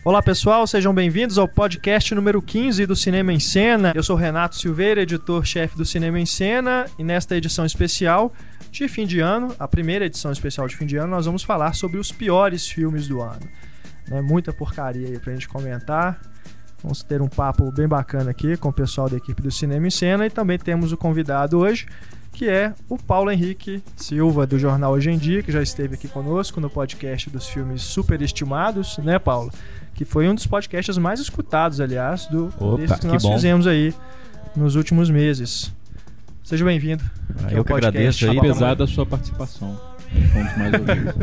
Olá pessoal, sejam bem-vindos ao podcast número 15 do Cinema em Cena. Eu sou Renato Silveira, editor-chefe do Cinema em Cena, e nesta edição especial de fim de ano, a primeira edição especial de fim de ano, nós vamos falar sobre os piores filmes do ano. Muita porcaria aí pra gente comentar. Vamos ter um papo bem bacana aqui com o pessoal da equipe do Cinema em Cena, e também temos o convidado hoje, que é o Paulo Henrique Silva, do jornal Hoje em Dia, que já esteve aqui conosco no podcast dos filmes superestimados, né, Paulo? Que foi um dos podcasts mais escutados, aliás, desses que nós fizemos aí nos últimos meses. Seja bem-vindo. Eu que agradeço aí. Apesar da sua participação. Fomos mais ouvidos.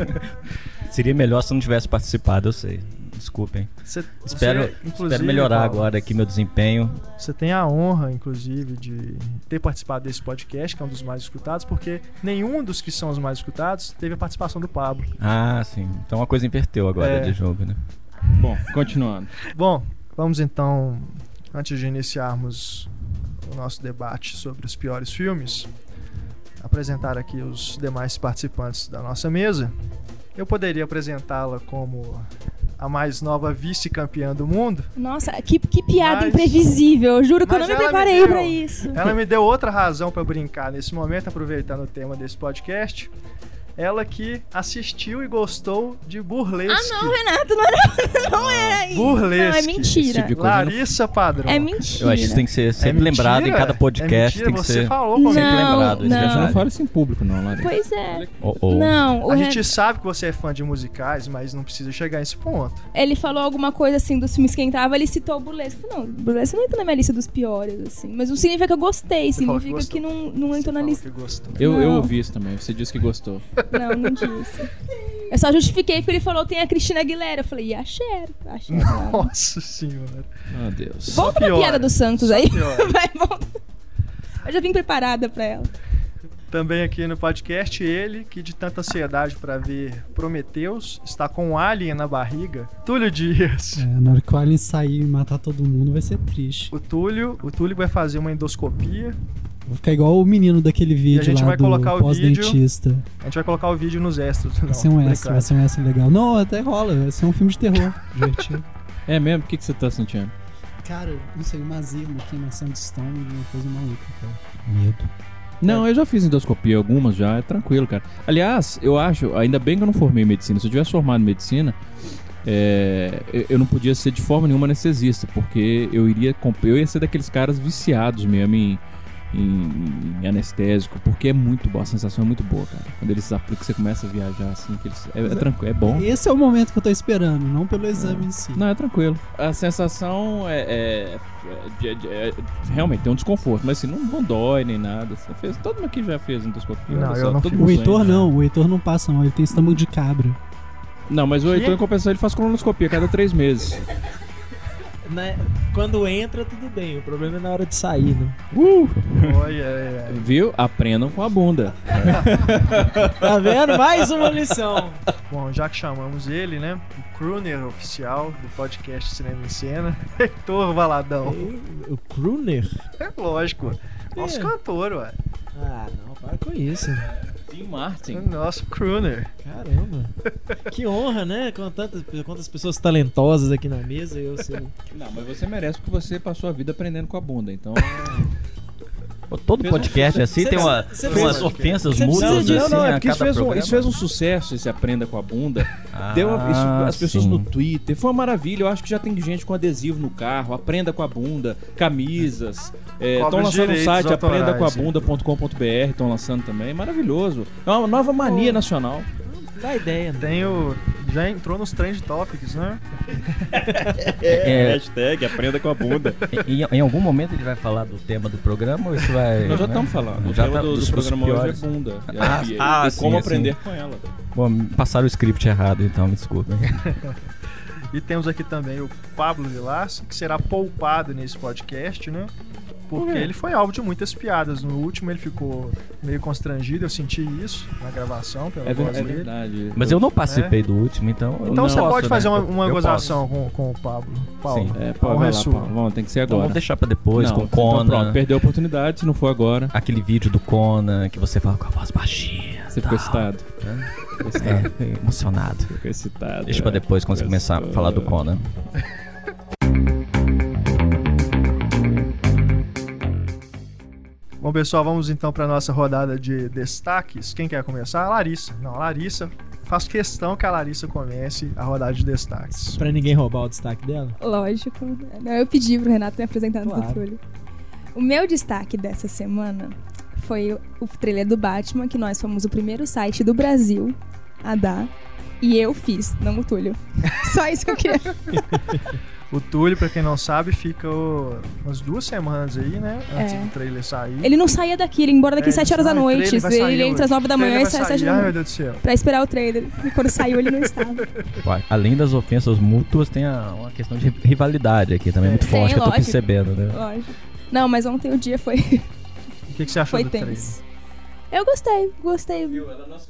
Seria melhor se não tivesse participado, eu sei. Desculpem. Espero melhorar, Paulo, agora aqui meu desempenho. Você tem a honra, inclusive, de ter participado desse podcast, que é um dos mais escutados, porque nenhum dos que são os mais escutados teve a participação do Pablo. Ah, sim. Então uma coisa inverteu agora de jogo, né? Bom, continuando. Bom, vamos então, antes de iniciarmos o nosso debate sobre os piores filmes, apresentar aqui os demais participantes da nossa mesa. Eu poderia apresentá-la como a mais nova vice-campeã do mundo. Nossa, que piada imprevisível. Eu juro que eu não me preparei pra isso. Ela me deu outra razão pra brincar nesse momento, aproveitando o tema desse podcast. Ela que assistiu e gostou de Burlesque. Ah, não, Renato, não era isso. Burlesque. Não, é mentira. Tipo Larissa Padrão. É mentira. Eu acho que isso tem que ser sempre lembrado em cada podcast. Tem que ser falou sempre lembrado. Não fala isso em público, não, Larissa. Pois é. Não, a gente sabe que você é fã de musicais, mas não precisa chegar a esse ponto. Ele falou alguma coisa assim dos filmes que entrava, ele citou o Burlesque. Não, Burlesque não entra na minha lista dos piores, assim. Mas não significa que eu gostei, significa que não entrou na lista. Eu ouvi isso também, você disse que gostou. Não disse. Eu só justifiquei porque ele falou tem a Cristina Aguilera. Eu falei, e a Cher. Nossa senhora. Meu Deus. Volta pra piada do Santos aí. Vai, volta. Eu já vim preparada pra ela. Também aqui no podcast, ele, que de tanta ansiedade pra ver Prometheus, está com um alien na barriga, Túlio Dias. Na hora que o alien sair e matar todo mundo vai ser triste. O Túlio vai fazer uma endoscopia. Vou ficar igual o menino daquele vídeo lá, a gente vai colocar o pós-dentista. A gente vai colocar o vídeo nos extras. Vai ser um extra legal. Não, até rola, vai ser um filme de terror divertido. É mesmo? O que você tá sentindo? Cara, não sei, uma azia, uma queimação de estômago, uma coisa maluca, cara. Medo. Não, eu já fiz endoscopia, algumas já, é tranquilo, cara. Aliás, eu acho, ainda bem que eu não formei em medicina. Se eu tivesse formado em medicina, eu não podia ser de forma nenhuma anestesista, porque eu ia ser daqueles caras viciados mesmo em anestésico, porque é muito boa, a sensação é muito boa, cara. Quando eles aplicam, você começa a viajar assim, é tranquilo, é bom. Esse é o momento que eu tô esperando, não pelo exame em si. Não, é tranquilo. A sensação realmente tem um desconforto, mas assim, não dói nem nada. Você fez, todo mundo aqui já fez endoscopia. Não, eu não fiz. O Heitor não passa não, ele tem estômago de cabra. Não, mas o Heitor, em compensação, ele faz colonoscopia a cada 3 meses. Quando entra, tudo bem. O problema é na hora de sair, né? Viu? Aprendam com a bunda. Tá vendo? Mais uma lição. Bom, já que chamamos ele, né? O crooner oficial do podcast Cinema em Cena, Heitor Valadão. O crooner? É lógico. Nosso cantor, ué. Ah, não, para com isso. Tim Martin. Nosso crooner. Caramba. Que honra, né? Com quantas pessoas talentosas aqui na mesa. Não, mas você merece porque você passou a vida aprendendo com a bunda, então... Todo podcast assim tem umas ofensas mútuas assim. Não, é porque isso fez um sucesso, esse Aprenda com a Bunda. As pessoas no Twitter, foi uma maravilha. Eu acho que já tem gente com adesivo no carro, Aprenda com a Bunda, camisas. Estão lançando um site, aprendacoabunda.com.br, estão lançando também. Maravilhoso. É uma nova mania nacional. Dá ideia, né? Já entrou nos Trend Topics, né? Hashtag Aprenda com a Bunda. Em algum momento ele vai falar do tema do programa ou isso vai... Nós já estamos falando. O tema do programa hoje é bunda. E como aprender com ela. Bom, passaram o script errado, então me desculpem. E temos aqui também o Pablo Vilas, que será poupado nesse podcast, né? Porque ele foi alvo de muitas piadas. No último ele ficou meio constrangido, eu senti isso na gravação pela voz dele. Verdade. Mas eu não participei do último, então... Então você pode fazer uma gozação com o Pablo. Sim, vai lá, Paulo. Tem que ser agora. Então vamos deixar pra depois, com o Conan. Então pronto, perdeu a oportunidade, se não for agora. Aquele vídeo do Conan que você fala com a voz baixinha. Você ficou excitado. Fiquei emocionado. Fico excitado. Deixa pra depois, quando você começar a falar do Conan. Bom, pessoal, vamos então para nossa rodada de destaques. Quem quer começar? A Larissa. Não, a Larissa. Faço questão que a Larissa comece a rodada de destaques. Pra ninguém roubar o destaque dela? Lógico. Não, eu pedi pro Renato me apresentar antes do Trulho. O meu destaque dessa semana foi o trailer do Batman, que nós fomos o primeiro site do Brasil a dar. E eu fiz, não o Túlio. Só isso que eu queria. O Túlio, pra quem não sabe, fica umas 2 semanas aí, né? Antes do trailer sair. Ele não saía daqui, ele ia embora daqui 7 horas da noite. Ele entra às 9 da manhã e sai às 7 da manhã. Ai, meu Deus do céu. Pra esperar o trailer. E quando saiu, ele não estava. Além das ofensas mútuas, tem uma questão de rivalidade aqui também, muito forte, que eu tô percebendo, né? Lógico. Não, mas ontem o dia foi... O que você achou do trailer? Eu gostei. Viu? Ela não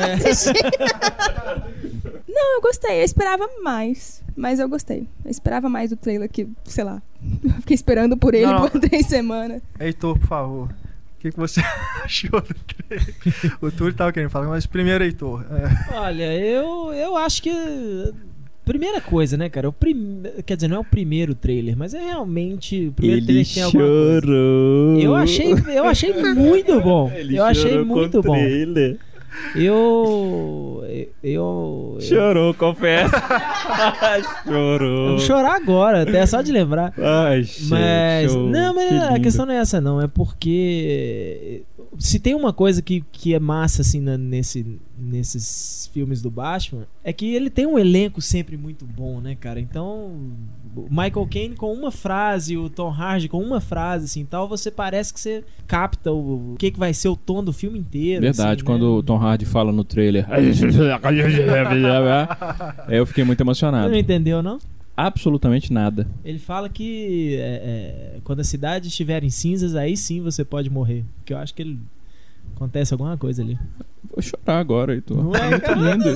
Não, eu gostei. Eu esperava mais, mas eu gostei. Eu esperava mais do trailer que, sei lá, eu fiquei esperando por ele por 3 semanas. Heitor, por favor, o que você achou do trailer? O Túlio tava querendo falar, mas primeiro, Heitor. Olha, eu acho que... Primeira coisa, né, cara? Quer dizer, não é o primeiro trailer, mas é realmente o primeiro trailer que tem alguma coisa. Eu achei muito bom. Eu achei muito bom. Chorou, confesso. Chorou. Vou chorar agora, até só de lembrar. Ai, mas show. Não, mas a questão não é essa, não. É porque se tem uma coisa que é massa assim nesses filmes do Batman, é que ele tem um elenco sempre muito bom, né, cara? Então, o Michael Caine com uma frase, o Tom Hardy com uma frase, assim, tal, você parece que você capta o que vai ser o tom do filme inteiro. Verdade, assim, quando né? o Tom Hardy fala no trailer, eu fiquei muito emocionado. Você não entendeu, não? Absolutamente nada. Ele fala que quando a cidade estiver em cinzas, aí sim você pode morrer. Porque eu acho que acontece alguma coisa ali. Vou chorar agora, Heitor. Não é, muito lindo.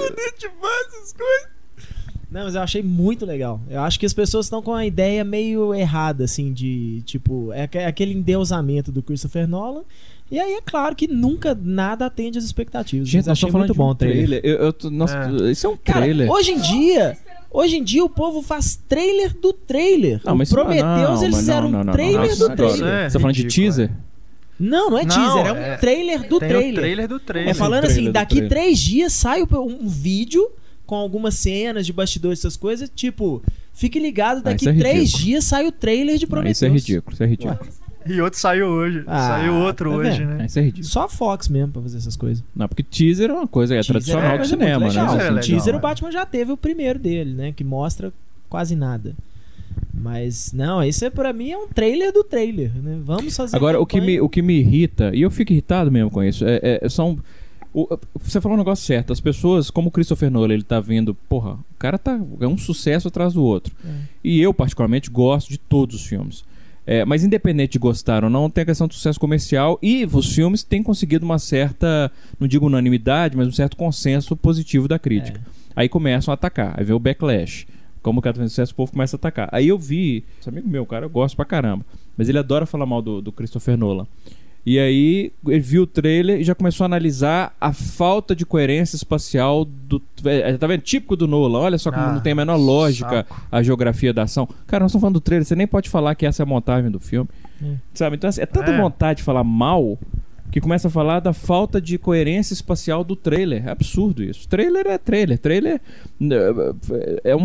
Não, mas eu achei muito legal. Eu acho que as pessoas estão com a ideia meio errada, assim, de tipo, é aquele endeusamento do Christopher Nolan. E aí é claro que nunca nada atende às expectativas. Gente, achei muito bom o trailer. Nossa, isso é um trailer. Cara, hoje em dia o povo faz trailer do trailer. Não, mas Prometheus, eles fizeram um trailer do trailer. Você tá falando de teaser? Não é teaser, é um trailer do trailer. O trailer do trailer. É falando assim, daqui 3 dias sai um vídeo com algumas cenas de bastidores, essas coisas, tipo, fique ligado, daqui 3 dias sai o trailer de Prometheus. Isso é ridículo. E outro saiu hoje. Saiu outro tá hoje, né? Isso é ridículo. Só a Fox mesmo pra fazer essas coisas. Não, porque teaser é uma coisa tradicional do cinema, né? Teaser o Batman já teve o primeiro dele, né? Que mostra quase nada. Mas, não, isso pra mim é um trailer do trailer, né? Vamos fazer. Agora, o que me irrita, e eu fico irritado mesmo com isso, você falou um negócio certo. As pessoas, como o Christopher Nolan, ele tá vendo, porra, o cara é um sucesso atrás do outro. E eu, particularmente, gosto de todos os filmes. Mas independente de gostar ou não, tem a questão do sucesso comercial e os filmes têm conseguido uma certa, não digo unanimidade, mas um certo consenso positivo da crítica. Aí começam a atacar, aí vem o backlash. Como o cara faz sucesso, o povo começa a atacar. Aí eu vi, esse amigo meu, cara, eu gosto pra caramba, mas ele adora falar mal do Christopher Nolan. E aí ele viu o trailer e já começou a analisar a falta de coerência espacial do... Tá vendo? Típico do Nolan. Olha só como não tem a menor lógica a geografia da ação. Cara, nós estamos falando do trailer, você nem pode falar que essa é a montagem do filme. Sabe? Então assim, é tanta vontade de falar mal que começa a falar da falta de coerência espacial do trailer. É absurdo isso. Trailer é trailer. Trailer é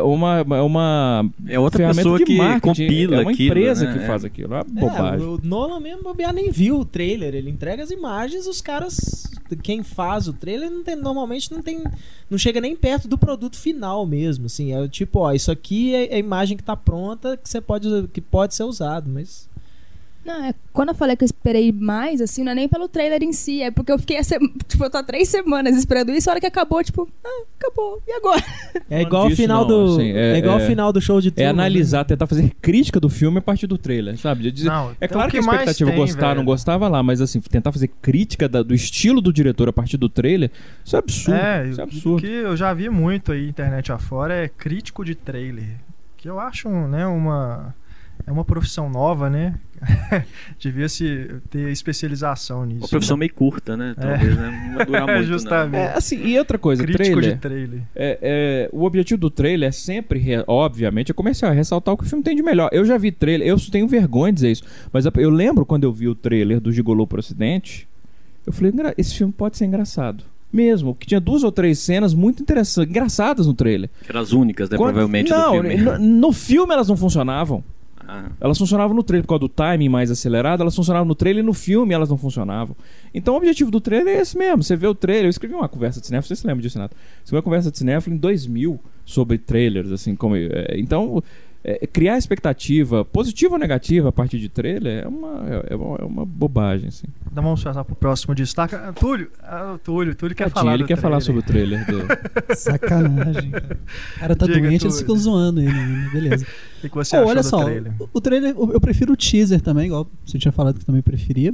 outra pessoa que compila é uma aquilo, empresa né? que faz aquilo. É uma bobagem. O Nolan mesmo nem viu o trailer. Ele entrega as imagens, os caras... Quem faz o trailer normalmente não chega nem perto do produto final mesmo. Assim, é tipo, isso aqui é a imagem que tá pronta que pode ser usado, mas... Não, quando eu falei que eu esperei mais, assim, não é nem pelo trailer em si, é porque eu fiquei eu tô há 3 semanas esperando isso, a hora que acabou, acabou, e agora? É igual o final o final do show de Truman. É analisar, tentar fazer crítica do filme a partir do trailer, sabe? É claro que a expectativa gostar, não gostava lá, mas assim, tentar fazer crítica do estilo do diretor a partir do trailer, isso é absurdo. Isso é absurdo. O que eu já vi muito aí, internet afora, é crítico de trailer, que eu acho, né, É uma profissão nova, né? Devia-se ter especialização nisso. Uma profissão meio curta, né? Talvez, né? Não vai durar muito, justamente. Assim, e outra coisa, crítico de trailer. O objetivo do trailer é sempre, obviamente, é comercial, é ressaltar o que o filme tem de melhor. Eu já vi trailer, eu tenho vergonha de dizer isso, mas eu lembro quando eu vi o trailer do Gigolô pro Ocidente, eu falei, esse filme pode ser engraçado. Mesmo, que tinha 2 ou 3 cenas muito interessantes, engraçadas no trailer. Que eram as únicas, né, provavelmente, do filme. No filme elas não funcionavam. Elas funcionavam no trailer por causa do timing mais acelerado, elas funcionavam no trailer e no filme elas não funcionavam. Então o objetivo do trailer é esse mesmo. Você vê o trailer, eu escrevi uma conversa de cinéfilo, você se lembra disso, Renato? Escrevi uma conversa de cinéfilo em 2000 sobre trailers, assim, então criar expectativa positiva ou negativa a partir de trailer é uma bobagem, assim. Então vamos passar pro próximo destaque. Túlio quer falar ele quer falar sobre o trailer Sacanagem, cara. O cara tá doente, eles ficam zoando ele, beleza. O que você achou olha do só, trailer? O trailer, eu prefiro o teaser também, igual você tinha falado que também preferia.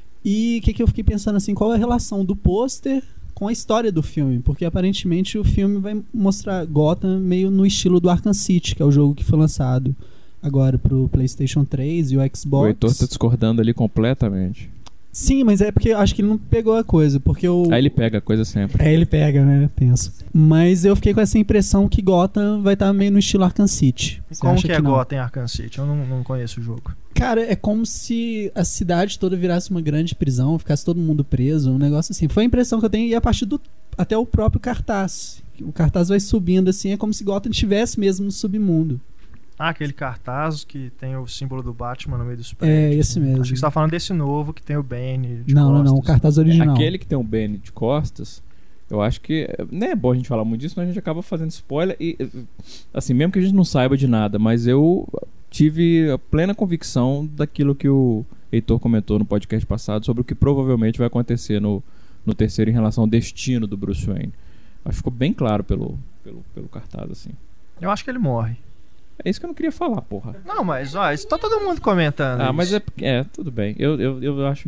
E o que eu fiquei pensando assim, qual é a relação do pôster com a história do filme? Porque aparentemente o filme vai mostrar Gotham meio no estilo do Arkham City, que é o jogo que foi lançado agora pro PlayStation 3 e o Xbox. O Heitor tá discordando ali completamente. Sim, mas é porque eu acho que ele não pegou a coisa, porque Aí ele pega a coisa sempre. Ele pega, né? Penso. Mas eu fiquei com essa impressão que Gotham vai estar meio no estilo Arkham City. E como que é Gotham em Arkham City? Eu não conheço o jogo. Cara, é como se a cidade toda virasse uma grande prisão, ficasse todo mundo preso, um negócio assim. Foi a impressão que eu tenho, e a partir até o próprio cartaz. O cartaz vai subindo assim, é como se Gotham estivesse mesmo no submundo. Aquele cartaz que tem o símbolo do Batman no meio dos prédios. É, esse mesmo. Acho que você tá falando desse novo que tem o Bane de costas. Não, o cartaz original. Aquele que tem o Bane de costas, eu acho que não é bom a gente falar muito disso, senão a gente acaba fazendo spoiler e, assim, mesmo que a gente não saiba de nada, mas eu tive a plena convicção daquilo que o Heitor comentou no podcast passado sobre o que provavelmente vai acontecer no terceiro em relação ao destino do Bruce Wayne. Acho que ficou bem claro pelo cartaz, assim. Eu acho que ele morre. É isso que eu não queria falar, porra. Não, mas isso tá todo mundo comentando. Mas tudo bem. Eu acho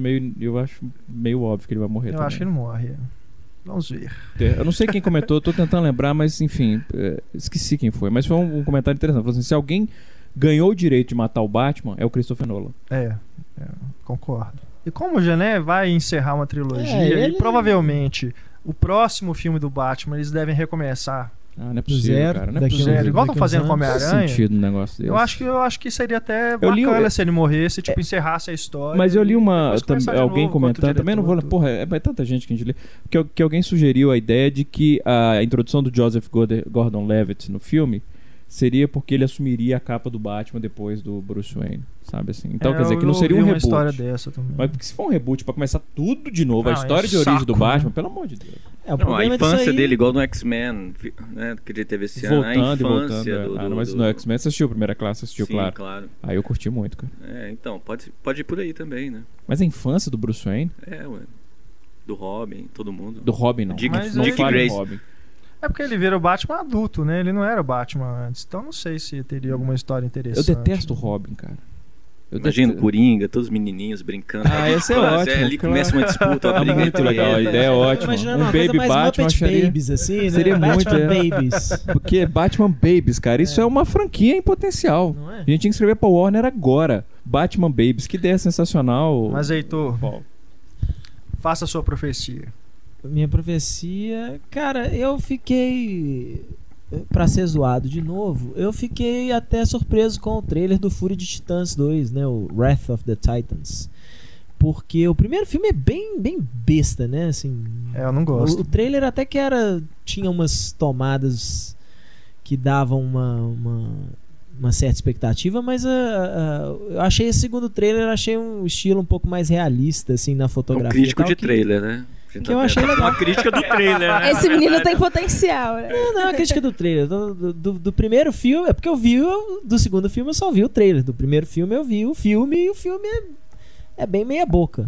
meio óbvio que ele vai morrer também. Eu acho que ele morre. Vamos ver. Eu não sei quem comentou, tô tentando lembrar, mas enfim, esqueci quem foi. Mas foi um comentário interessante. Falou assim, se alguém ganhou o direito de matar o Batman, é o Christopher Nolan. Concordo. E como já, né, vai encerrar uma trilogia, e provavelmente o próximo filme do Batman eles devem recomeçar. Não é possível, cara. Não é possível. Igual estão fazendo com Homem-Aranha. Não faz sentido um negócio desse. Eu acho que seria até bacana se ele morresse, tipo, encerrasse a história. Mas eu li alguém comentando, também não vou... Porra, é tanta gente que a gente lê. Que alguém sugeriu a ideia de que a introdução do Joseph Gordon-Levitt no filme seria porque ele assumiria a capa do Batman depois do Bruce Wayne, sabe assim? Então quer dizer que não seria um reboot. História dessa também. Mas porque se for um reboot pra começar tudo de novo, a história de origem do Batman, pelo amor de Deus. A infância dele, igual no X-Men, né, que ele teve esse ano, a infância mas no X-Men você assistiu a primeira classe, Sim, claro. Aí eu curti muito, cara. Então, pode ir por aí também, né? Mas a infância do Bruce Wayne? Do Robin, todo mundo. Do Robin não. Dick Grayson. Robin. É porque ele vira o Batman adulto, né? Ele não era o Batman antes. Então não sei se teria alguma história interessante. Eu detesto o Robin, cara. Imagina o Coringa, todos os menininhos brincando. Esse é ótimo. Ali começa uma disputa, uma briga muito legal, a ideia é ótima. Um Baby Batman acharia... Babies, assim, né? Seria muito, Babies. Porque Batman Babies, cara, isso é uma franquia em potencial. Não é? A gente tinha que escrever pra Warner agora. Batman Babies, que ideia sensacional. Mas, Heitor, faça a sua profecia. Minha profecia... Cara, eu fiquei... Pra ser zoado de novo, eu fiquei até surpreso com o trailer do Fúria de Titãs 2, né? O Wrath of the Titans. Porque o primeiro filme é bem besta, né? Assim, eu não gosto. O trailer até que tinha umas tomadas que davam uma certa expectativa, mas eu achei esse segundo trailer, achei um estilo um pouco mais realista, assim, na fotografia. Um crítico de trailer, né? Que eu achei legal. Uma crítica do trailer, né? Esse menino tem potencial, né? Não é uma crítica do trailer. Do primeiro filme, é porque do segundo filme eu só vi o trailer. Do primeiro filme eu vi o filme e o filme é bem meia boca.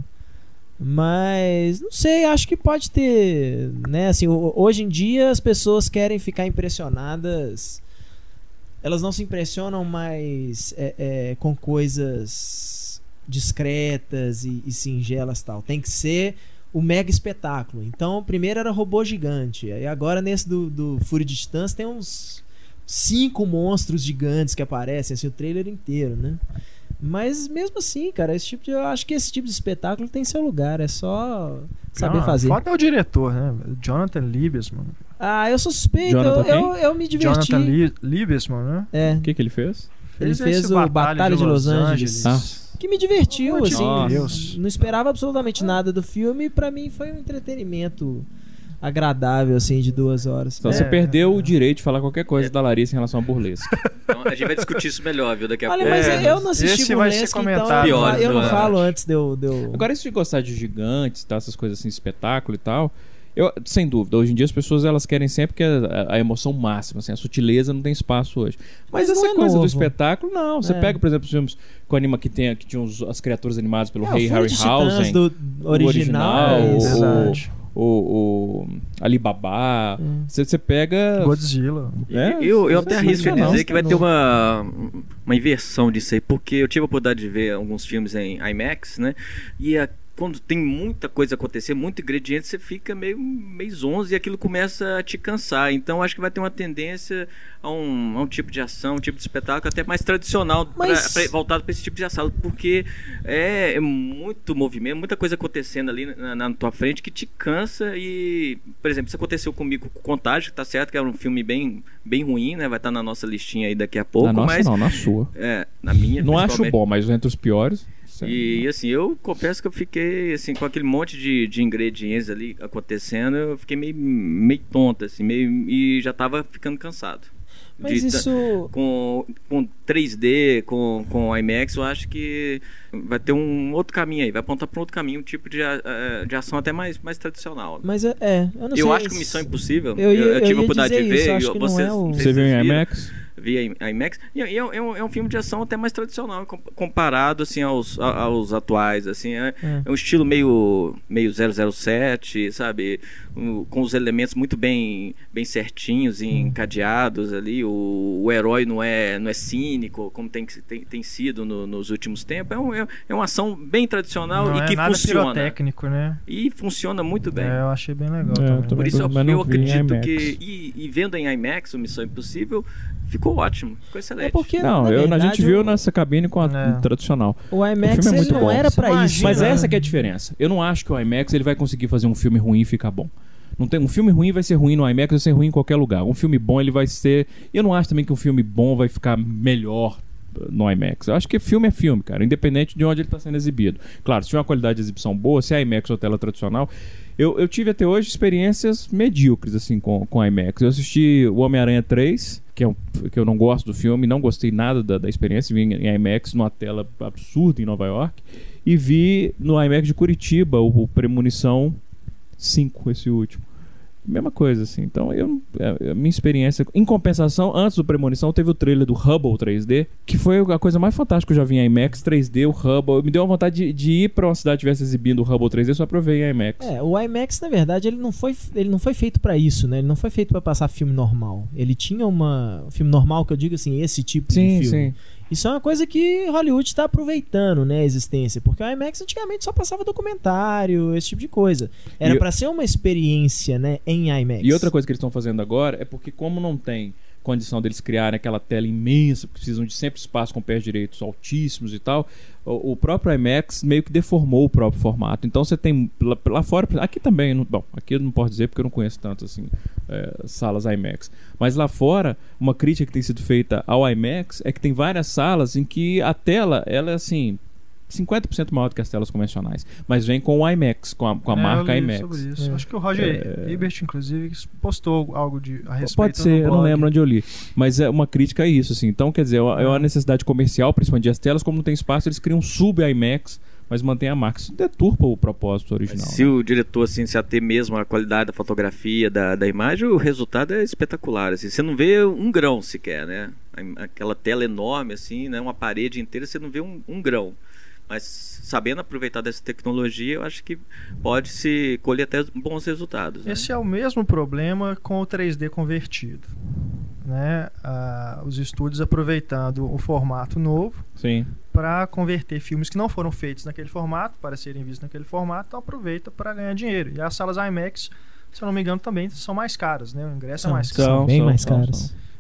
Mas, não sei, acho que pode ter, né? Assim, hoje em dia as pessoas querem ficar impressionadas. Elas não se impressionam mais com coisas discretas e singelas e tal. Tem que ser o mega espetáculo. Então, primeiro era robô gigante. E agora nesse do Fúria de Titãs tem uns 5 monstros gigantes que aparecem, assim, o trailer inteiro, né? Mas mesmo assim, cara, eu acho que esse tipo de espetáculo tem seu lugar, é só saber fazer. Foda é o diretor, né? Jonathan Liebesman. Eu sou suspeito, eu me diverti. Jonathan Liebesman, né? É. O que ele fez? Ele fez o Batalha de Los Angeles. Que me divertiu, assim. Deus. Não esperava absolutamente nada do filme e pra mim foi um entretenimento agradável, assim, de 2 horas. Então você perdeu o direito de falar qualquer coisa da Larissa em relação a burlesque. Então, a gente vai discutir isso melhor, viu, daqui a pouco. Olha, mas eu não assisti burlesque, então eu não falo antes de eu... Agora, isso de gostar de gigantes, tá, essas coisas assim, espetáculo e tal... sem dúvida, hoje em dia as pessoas elas querem sempre que a emoção máxima, assim, a sutileza não tem espaço hoje. Mas essa coisa do espetáculo, não. Você pega, por exemplo, os filmes que tinham as criaturas animadas pelo rei Harryhausen, do original, o Alibaba. Você pega Godzilla. Eu até arrisco dizer que vai ter uma inversão disso aí, porque eu tive a oportunidade de ver alguns filmes em IMAX, né? E quando tem muita coisa acontecer, muito ingrediente, você fica meio zonzo e aquilo começa a te cansar. Então acho que vai ter uma tendência a um tipo de ação, um tipo de espetáculo até mais tradicional, voltado para esse tipo de ação, porque é muito movimento, muita coisa acontecendo ali na tua frente que te cansa. E, por exemplo, isso aconteceu comigo com Contágio, que tá certo que era um filme bem ruim, né? Vai estar na nossa listinha aí daqui a pouco. Na sua. Na minha. Não acho bom, mas entre os piores... E assim, eu confesso que eu fiquei assim, com aquele monte de ingredientes ali acontecendo, eu fiquei meio tonto, assim, e já tava ficando cansado. Mas isso... Com 3D, com IMAX, eu acho que vai ter um outro caminho aí, vai apontar para um outro caminho, um tipo de ação até mais tradicional. Mas eu não sei. Eu acho que Missão Impossível, eu tive a oportunidade de ver. Você viu em IMAX? Vi a IMAX, e é um filme de ação até mais tradicional comparado assim aos atuais, assim, é um estilo meio 007, sabe, com os elementos muito bem certinhos e encadeados ali. O herói não é cínico como tem sido nos últimos tempos. É uma ação bem tradicional e que nada funciona. Pirotécnico, né? E funciona muito bem. Eu achei bem legal também. Por isso eu acredito que e vendo em IMAX o Missão Impossível, ficou ótimo, ficou excelente. Porque, a gente viu nessa cabine com a tradicional. O IMAX ele não bom. Era pra isso. Mas essa que é a diferença. Eu não acho que o IMAX ele vai conseguir fazer um filme ruim e ficar bom. Não tem, um filme ruim vai ser ruim no IMAX, vai ser ruim em qualquer lugar. Um filme bom ele vai ser... Eu não acho também que um filme bom vai ficar melhor no IMAX. Eu acho que filme é filme, cara, independente de onde ele está sendo exibido. Claro, se tiver uma qualidade de exibição boa, se é IMAX ou tela tradicional... Eu tive até hoje experiências medíocres assim, com IMAX. Eu assisti o Homem-Aranha 3, que eu não gosto do filme, não gostei nada da experiência. Vi em IMAX numa tela absurda em Nova York. E vi no IMAX de Curitiba o Premonição 5, esse último. Mesma coisa, assim. Então, a minha experiência... Em compensação, antes do Premonição, teve o trailer do Hubble 3D, que foi a coisa mais fantástica que eu já vi em IMAX 3D, o Hubble. Me deu uma vontade de ir pra uma cidade que estivesse exibindo o Hubble 3D só pra eu ver em IMAX. O IMAX, na verdade, ele não foi feito pra isso, né? Ele não foi feito pra passar filme normal. Ele tinha um filme normal, que eu digo assim, esse tipo de filme. Sim. Isso é uma coisa que Hollywood está aproveitando, né, a existência. Porque o IMAX antigamente só passava documentário, esse tipo de coisa. Era para ser uma experiência, né, em IMAX. E outra coisa que eles estão fazendo agora é porque, como não tem condição deles criarem aquela tela imensa, porque precisam de sempre espaço com pés direitos altíssimos e tal, o próprio IMAX meio que deformou o próprio formato. Então você tem lá fora, aqui também, aqui eu não posso dizer porque eu não conheço tanto assim salas IMAX, mas lá fora uma crítica que tem sido feita ao IMAX é que tem várias salas em que a tela ela é assim 50% maior do que as telas convencionais, mas vem com o IMAX, com a marca IMAX. Sobre isso. Acho que o Roger Ebert, inclusive, postou algo a respeito. Pode ser, eu não lembro onde eu li, mas é uma crítica a isso, assim. Então, quer dizer, é uma necessidade comercial, principalmente as telas, como não tem espaço, eles criam um sub-IMAX, mas mantém a marca. Isso deturpa o propósito original. Mas se o diretor assim, se ater mesmo a qualidade da fotografia, da imagem, o resultado é espetacular. Assim. Você não vê um grão sequer, né? Aquela tela enorme, assim, né? Uma parede inteira, você não vê um grão. Mas sabendo aproveitar dessa tecnologia, eu acho que pode se colher até bons resultados. Né? Esse é o mesmo problema com o 3D convertido. Né? Os estúdios aproveitando o formato novo para converter filmes que não foram feitos naquele formato, para serem vistos naquele formato, então aproveita para ganhar dinheiro. E as salas IMAX, se eu não me engano, também são mais caras. Né? O ingresso é mais caro. São bem mais caras.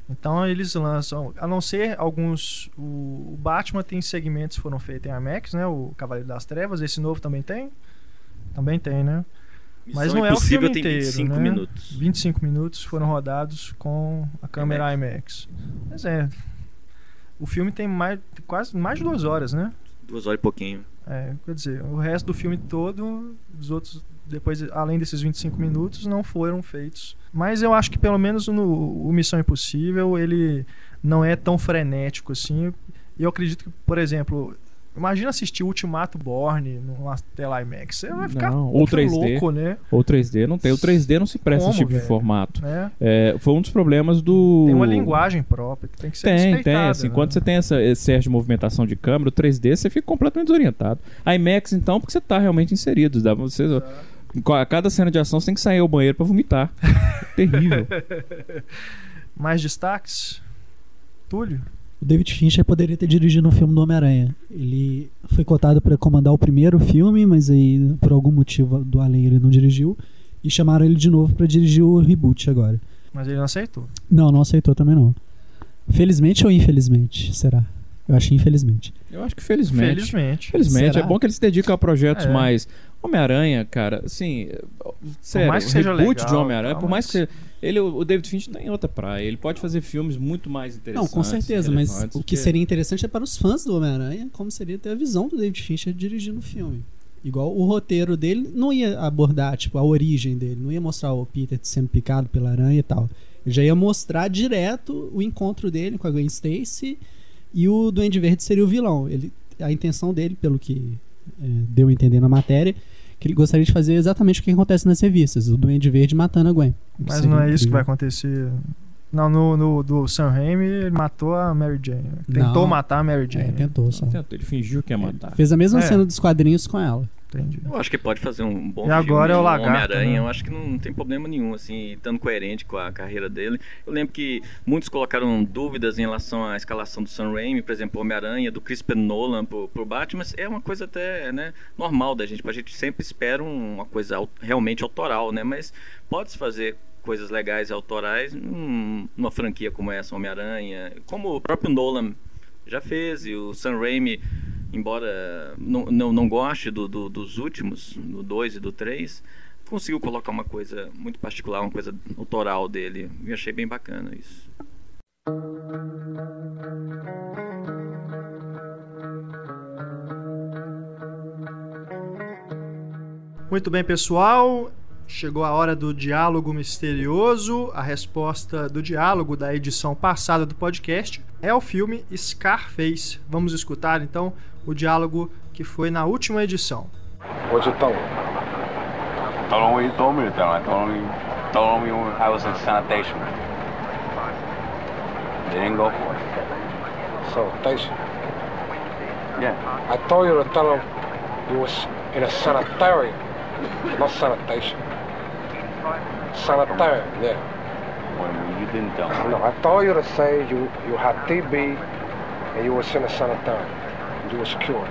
Então eles lançam, a não ser alguns... O Batman tem segmentos que foram feitos em IMAX, né? O Cavaleiro das Trevas, esse novo também tem? Também tem, né? Mas não é o filme tem inteiro, 25 né? minutos. 25 minutos foram rodados com a câmera IMAX. Mas o filme tem quase mais de 2 horas, né? 2 horas e pouquinho. Quer dizer, o resto do filme todo, os outros, depois, além desses 25 minutos, não foram feitos. Mas eu acho que pelo menos no Missão Impossível ele não é tão frenético assim. E eu acredito que, por exemplo, imagina assistir o Ultimato Bourne numa tela IMAX. Você vai ficar ou 3D, louco, né? Ou 3D, não tem. O 3D não se presta a esse tipo de formato. Foi um dos problemas do... Tem uma linguagem própria que tem que ser respeitada. Tem. Assim, né? Quando você tem esse excesso de movimentação de câmera, o 3D você fica completamente desorientado. A IMAX, então, porque você está realmente inserido. A cada cena de ação você tem que sair ao banheiro para vomitar. Terrível. Mais destaques? Túlio? O David Fincher poderia ter dirigido um filme do Homem-Aranha. Ele foi cotado para comandar o primeiro filme, mas aí por algum motivo do além ele não dirigiu, e chamaram ele de novo para dirigir o reboot agora. Mas ele não aceitou. Não aceitou também não. Felizmente ou infelizmente? Será? Eu acho infelizmente. Eu acho que felizmente. Será? É bom que ele se dedica a projetos mais... Homem-Aranha, cara, assim... Sério, por mais que seja reboot legal, de Homem-Aranha, por mais que o David Fincher tá em outra praia. Ele pode fazer filmes muito mais interessantes. Não, com certeza, mas o que seria interessante é para os fãs do Homem-Aranha, como seria ter a visão do David Fincher dirigindo o filme. Igual o roteiro dele não ia abordar, tipo, a origem dele, não ia mostrar o Peter sendo picado pela aranha e tal. Ele já ia mostrar direto o encontro dele com a Gwen Stacy, e o Duende Verde seria o vilão. A intenção dele, pelo que deu a entender na matéria, que ele gostaria de fazer exatamente o que acontece nas revistas, o Duende Verde matando a Gwen. Mas não é isso que vai acontecer. Não, no do Sam Raimi ele matou a Mary Jane. Tentou matar a Mary Jane. Tentou só. Ele fingiu que ia matar. Fez a mesma cena dos quadrinhos com ela. Entendi. Eu acho que pode fazer um bom filme. E agora é o Lagarto, Homem-Aranha. né? Eu acho que não tem problema nenhum, assim, estando coerente com a carreira dele. Eu lembro que muitos colocaram dúvidas em relação à escalação do Sam Raimi, por exemplo, Homem-Aranha, do Christopher Nolan pro Batman, mas é uma coisa até, né, normal da gente. A gente sempre espera uma coisa realmente autoral, né? Mas pode-se fazer coisas legais e autorais numa franquia como essa, Homem-Aranha, como o próprio Nolan já fez, e o Sam Raimi, embora não goste dos últimos, do 2 e do 3, conseguiu colocar uma coisa muito particular, uma coisa autoral dele. Eu achei bem bacana isso. Muito bem, pessoal. Chegou a hora do diálogo misterioso. A resposta do diálogo da edição passada do podcast é o filme Scarface. Vamos escutar então o diálogo que foi na última edição. What you told? Told him what you told me to tell him. I told him when I was in sanitation. They didn't go for it. Sanitation? Yeah. I told you to tell him you was in a sanitarium, not sanitation. Sanitarium, yeah. Well, you didn't tell me. No, I told you to say you had TB and you was in a sanitarium. You was cured.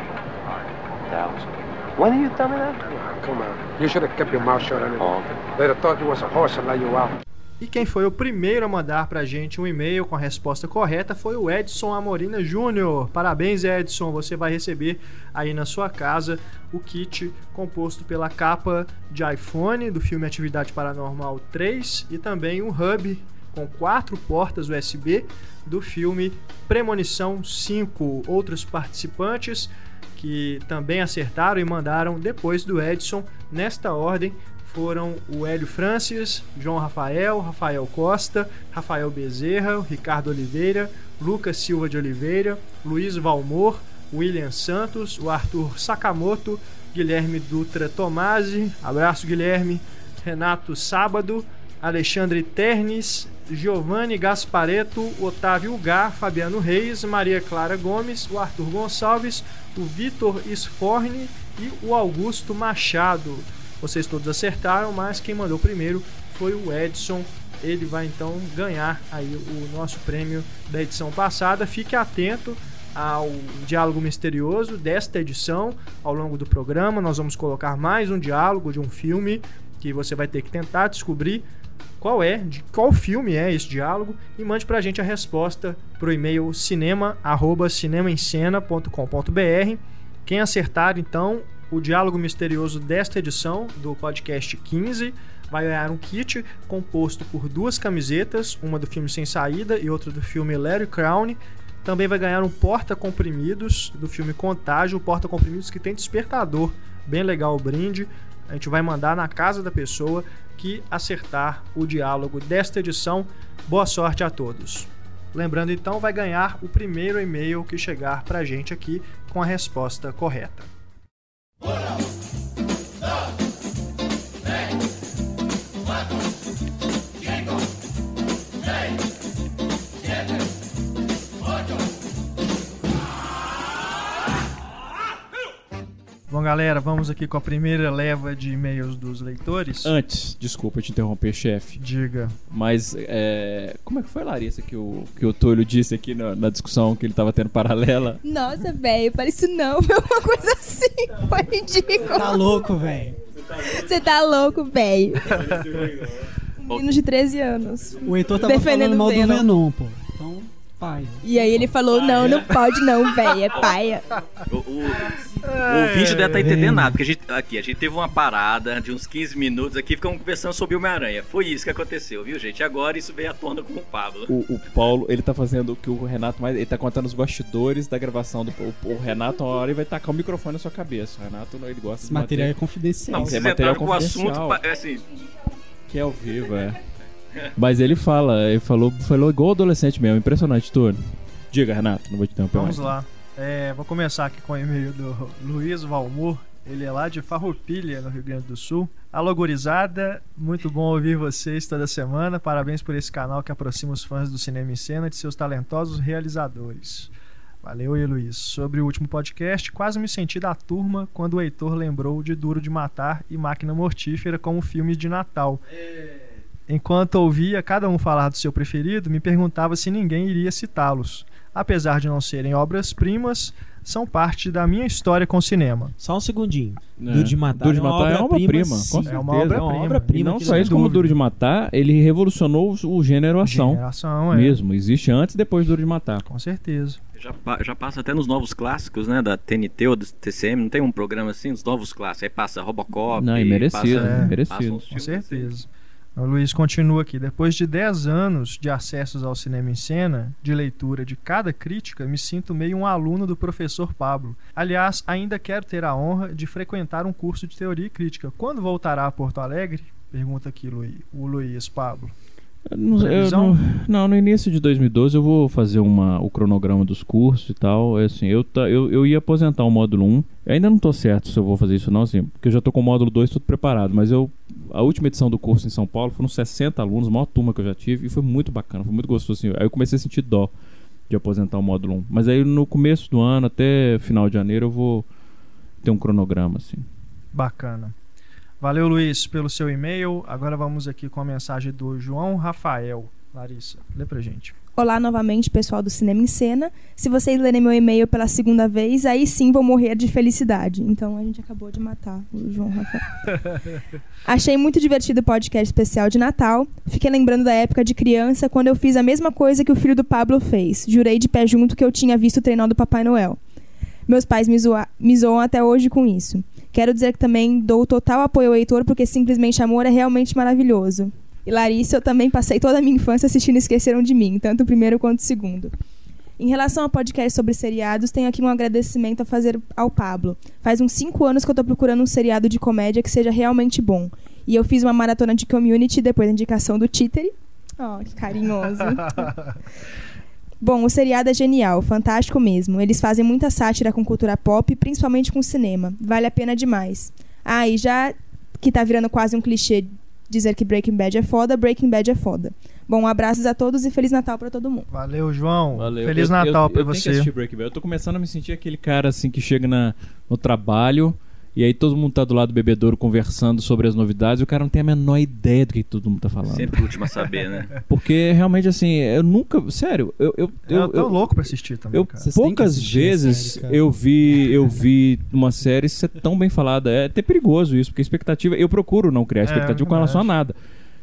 When did you tell me that? Come on. You should have kept your mouth shut anyway. Oh. They'd have thought you was a horse and let you out. E quem foi o primeiro a mandar pra gente um e-mail com a resposta correta foi o Edson Amorina Júnior. Parabéns, Edson. Você vai receber aí na sua casa o kit composto pela capa de iPhone do filme Atividade Paranormal 3 e também um hub com 4 portas USB do filme Premonição 5. Outros participantes que também acertaram e mandaram depois do Edson, nesta ordem, foram o Hélio Francis, João Rafael, Rafael Costa, Rafael Bezerra, Ricardo Oliveira, Lucas Silva de Oliveira, Luiz Valmor, William Santos, o Arthur Sakamoto, Guilherme Dutra Tomasi, abraço Guilherme, Renato Sábado, Alexandre Ternes, Giovanni Gaspareto, Otávio Gá, Fabiano Reis, Maria Clara Gomes, o Arthur Gonçalves, o Vitor Sforni e o Augusto Machado. Vocês todos acertaram, mas quem mandou primeiro foi o Edson. Ele vai então ganhar aí o nosso prêmio da edição passada. Fique atento ao diálogo misterioso desta edição. Ao longo do programa nós vamos colocar mais um diálogo de um filme que você vai ter que tentar descobrir de qual filme é esse diálogo e mande pra gente a resposta pro e-mail cinema@cinemaencena.com.br. Quem acertar, então, o diálogo misterioso desta edição do podcast 15 vai ganhar um kit composto por 2 camisetas, uma do filme Sem Saída e outra do filme Larry Crown. Também vai ganhar um porta-comprimidos do filme Contágio, porta-comprimidos que tem despertador. Bem legal o brinde. A gente vai mandar na casa da pessoa que acertar o diálogo desta edição. Boa sorte a todos. Lembrando, então, vai ganhar o primeiro e-mail que chegar pra gente aqui com a resposta correta. Bom, galera, vamos aqui com a primeira leva de e-mails dos leitores. Antes, desculpa te interromper, chefe. Diga. Mas, como é que foi, Larissa, que o Túlio disse aqui na discussão que ele tava tendo paralela? Nossa, velho, parece não, uma coisa assim, foi ridículo. Tá louco, velho. Você tá louco, velho. Um menino de 13 anos. O Heitor tava falando mal do Venom, pô. Então, pai. E aí ele falou, não pode não, velho, é paia. O ouvinte deve estar entendendo nada, porque a gente teve uma parada de uns 15 minutos aqui, ficamos conversando sobre Homem-Aranha. Foi isso que aconteceu, viu, gente? Agora isso veio à tona com o Pablo. O Paulo, ele tá fazendo o que o Renato mais... Ele tá contando os bastidores da gravação do... O Renato, uma hora, ele vai tacar o microfone na sua cabeça. O Renato, ele gosta de material é confidencial. Não, vocês entraram com o assunto, assim... Que é ao vivo, Mas ele falou igual adolescente mesmo. Impressionante, Túlio. Diga, Renato, não vou te interromper. Vamos lá. Vou começar aqui com o e-mail do Luiz Valmor. Ele é lá de Farroupilha, no Rio Grande do Sul. Alô, gurizada, muito bom ouvir vocês toda semana. Parabéns por esse canal que aproxima os fãs do Cinema em Cena de seus talentosos realizadores. Valeu aí, Luiz. Sobre o último podcast, quase me senti da turma quando o Heitor lembrou de Duro de Matar e Máquina Mortífera como filmes de Natal. Enquanto ouvia cada um falar do seu preferido, me perguntava se ninguém iria citá-los. Apesar de não serem obras-primas, são parte da minha história com o cinema. Só um segundinho. Duro de Matar é uma obra-prima. É uma obra-prima. Não só isso, como Duro de Matar, ele revolucionou o gênero ação. Mesmo. Existe antes e depois do Duro de Matar. Com certeza. Já passa até nos novos clássicos, né? Da TNT ou do TCM. Não tem um programa assim, os novos clássicos. Aí passa Robocop. Não, merecido. Merecido. Com certeza. O Luiz continua aqui. Depois de 10 anos de acessos ao Cinema em Cena, de leitura de cada crítica, me sinto meio um aluno do professor Pablo. Aliás, ainda quero ter a honra de frequentar um curso de teoria e crítica. Quando voltará a Porto Alegre? Pergunta aqui o Luiz Pablo. No início de 2012 eu vou fazer o cronograma dos cursos e tal. Assim, eu ia aposentar o módulo 1. Eu ainda não tô certo se eu vou fazer isso ou não, assim, porque eu já tô com o módulo 2 tudo preparado. Mas a última edição do curso em São Paulo foram 60 alunos, a maior turma que eu já tive, e foi muito bacana, foi muito gostoso. Assim. Aí eu comecei a sentir dó de aposentar o módulo 1. Mas aí no começo do ano, até final de janeiro, eu vou ter um cronograma, assim. Bacana. Valeu, Luiz, pelo seu e-mail. Agora vamos aqui com a mensagem do João Rafael. Larissa, lê pra gente. Olá novamente, pessoal do Cinema em Cena. Se vocês lerem meu e-mail pela segunda vez, aí sim vou morrer de felicidade. Então a gente acabou de matar o João Rafael. Achei muito divertido o podcast especial de Natal. Fiquei lembrando da época de criança, quando eu fiz a mesma coisa que o filho do Pablo fez. Jurei de pé junto que eu tinha visto o treinão do Papai Noel. Meus pais me zoam até hoje com isso. Quero dizer que também dou total apoio ao Heitor, porque Simplesmente Amor é realmente maravilhoso. E Larissa, eu também passei toda a minha infância assistindo Esqueceram de Mim, tanto o primeiro quanto o segundo. Em relação ao podcast sobre seriados, tenho aqui um agradecimento a fazer ao Pablo. Faz uns 5 anos que eu tô procurando um seriado de comédia que seja realmente bom. E eu fiz uma maratona de Community depois da indicação do Titeri. Oh, que carinhoso. Bom, o seriado é genial, fantástico mesmo. Eles fazem muita sátira com cultura pop, principalmente com cinema. Vale a pena demais. Ah, e já que tá virando quase um clichê dizer que Breaking Bad é foda, Breaking Bad é foda. Bom, abraços a todos e Feliz Natal pra todo mundo. Valeu, João. Valeu. Feliz Natal pra você. Eu tenho que assistir Breaking Bad. Eu tô começando a me sentir aquele cara assim que chega no trabalho e aí todo mundo tá do lado do bebedouro conversando sobre as novidades e o cara não tem a menor ideia do que todo mundo tá falando. Sempre o último a saber, né? Porque realmente assim, eu nunca... Sério, eu tô louco pra assistir também, cara. Poucas vezes eu vi uma série ser tão bem falada. É até perigoso isso, porque a expectativa... Eu procuro não criar expectativa com relação a nada.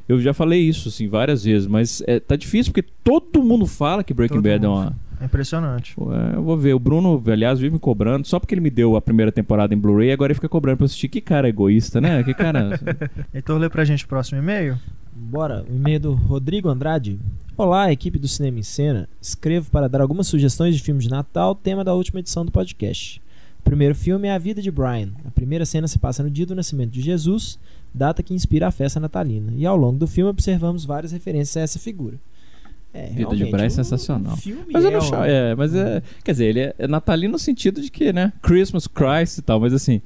Eu já falei isso, assim, várias vezes, mas tá difícil porque todo mundo fala que Breaking Bad é uma... É impressionante. Eu vou ver. O Bruno, aliás, vive me cobrando. Só porque ele me deu a primeira temporada em Blu-ray, agora ele fica cobrando pra assistir. Que cara egoísta, né? Que cara... Heitor, lê pra gente o próximo e-mail? Bora. O e-mail do Rodrigo Andrade. Olá, equipe do Cinema em Cena. Escrevo para dar algumas sugestões de filmes de Natal, tema da última edição do podcast. O primeiro filme é A Vida de Brian. A primeira cena se passa no dia do nascimento de Jesus, data que inspira a festa natalina. E ao longo do filme observamos várias referências a essa figura. Vida de Brian é sensacional. Mas eu não chamo. Quer dizer, ele é natalino no sentido de que, né? Christmas, Christ e tal. Mas assim,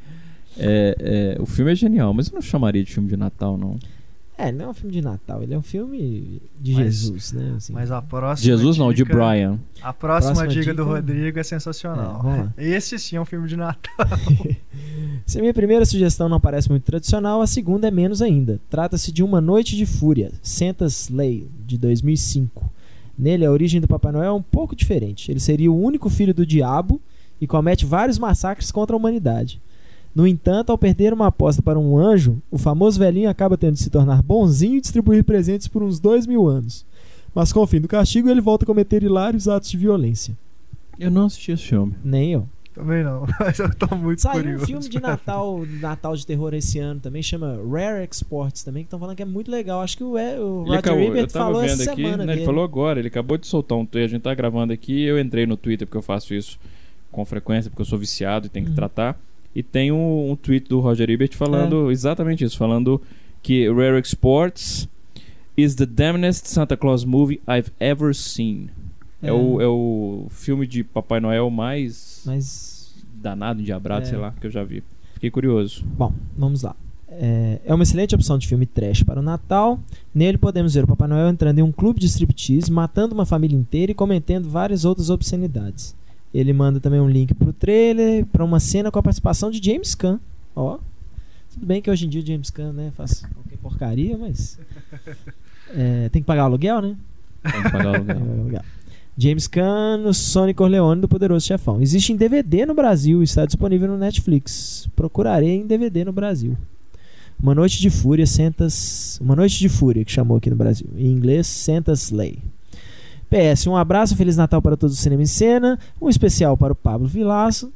o filme é genial. Mas eu não chamaria de filme de Natal, não. Não é um filme de Natal. Ele é um filme de Jesus, né? Assim. Mas a próxima Jesus dica, não, de Brian. A próxima dica do Rodrigo é sensacional. Esse sim é um filme de Natal. Se a minha primeira sugestão não parece muito tradicional, a segunda é menos ainda. Trata-se de Uma Noite de Fúria, Santa's Slay, de 2005. Nele, a origem do Papai Noel é um pouco diferente. Ele seria o único filho do diabo e comete vários massacres contra a humanidade. No entanto, ao perder uma aposta para um anjo, o famoso velhinho acaba tendo de se tornar bonzinho e distribuir presentes por uns 2000 anos. Mas com o fim do castigo, ele volta a cometer hilários atos de violência. Eu não assisti esse filme. Nem eu. Também não, mas eu tô muito curioso. Saiu um filme de Natal de terror esse ano também, chama Rare Exports também, que estão falando que é muito legal. Acho que o Roger Ebert falou essa semana. Ele falou agora, ele acabou de soltar um tweet, a gente tá gravando aqui, eu entrei no Twitter porque eu faço isso com frequência, porque eu sou viciado e tenho que tratar. E tem um tweet do Roger Ebert falando exatamente isso, falando que Rare Exports is the damnedest Santa Claus movie I've ever seen. É o filme de Papai Noel mais danado, endiabrado, sei lá, que eu já vi. Fiquei curioso. Bom, vamos lá. É uma excelente opção de filme trash para o Natal. Nele podemos ver o Papai Noel entrando em um clube de striptease, matando uma família inteira e cometendo várias outras obscenidades. Ele manda também um link pro trailer, para uma cena com a participação de James Caan. Ó, tudo bem que hoje em dia o James Caan, né, faz qualquer porcaria, mas tem que pagar o aluguel, né? Tem que pagar o aluguel. James Caan, o Sonny Corleone do Poderoso Chefão. Existe em DVD no Brasil, está disponível no Netflix. Procurarei em DVD no Brasil. Uma Noite de Fúria, Uma Noite de Fúria, que chamou aqui no Brasil. Em inglês, Santa's Slay. PS, um abraço, Feliz Natal para todos do Cinema em Cena. Um especial para o Pablo Vilaço.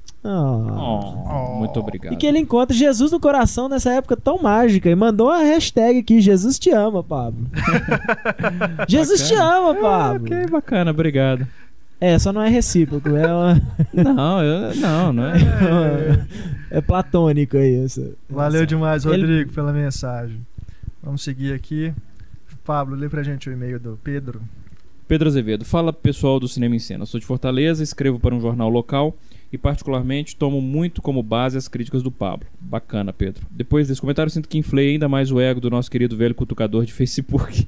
Muito obrigado. E que ele encontre Jesus no coração nessa época tão mágica. E mandou uma hashtag aqui: Jesus te ama, Pablo. Jesus te ama, Pablo. Ok, bacana, obrigado. Só não é recíproco. Não é. É platônico aí. Valeu demais, Rodrigo, pela mensagem. Vamos seguir aqui. Pablo, lê pra gente o e-mail do Pedro. Pedro Azevedo. Fala, pessoal do Cinema em Cena. Sou de Fortaleza, escrevo para um jornal local e particularmente tomo muito como base as críticas do Pablo. Bacana, Pedro. Depois desse comentário, sinto que inflei ainda mais o ego do nosso querido velho cutucador de Facebook.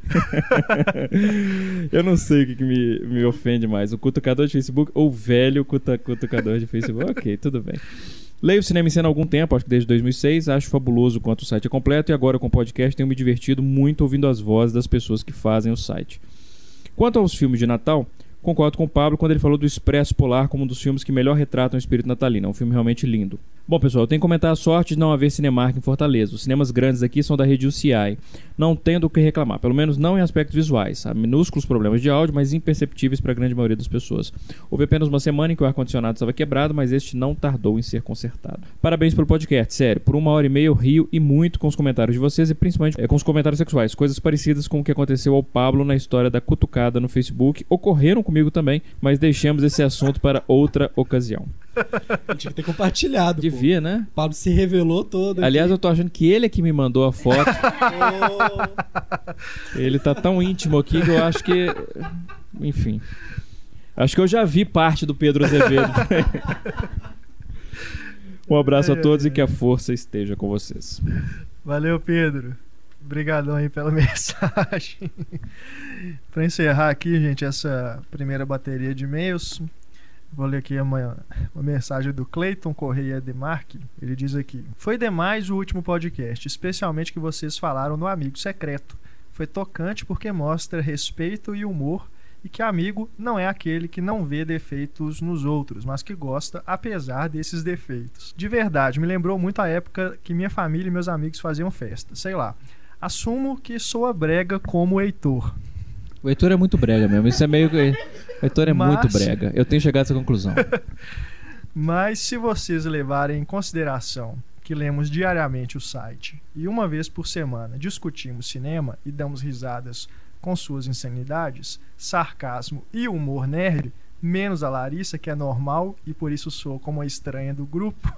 Eu não sei o que me ofende mais, o cutucador de Facebook ou o velho cutucador de Facebook. Ok, tudo bem. Leio o Cinema em Cena há algum tempo, acho que desde 2006. Acho fabuloso quanto o site é completo e agora com o podcast tenho me divertido muito ouvindo as vozes das pessoas que fazem o site. Quanto aos filmes de Natal, concordo com o Pablo quando ele falou do Expresso Polar como um dos filmes que melhor retratam o espírito natalino. É um filme realmente lindo. Bom, pessoal, eu tenho que comentar a sorte de não haver Cinemark em Fortaleza. Os cinemas grandes aqui são da rede UCI. Não tendo o que reclamar, pelo menos não em aspectos visuais. Há minúsculos problemas de áudio, mas imperceptíveis para a grande maioria das pessoas. Houve apenas uma semana em que o ar-condicionado estava quebrado, mas este não tardou em ser consertado. Parabéns pelo podcast, sério. Por 1h30 eu rio e muito com os comentários de vocês e principalmente com os comentários sexuais. Coisas parecidas com o que aconteceu ao Pablo na história da cutucada no Facebook. Ocorreram comigo também, mas deixemos esse assunto para outra ocasião. A gente tinha que ter compartilhado. Devia, né? O Pablo se revelou todo. Aliás, eu tô achando que ele é que me mandou a foto. Ele tá tão íntimo aqui que eu acho que... Enfim. Acho que eu já vi parte do Pedro Azevedo. Um abraço a todos e que a força esteja com vocês. Valeu, Pedro. Obrigadão aí pela mensagem. Para encerrar aqui, gente, essa primeira bateria de e-mails, vou ler aqui uma mensagem do Cleiton Correia de Marque. Ele diz aqui: foi demais o último podcast, especialmente que vocês falaram no Amigo Secreto. Foi tocante porque mostra respeito e humor, e que amigo não é aquele que não vê defeitos nos outros, mas que gosta apesar desses defeitos. De verdade, me lembrou muito a época que minha família e meus amigos faziam festa. Sei lá, Assumo que soa brega como o Heitor. O Heitor é muito brega mesmo. Isso é meio que... O Heitor é muito brega. Eu tenho chegado a essa conclusão. Mas se vocês levarem em consideração que lemos diariamente o site e uma vez por semana discutimos cinema e damos risadas com suas insanidades, sarcasmo e humor nerd, menos a Larissa, que é normal e por isso sou como a estranha do grupo.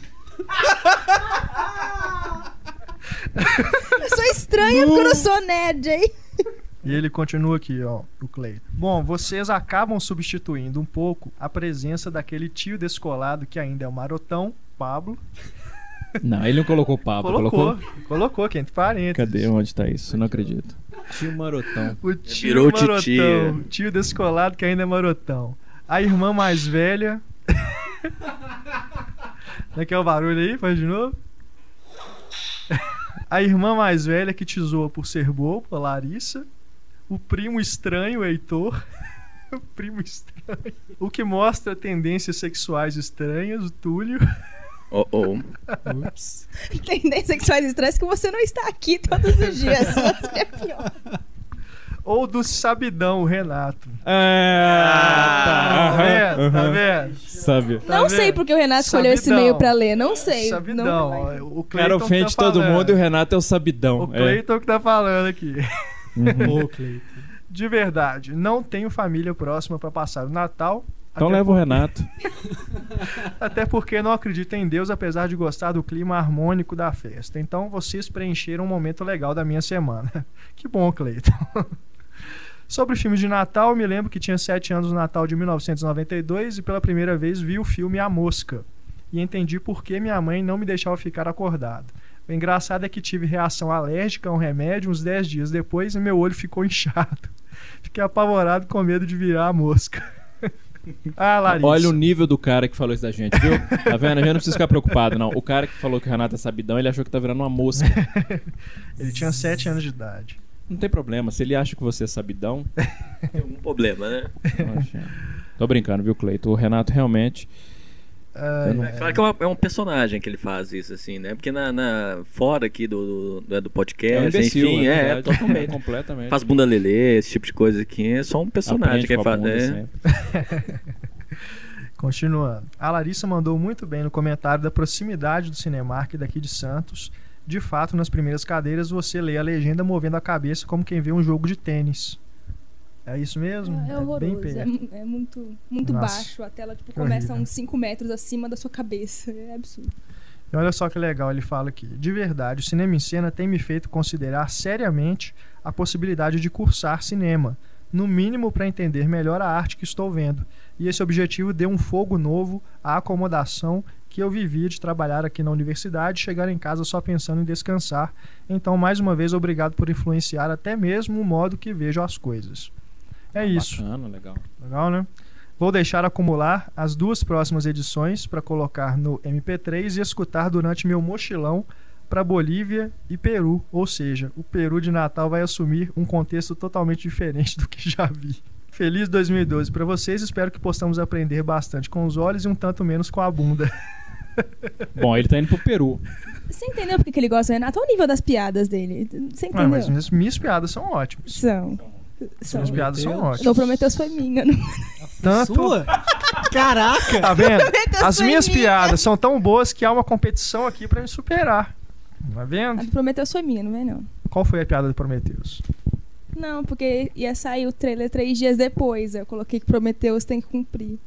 Eu sou estranha porque eu não sou nerd, hein? E ele continua aqui, ó, o Cleiton. Bom, vocês acabam substituindo um pouco a presença daquele tio descolado que ainda é o marotão, Pablo. Não, ele não colocou o Pablo. Colocou aqui entre parênteses. Cadê? Onde tá isso? Eu não acredito. Tio marotão. O tio Virou marotão. titia. Tio descolado que ainda é marotão. A irmã mais velha... Não é que é o barulho aí? Faz de novo. A irmã mais velha que te zoa por ser bobo, a Larissa. O primo estranho, o Heitor. O primo estranho. O que mostra tendências sexuais estranhas, o Túlio. Ups. Tendências sexuais estranhas que você não está aqui todos os dias. É pior. Ou do sabidão, o Renato. Tá vendo? Sabe. Não sei porque o Renato escolheu esse e-mail pra ler. Não sei. Sabidão. Não. O cara Cleiton ofende tá todo mundo e o Renato é o sabidão. O Cleiton que tá falando aqui. Ô, Cleiton. De verdade, não tenho família próxima pra passar o Natal. Então leva o Renato. Até porque não acredito em Deus, apesar de gostar do clima harmônico da festa. Então vocês preencheram um momento legal da minha semana. Que bom, Cleiton. Sobre o filme de Natal, eu me lembro que tinha 7 anos no Natal de 1992 e pela primeira vez vi o filme A Mosca. E entendi por que minha mãe não me deixava ficar acordado. O engraçado é que tive reação alérgica a um remédio uns 10 dias depois e meu olho ficou inchado. Fiquei apavorado com medo de virar a mosca. Ah, Larissa. Olha o nível do cara que falou isso da gente, viu? Tá vendo? A gente não precisa ficar preocupado, não. O cara que falou que o Renato é sabidão, ele achou que tá virando uma mosca. Ele tinha 7 anos de idade. Não tem problema. Se ele acha que você é sabidão... Tem algum problema, né? Tô brincando, viu, Cleiton? O Renato realmente... Claro que é um personagem que ele faz isso, assim, né? Porque fora aqui do podcast, é um imbecil, enfim, totalmente. Completamente. Faz bunda lelê, esse tipo de coisa aqui. É só um personagem que ele faz. Continuando. A Larissa mandou muito bem no comentário da proximidade do Cinemark daqui de Santos. De fato, nas primeiras cadeiras você lê a legenda movendo a cabeça como quem vê um jogo de tênis. É isso mesmo? É horroroso. Bem perto. É muito baixo. A tela começa a uns 5 metros acima da sua cabeça. É absurdo. E olha só que legal, ele fala aqui. De verdade, o Cinema em Cena tem me feito considerar seriamente a possibilidade de cursar cinema. No mínimo para entender melhor a arte que estou vendo. E esse objetivo deu um fogo novo à acomodação que eu vivia de trabalhar aqui na universidade e chegar em casa só pensando em descansar. Então, mais uma vez, obrigado por influenciar até mesmo o modo que vejo as coisas. É isso. Bacana, legal. Legal, né? Vou deixar acumular as 2 próximas edições para colocar no MP3 e escutar durante meu mochilão para Bolívia e Peru. Ou seja, o Peru de Natal vai assumir um contexto totalmente diferente do que já vi. Feliz 2012 para vocês. Espero que possamos aprender bastante com os olhos e um tanto menos com a bunda. Bom, ele tá indo pro Peru. Você entendeu porque que ele gosta do Renato? Olha o nível das piadas dele. Você entendeu? Mas minhas piadas são ótimas. São. As piadas são ótimas. Não, Prometheus foi minha. Não... Tanto... Sua? Caraca! Tá vendo? As minhas piadas são tão boas que há uma competição aqui pra me superar. Tá vendo? A do Prometheus foi minha, não é não? Qual foi a piada do Prometheus? Não, porque ia sair o trailer 3 dias depois. Eu coloquei que Prometheus tem que cumprir.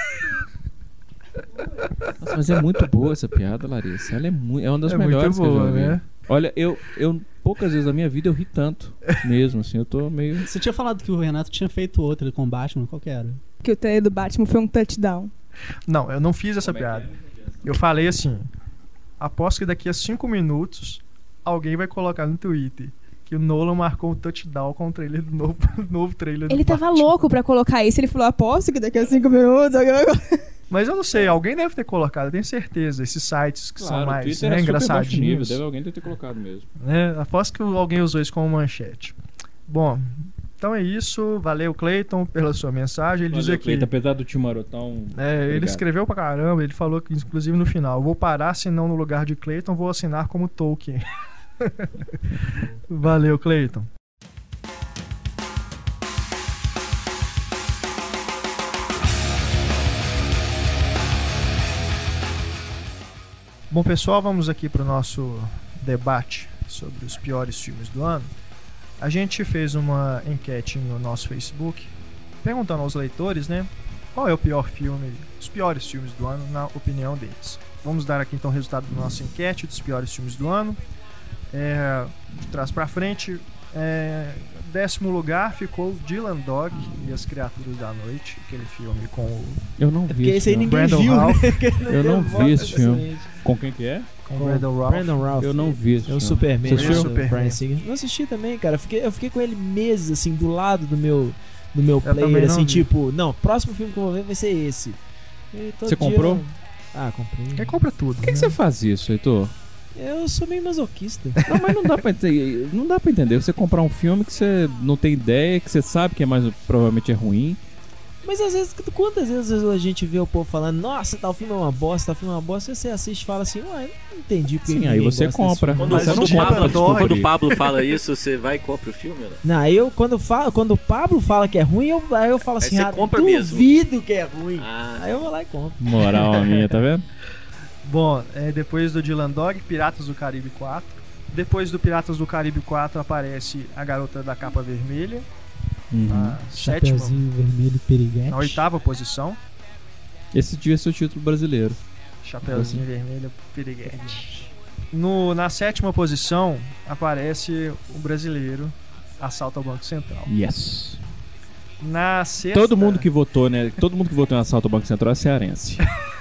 Nossa, mas é muito boa essa piada, Larissa. Ela é uma das melhores muito boa, que eu já vi. Né? Olha, eu poucas vezes na minha vida eu ri tanto mesmo, assim, eu tô meio... Você tinha falado que o Renato tinha feito outra com Batman, qual que era? Que o trailer do Batman foi um touchdown. Não, eu não fiz essa piada. Eu falei assim, aposto que daqui a 5 minutos alguém vai colocar no Twitter que o Nolan marcou um touchdown com o trailer do novo trailer Ele do tava Batman. louco pra colocar isso, ele falou, aposto que daqui a 5 minutos alguém vai colocar. Mas eu não sei, alguém deve ter colocado, eu tenho certeza. Esses sites que são mais Twitter é engraçadinhos. Deve alguém ter colocado mesmo. Aposto que alguém usou isso como manchete. Bom, então é isso. Valeu, Cleiton, pela sua mensagem. Ele diz aqui. Cleiton, apesar do tio Marotão. Ele escreveu pra caramba. Ele falou que, inclusive, no final, vou parar, senão no lugar de Cleiton vou assinar como Tolkien. Valeu, Cleiton. Bom, pessoal, vamos aqui para o nosso debate sobre os piores filmes do ano. A gente fez uma enquete no nosso Facebook perguntando aos leitores, né, qual é o pior filme, os piores filmes do ano na opinião deles. Vamos dar aqui então o resultado da nossa enquete dos piores filmes do ano. De trás para frente, 10º lugar ficou Dylan Dog e as Criaturas da Noite, aquele filme com o... Eu não vi esse filme. Brandon Routh. Eu não vi esse filme. Com quem que é? Com Brandon Routh. Eu não vi esse filme. É o Superman. Você assistiu? Brian Singer. Não assisti também, cara. Eu fiquei com ele meses, assim, do lado do meu player, assim, tipo, não, próximo filme que eu vou ver vai ser esse. Você comprou? Comprei. Quem compra tudo? Por que você faz isso, Heitor? Eu sou meio masoquista. Não, mas não dá pra entender. Você comprar um filme que você não tem ideia, que você sabe que provavelmente é ruim. Mas às vezes, quantas vezes a gente vê o povo falando, nossa, tal filme é uma bosta, tal filme é uma bosta, e você assiste e fala assim, ué, não entendi porque. Sim, aí você compra. Quando o Pablo fala isso, você vai e compra o filme? Né? Não, quando o Pablo fala que é ruim, aí eu falo assim, duvido que é ruim. Aí eu vou lá e compro. Moral a minha, tá vendo? Bom, depois do Dylan Dog, Piratas do Caribe 4. Depois do Piratas do Caribe 4 aparece A Garota da Capa Vermelha. Na Chapeuzinho vermelho piriguete. Na 8ª posição. Esse devia ser o título brasileiro. Chapeuzinho vermelho piriguete. Na 7ª posição aparece o brasileiro Assalto ao Banco Central. Yes. Na 6ª... Todo mundo que votou, né? Todo mundo que votou em Assalto ao Banco Central é cearense.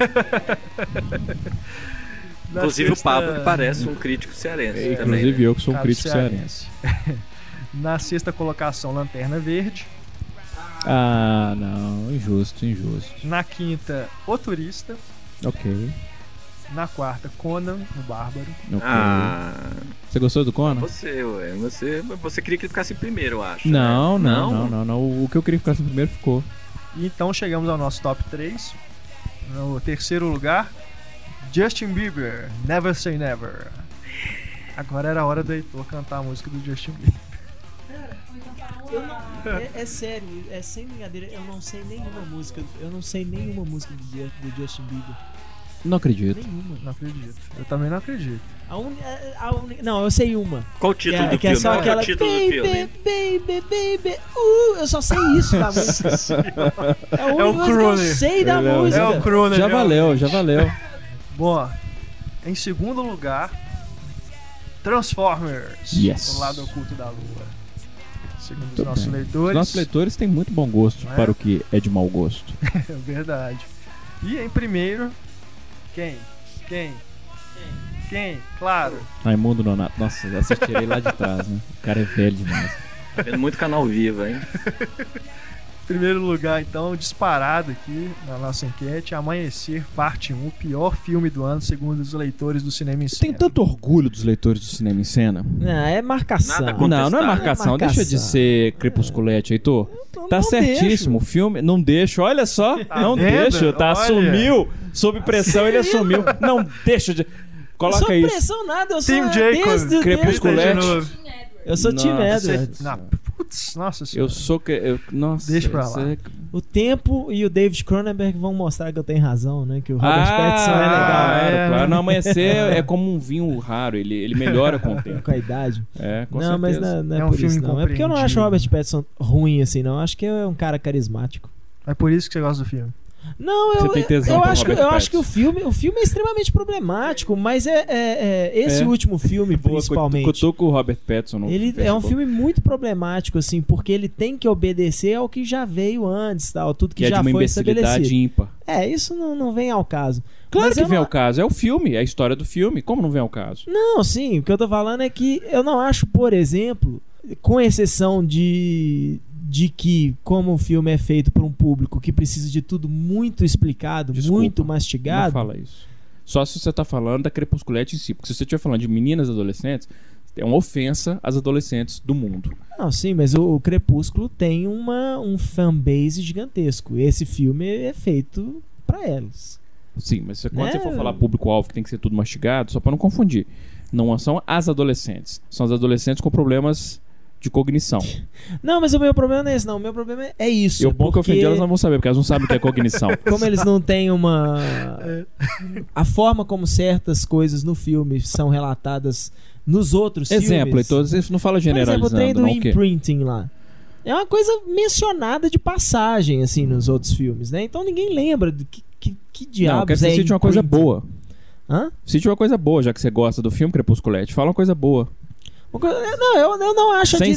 Inclusive o Pablo, que parece um crítico cearense. Inclusive também, eu, que sou um crítico cearense. Na 6ª colocação, Lanterna Verde. Ah, não. Injusto. Na 5ª, O Turista. Ok. Na 4ª, Conan, o Bárbaro. Okay. Você gostou do Conan? Você queria que ele ficasse em primeiro, eu acho. Não. O que eu queria que ficasse em primeiro ficou. E então chegamos ao nosso top 3. No 3º lugar, Justin Bieber, Never Say Never. Agora era a hora do Heitor cantar a música do Justin Bieber. É sério, é sem brincadeira, eu não sei nenhuma música do Justin Bieber. Não acredito. Nenhuma. Não acredito. Eu também não acredito. Não, eu sei uma. Qual o título do filme? Que é só aquela Baby, eu só sei isso da música. É o único que eu sei da música. É o Croner. Já valeu. Bom, em 2º lugar, Transformers. Yes. O Lado Oculto da Lua. Segundo os nossos leitores. Os nossos leitores têm muito bom gosto para o que é de mau gosto. É verdade. E em primeiro, quem? Claro. Raimundo Nonato. Nossa, eu assistirei lá de trás, né? O cara é velho demais. Tá vendo muito canal Viva, hein? Primeiro lugar, então, disparado aqui na nossa enquete, Amanhecer, parte 1, o pior filme do ano, segundo os leitores do Cinema em Cena. Tem tanto orgulho dos leitores do Cinema em Cena? Não, é marcação. Não é marcação. Deixa de ser crepusculete, Heitor. Tá certíssimo. O filme... Não deixa. Olha só. Não deixa. Tá, assumiu. Sob pressão, ele assumiu. Não deixa de... Coloca isso. Sob pressão nada. Eu sou Tim Jacob. Crepusculete. Eu sou Tim Edwards. Putz, nossa senhora. Nossa. Deixa pra lá. O tempo e o David Cronenberg vão mostrar que eu tenho razão, né? Que o Robert Pattinson é legal. Claro. Não, Amanhecer é como um vinho raro. Ele melhora com o tempo. Com a idade. Com certeza. Mas não é por isso, não. É porque eu não acho o Robert Pattinson ruim, assim, não. Eu acho que é um cara carismático. É por isso que você gosta do filme. Não, eu acho que o filme é extremamente problemático, mas esse último filme, principalmente. Eu tô com o Robert Pattinson. Ele é um filme muito problemático, assim, porque ele tem que obedecer ao que já veio antes, tal, tudo que já foi estabelecido. É de uma imbecilidade ímpar. Isso não vem ao caso. Claro que vem ao caso, é o filme, é a história do filme. Como não vem ao caso? Não, sim, o que eu tô falando é que eu não acho, por exemplo, com exceção de que, como o filme é feito por um público que precisa de tudo muito explicado, muito mastigado... Não fala isso. Só se você tá falando da crepusculete em si. Porque se você estiver falando de meninas e adolescentes, é uma ofensa às adolescentes do mundo. Não, sim, mas o Crepúsculo tem um fanbase gigantesco. Esse filme é feito pra elas. Sim, mas quando você for falar público-alvo que tem que ser tudo mastigado, só pra não confundir. Não são as adolescentes. São as adolescentes com problemas de cognição. Não, mas o meu problema não é esse, não. O meu problema é isso. E o bom que eu ofendi, elas não vão saber, porque elas não sabem o que é cognição. Como eles não têm uma... A forma como certas coisas no filme são relatadas nos outros exemplo, filmes... Exemplo, isso não fala generalizando. Por exemplo, o trem do não, imprinting lá. É uma coisa mencionada de passagem, assim, nos outros filmes, né? Então ninguém lembra de que diabos é imprinting. Uma coisa boa. Hã? Cite uma coisa boa, já que você gosta do filme Crepusculete. Fala uma coisa boa. Não, eu não acho sem a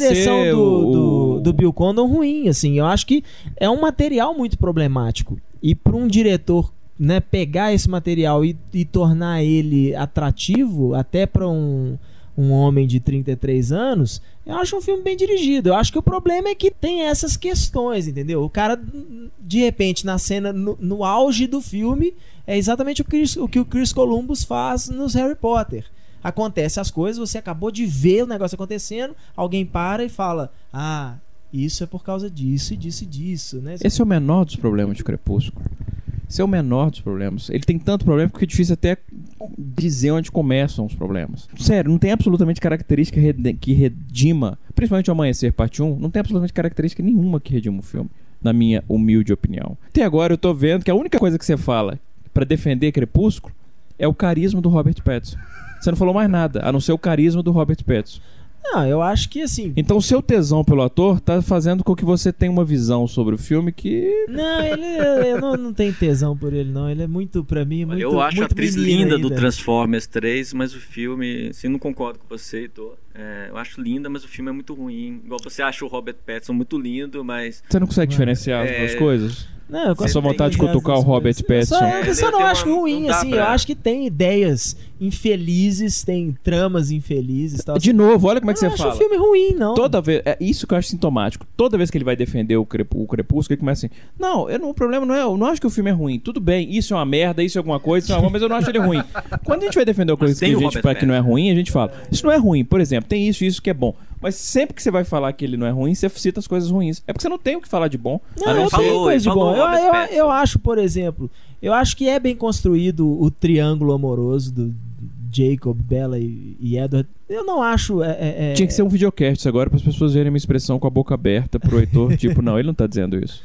direção do Bill Condon ruim, assim. Eu acho que é um material muito problemático. E para um diretor, né, pegar esse material e tornar ele atrativo, até para um homem de 33 anos, eu acho um filme bem dirigido. Eu acho que o problema é que tem essas questões, entendeu? O cara, de repente, na cena, no auge do filme, é exatamente o que o Chris Columbus faz nos Harry Potter. Acontece as coisas, você acabou de ver o negócio acontecendo, alguém para e fala: ah, isso é por causa disso e disso e disso, né? Esse é o menor dos problemas de Crepúsculo. Esse é o menor dos problemas. Ele tem tanto problema que é difícil até dizer onde começam os problemas. Sério, não tem absolutamente característica que redima, principalmente o Amanhecer Parte 1, não tem absolutamente característica nenhuma que redima o filme, na minha humilde opinião. Até agora eu tô vendo que a única coisa que você fala pra defender Crepúsculo é o carisma do Robert Pattinson. Você não falou mais nada, a não ser o carisma do Robert Pattinson. Não, eu acho que assim... Então o seu tesão pelo ator tá fazendo com que você tenha uma visão sobre o filme que... Não, eu não tenho tesão por ele, não. Ele é muito, pra mim, muito... Eu acho muito a atriz linda do Transformers 3, mas o filme... Assim, não concordo com você, Heitor. Eu acho linda, mas o filme é muito ruim. Igual você acha o Robert Pattinson muito lindo, mas... Você não consegue diferenciar as duas coisas? Não, a sua vontade de cutucar o Robert Pattinson. Eu só não acho ruim, assim. Eu acho que tem ideias infelizes, tem tramas infelizes. Tal. De novo, olha como é que você fala. Eu acho o filme ruim, não. Toda vez, é isso que eu acho sintomático. Toda vez que ele vai defender o Crepúsculo, ele começa assim: não, o problema não é, eu não acho que o filme é ruim. Tudo bem, isso é uma merda, isso é alguma coisa, isso é uma, mas eu não acho ele ruim. Quando a gente vai defender uma coisa que a gente fala que não é ruim, a gente fala: isso não é ruim. Por exemplo, tem isso que é bom. Mas sempre que você vai falar que ele não é ruim, você cita as coisas ruins. É porque você não tem o que falar de bom. Não tem coisa de bom. Eu acho, por exemplo, eu acho que é bem construído o triângulo amoroso do Jacob, Bella e Edward. Eu não acho... Tinha que ser um videocast agora para as pessoas verem minha expressão com a boca aberta pro Heitor. Tipo, não, ele não tá dizendo isso.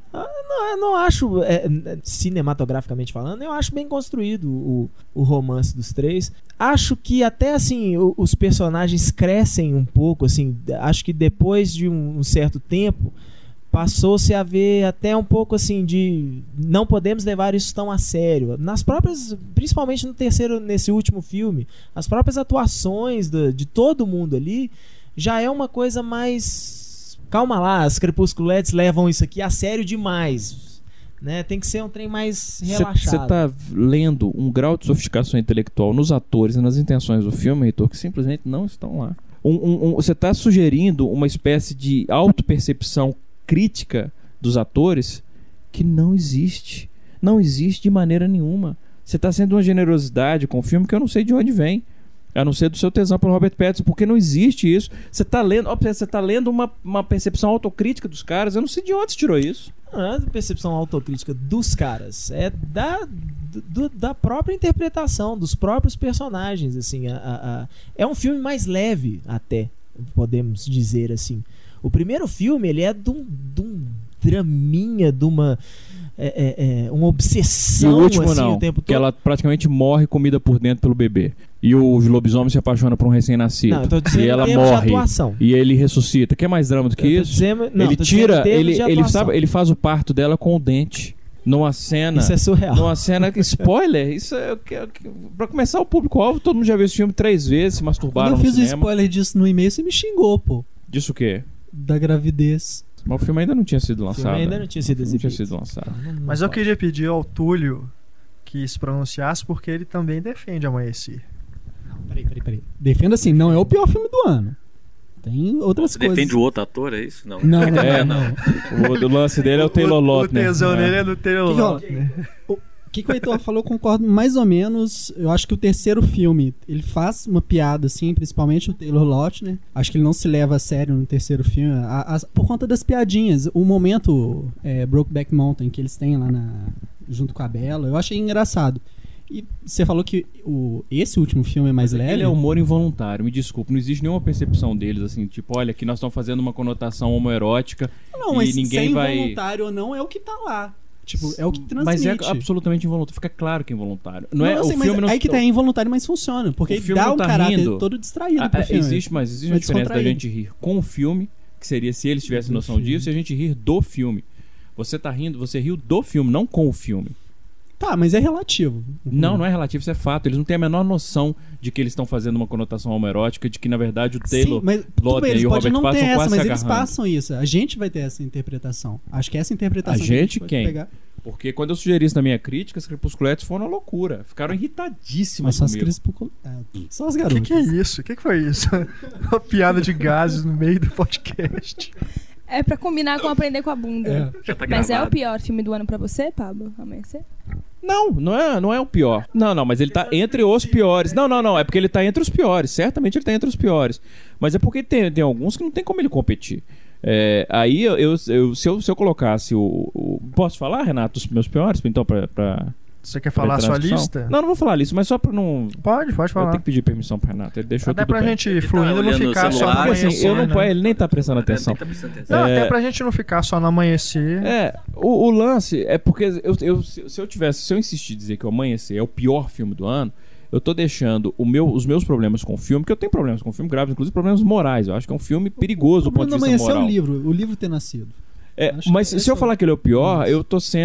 Eu não acho, cinematograficamente falando, eu acho bem construído o romance dos três. Acho que até assim os personagens crescem um pouco, assim. Acho que depois de um certo tempo passou-se a ver até um pouco assim de não podemos levar isso tão a sério. Nas próprias, principalmente nesse último filme, as próprias atuações de todo mundo ali já é uma coisa mais... Calma lá, as crepusculetes levam isso aqui a sério demais, né? Tem que ser um trem mais relaxado. Você tá lendo um grau de sofisticação intelectual nos atores e nas intenções do filme, Heitor, que simplesmente não estão lá. Você tá sugerindo uma espécie de autopercepção crítica dos atores que não existe. Não existe de maneira nenhuma. Você tá sendo uma generosidade com o filme que eu não sei de onde vem. A não ser do seu tesão pelo Robert Pattinson, porque não existe isso. Você tá lendo uma percepção autocrítica dos caras. Eu não sei de onde você tirou isso. Não é percepção autocrítica dos caras, é da própria interpretação dos próprios personagens, assim. É um filme mais leve, até podemos dizer assim. O primeiro filme, ele é de um draminha, de uma obsessão. E o último assim, não, o tempo todo. Que ela praticamente morre comida por dentro pelo bebê. E o lobisomem se apaixona por um recém-nascido. E ela morre. E ele ressuscita. Quer mais drama do que isso? Ele tira, ele faz o parto dela com o dente. Numa cena. Isso é surreal. Numa cena. Spoiler! Isso é. Pra começar, o público-alvo, todo mundo já viu esse filme 3 vezes, se masturbaram no cinema. Quando eu fiz o spoiler disso no e-mail, você me xingou, pô. Disso o quê? Da gravidez. Mas o filme ainda não tinha sido lançado. O filme ainda não tinha sido exibido. Mas eu queria pedir ao Túlio que se pronunciasse, porque ele também defende Amanhecer. Peraí. Defenda assim, não é o pior filme do ano. Tem outras coisas. Defende o outro ator, é isso? Não. O lance dele é o Taylor Lautner. O tesão dele é do Taylor Lautner. O que o Heitor falou, eu concordo mais ou menos. Eu acho que o terceiro filme, ele faz uma piada, assim, principalmente o Taylor Lautner. Acho que ele não se leva a sério no terceiro filme, por conta das piadinhas. O momento Brokeback Mountain que eles têm lá junto com a Bella, eu achei engraçado. E você falou que esse último filme é mais leve? Ele é humor involuntário, me desculpe. Não existe nenhuma percepção deles, assim, tipo, olha, aqui nós estamos fazendo uma conotação homoerótica e ninguém vai... involuntário ou não, é o que tá lá. Tipo, é o que transmite. Mas é absolutamente involuntário. Fica claro que é involuntário. Não é, assim, o filme não... Aí que tá, é involuntário, mas funciona. Porque ele dá um caráter todo distraído pro filme. Existe uma diferença da gente rir com o filme, que seria se eles tivessem noção disso, e a gente rir do filme. Você tá rindo, você riu do filme, não com o filme. Tá, mas é relativo. Não é relativo, isso é fato. Eles não têm a menor noção de que eles estão fazendo uma conotação homoerótica, de que, na verdade, o Taylor Lautner e o Robert Pattinson quase se agarrando. Mas eles passam isso. A gente vai ter essa interpretação. Acho que essa interpretação... A gente quem? Pegar... Porque quando eu sugeri isso na minha crítica, as crepusculetes foram uma loucura. Ficaram irritadíssimas comigo. Só as garotas. O que é isso? O que foi isso? Uma piada de gases no meio do podcast. É pra combinar com Aprender com a Bunda. Tá mas é o pior filme do ano pra você, Pablo? Amanhecer? Não é o pior. Não, mas ele tá entre os piores. Não, é porque ele tá entre os piores. Certamente ele tá entre os piores. Mas é porque tem alguns que não tem como ele competir. Aí, se eu colocasse Posso falar, Renato, os meus piores? Então, Você quer falar a sua lista? Não vou falar a lista, mas só pra não... Pode falar. Eu tenho que pedir permissão pro Renato. Ele deixou até tudo pra bem. gente fluindo, não ficar só no amanhecer. Ele nem tá prestando atenção. Não, até pra gente não ficar só no amanhecer. O lance é porque se eu insistir em dizer que o Amanhecer é o pior filme do ano, eu tô deixando os meus problemas com o filme, que eu tenho problemas com o filme graves, inclusive problemas morais. Eu acho que é um filme perigoso do ponto de vista moral. O livro ter nascido. Mas se eu falar que ele é o pior, eu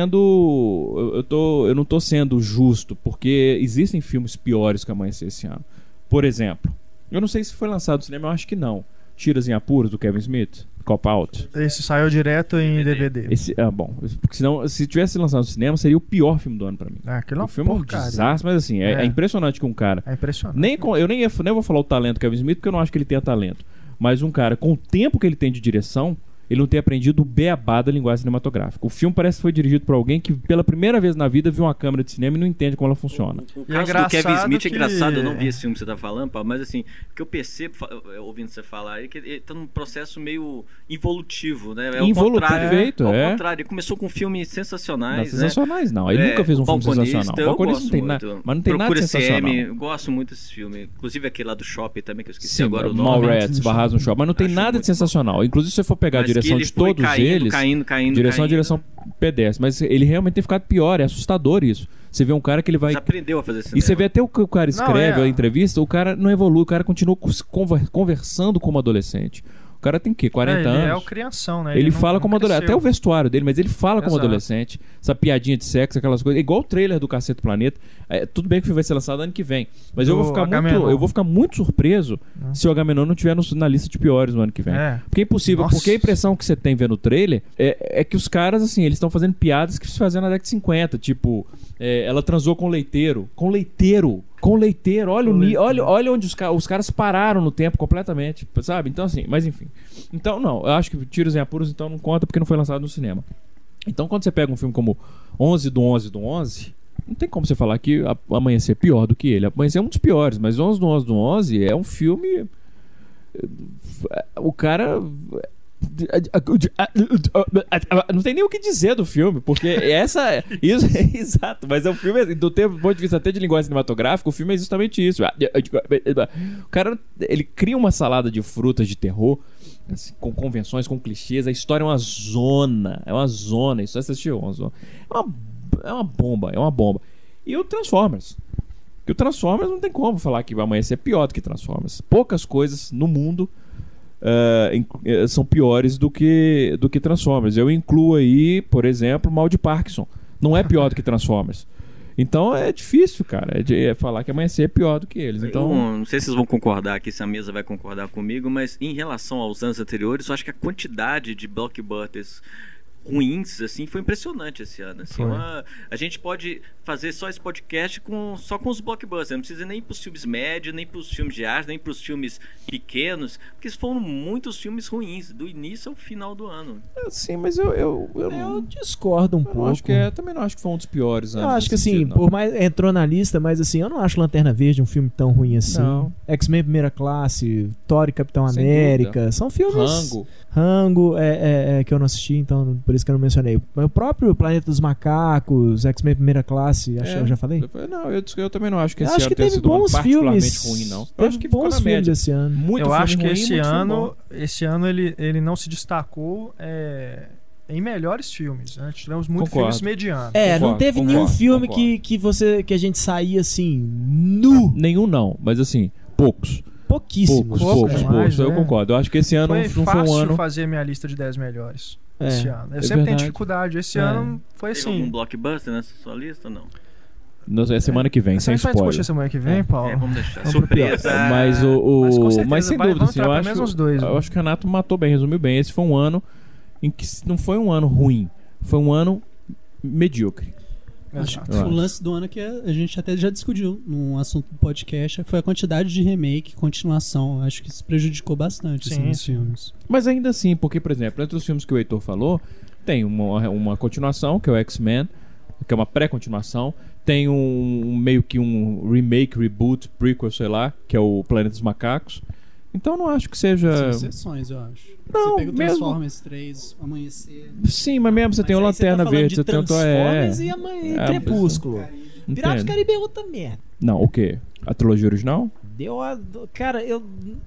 não tô sendo justo, porque existem filmes piores que Amanhecer esse ano. Por exemplo, eu não sei se foi lançado no cinema, eu acho que não. Tiras em Apuros, do Kevin Smith, Cop Out. Esse saiu direto em DVD. Bom, porque senão, se tivesse lançado no cinema, seria o pior filme do ano pra mim. Aquilo o filme é um desastre, mas assim, é impressionante que um cara... É impressionante. Eu nem vou falar o talento do Kevin Smith, porque eu não acho que ele tenha talento. Mas um cara, com o tempo que ele tem de direção, ele não tem aprendido o beabá da linguagem cinematográfica. O filme parece que foi dirigido por alguém que pela primeira vez na vida viu uma câmera de cinema e não entende como ela funciona. O caso do Kevin Smith é engraçado. Eu não vi esse filme que você tá falando, Paulo, mas assim, o que eu percebo ouvindo você falar é que ele tá num processo meio involutivo, né? É o contrário. Perfeito, ao contrário. Ele começou com filmes sensacionais. Sensacionais, não. Ele nunca fez um filme sensacional. O Balconista não tem nada, mas não tem nada de sensacional. Eu gosto muito desse filme. Inclusive aquele lá do shopping também, que eu esqueci agora o nome. Mallrats, Barrados no Shopping. Mas não tem nada de sensacional. Inclusive, se você for pegar a direção de todos eles, direção pedestre, mas ele realmente tem ficado pior, é assustador isso. Você vê um cara que ele vai... Já aprendeu a fazer cinema. E você vê até o que o cara escreve a entrevista, o cara não evolui, o cara continua conversando como adolescente. O cara tem o quê? 40 anos? Ele é o crianção, né? Ele fala como adolescente. Até o vestuário dele, mas ele fala como adolescente. Essa piadinha de sexo, aquelas coisas. Igual o trailer do Cacete Planeta. Tudo bem que vai ser lançado ano que vem. Mas eu vou ficar muito surpreso se o Agamenon não estiver na lista de piores no ano que vem. Porque é impossível. Nossa. Porque a impressão que você tem vendo o trailer é que os caras, assim, eles estão fazendo piadas que se faziam na década de 50. Tipo, ela transou com leiteiro. Com leiteiro. Olha onde os caras pararam no tempo completamente, sabe? Então assim, mas enfim. Então não, eu acho que Tiros em Apuros então não conta porque não foi lançado no cinema. Então quando você pega um filme como 11/11/11, não tem como você falar que Amanhecer é pior do que ele. Amanhecer é um dos piores, mas 11/11/11 é um filme... O cara... Não tem nem o que dizer do filme, porque isso é exato, mas é um filme do ponto de vista até de linguagem cinematográfica, o filme é justamente isso. O cara, ele cria uma salada de frutas de terror, assim, com convenções, com clichês. A história é uma zona. Isso você assistiu? É uma bomba. E o Transformers. Que o Transformers não tem como falar que vai amanhecer pior do que Transformers. Poucas coisas no mundo são piores do que Transformers. Eu incluo aí, por exemplo, Mal de Parkinson. Não é pior do que Transformers. Então é difícil, cara, falar que Amanhecer é pior do que eles. Então... Não sei se vocês vão concordar aqui, se a mesa vai concordar comigo, mas em relação aos anos anteriores, eu acho que a quantidade de blockbusters ruins, assim, foi impressionante esse ano. Assim, a gente pode fazer só esse podcast só com os blockbusters. Não precisa nem pros filmes médios, nem pros filmes de arte, nem pros filmes pequenos, porque foram muitos filmes ruins, do início ao final do ano. Sim, mas eu discordo um pouco. Também não acho que foi um dos piores anos. Eu acho que assim, por mais entrou na lista, mas assim, eu não acho Lanterna Verde um filme tão ruim assim. X-Men Primeira Classe, Thor e Capitão América, são filmes... Rango, que eu não assisti, então por isso que eu não mencionei. O próprio Planeta dos Macacos, X-Men Primeira Classe, eu já falei? Não, eu também não acho que esse ano tenha sido um ano particularmente ruim, não. Eu acho que bons filmes esse ano. Eu acho que esse ano ele não se destacou em melhores filmes. Né? Tivemos muitos filmes medianos. Não teve nenhum filme que a gente saía assim, nu. Nenhum não, mas assim, poucos. Pouquíssimos. Poucos. Eu concordo. Eu acho que esse ano não foi um ano... fácil fazer minha lista de 10 melhores esse ano. Eu sempre tenho dificuldade. Esse ano foi assim... Tem algum blockbuster nessa sua lista ou não? É semana que vem, sem spoiler. Discutir semana que vem, Paulo. Vamos deixar. Surpresa. Mas sem dúvida, assim, eu acho que o Renato matou bem, resumiu bem. Esse foi um ano em que não foi um ano ruim. Foi um ano medíocre. Acho que o lance do ano que a gente até já discutiu num assunto do podcast foi a quantidade de remake, continuação. Acho que isso prejudicou bastante os filmes. Mas ainda assim, porque, por exemplo, entre os filmes que o Heitor falou, tem uma continuação, que é o X-Men, que é uma pré-continuação. Tem meio que um remake, reboot, prequel, sei lá, que é o Planeta dos Macacos. Então não acho que seja... São exceções, eu acho. Não, você pega o Transformers 3, Amanhecer... Sim, mas mesmo você tem o Lanterna Verde. Você tem Transformers e Crepúsculo. Piratas do Caribe é outra merda. Não, o quê? A trilogia original? Cara, eu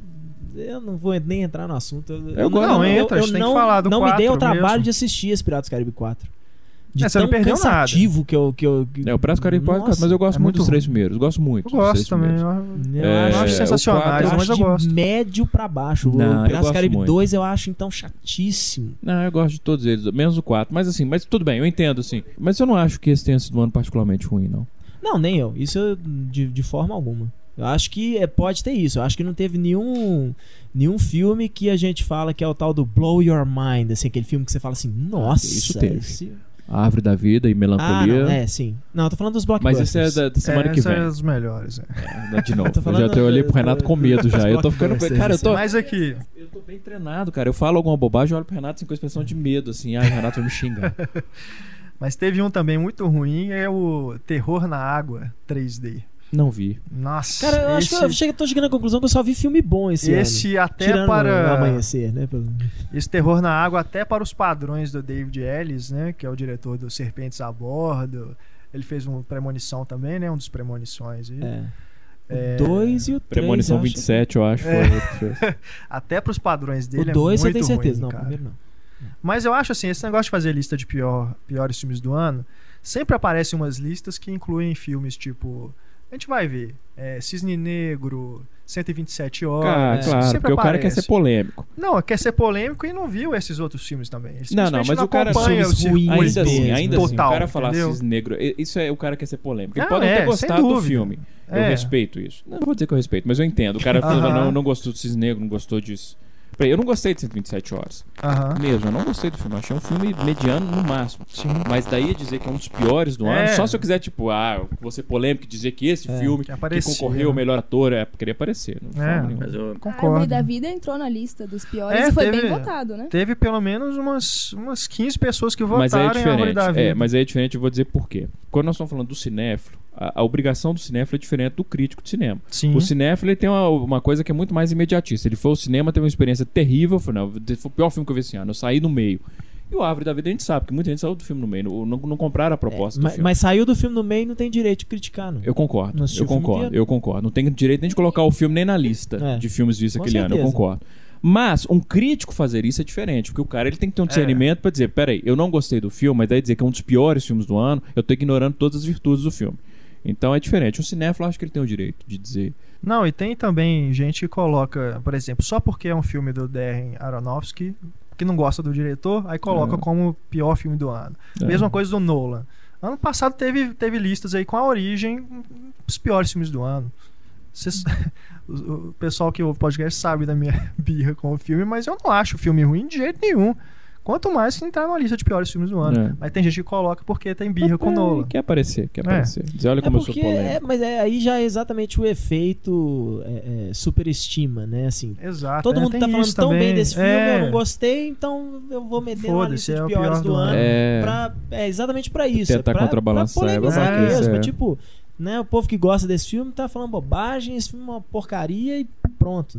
não vou nem entrar no assunto. Eu tem que falar do 4 não me dei o trabalho mesmo. de assistir esse Piratas do Caribe 4. Você não perdeu nada. Que eu... o Piratas do Caribe 4, mas eu gosto muito dos 3 primeiros. Eu gosto muito. Eu gosto também. Eu acho sensacionais, mas eu gosto. De médio pra baixo. O Piratas do Caribe 2 eu acho então chatíssimo. Não, eu gosto de todos eles, menos o 4. Mas assim, tudo bem, eu entendo assim. Mas eu não acho que esse tenha sido um ano particularmente ruim, não. Não, nem eu. Isso de forma alguma. Eu acho que pode ter isso. Eu acho que não teve nenhum filme que a gente fala que é o tal do Blow Your Mind. Assim, aquele filme que você fala assim, nossa, isso teve. A Árvore da Vida e Melancolia. Sim. Não, eu tô falando dos blockbusters. Mas isso é da semana que vem. Esse é os melhores. De novo. Eu olhei pro Renato com medo já. Eu tô ficando... Cara, Mas aqui... Eu tô bem treinado, cara. Eu falo alguma bobagem, eu olho pro Renato assim, com a expressão de medo, assim. O Renato vai me xingar. Mas teve um também muito ruim, é o Terror na Água 3D. Não vi. Nossa. Cara, eu acho que eu tô chegando à conclusão que eu só vi filme bom esse ano. Esse até tirando para... o Amanhecer, né? Esse Terror na Água até para os padrões do David Ellis, né? Que é o diretor do Serpentes a Bordo. Ele fez uma Premonição também, né? Um dos Premonições. O 2 e o 3. Premonição 27, eu acho. Foi até para os padrões dele o 2 é muito eu tenho certeza. ruim, não, primeiro não. Mas eu acho assim, esse negócio de fazer lista de piores filmes do ano, sempre aparecem umas listas que incluem filmes tipo... A gente vai ver. Cisne Negro, 127 Horas. Claro, porque o cara quer ser polêmico. Não, quer ser polêmico e não viu esses outros filmes também. Não, mas o cara acompanha o ainda assim, total, o cara falar Cisne Negro, isso é o cara quer ser polêmico. Ele pode não ter gostado do filme. Eu respeito isso. Não vou dizer que eu respeito, mas eu entendo. O cara não gostou do Cisne Negro, não gostou disso. Eu não gostei de 127 Horas. Mesmo, eu não gostei do filme. Eu achei um filme mediano no máximo. Sim. Mas daí dizer que é um dos piores do ano, só se eu quiser, tipo, vou ser polêmico e dizer que esse filme que concorreu ao melhor ator, queria aparecer. Não mas eu concordo. A Árvore da Vida entrou na lista dos piores e foi bem votado, né? Teve pelo menos umas 15 pessoas que votaram em Árvore da Vida. Mas aí é diferente, eu vou dizer por quê. Quando nós estamos falando do cinéfilo, a obrigação do cinéfilo é diferente do crítico de cinema. Sim. O cinéfilo ele tem uma coisa que é muito mais imediatista. Ele foi ao cinema, teve uma experiência terrível, foi o pior filme que eu vi esse ano, eu saí no meio. E o Árvore da Vida a gente sabe, porque muita gente saiu do filme no meio, não compraram a proposta do filme. Mas saiu do filme no meio e não tem direito de criticar, não. Eu concordo. Não tem direito nem de colocar o filme nem na lista de filmes vistos aquele ano, eu concordo. Mas um crítico fazer isso é diferente, porque o cara ele tem que ter um discernimento pra dizer, peraí, eu não gostei do filme, mas daí dizer que é um dos piores filmes do ano, eu tô ignorando todas as virtudes do filme. Então é diferente. O cinéfilo acho que ele tem o direito de dizer. Não, e tem também gente que coloca, por exemplo, só porque é um filme do Darren Aronofsky, que não gosta do diretor, aí coloca como o pior filme do ano. Mesma coisa do Nolan. Ano passado teve listas aí com A Origem, os piores filmes do ano. O pessoal que ouve o podcast sabe da minha birra com o filme, mas eu não acho o filme ruim de jeito nenhum. Quanto mais que entrar na lista de piores filmes do ano. Mas tem gente que coloca porque tem birra com o Nolan. Quer aparecer. Dizer, olha como eu sou polêmico. Mas aí já é exatamente o efeito superestima, né? Assim, exato. Todo mundo tá falando tão bem desse filme, eu não gostei, então eu vou meter na lista de piores do ano. Exatamente pra isso. Tentar contrabalançar. Pra polemizar mesmo. Tipo, né, o povo que gosta desse filme tá falando bobagem, esse filme é uma porcaria e pronto, né?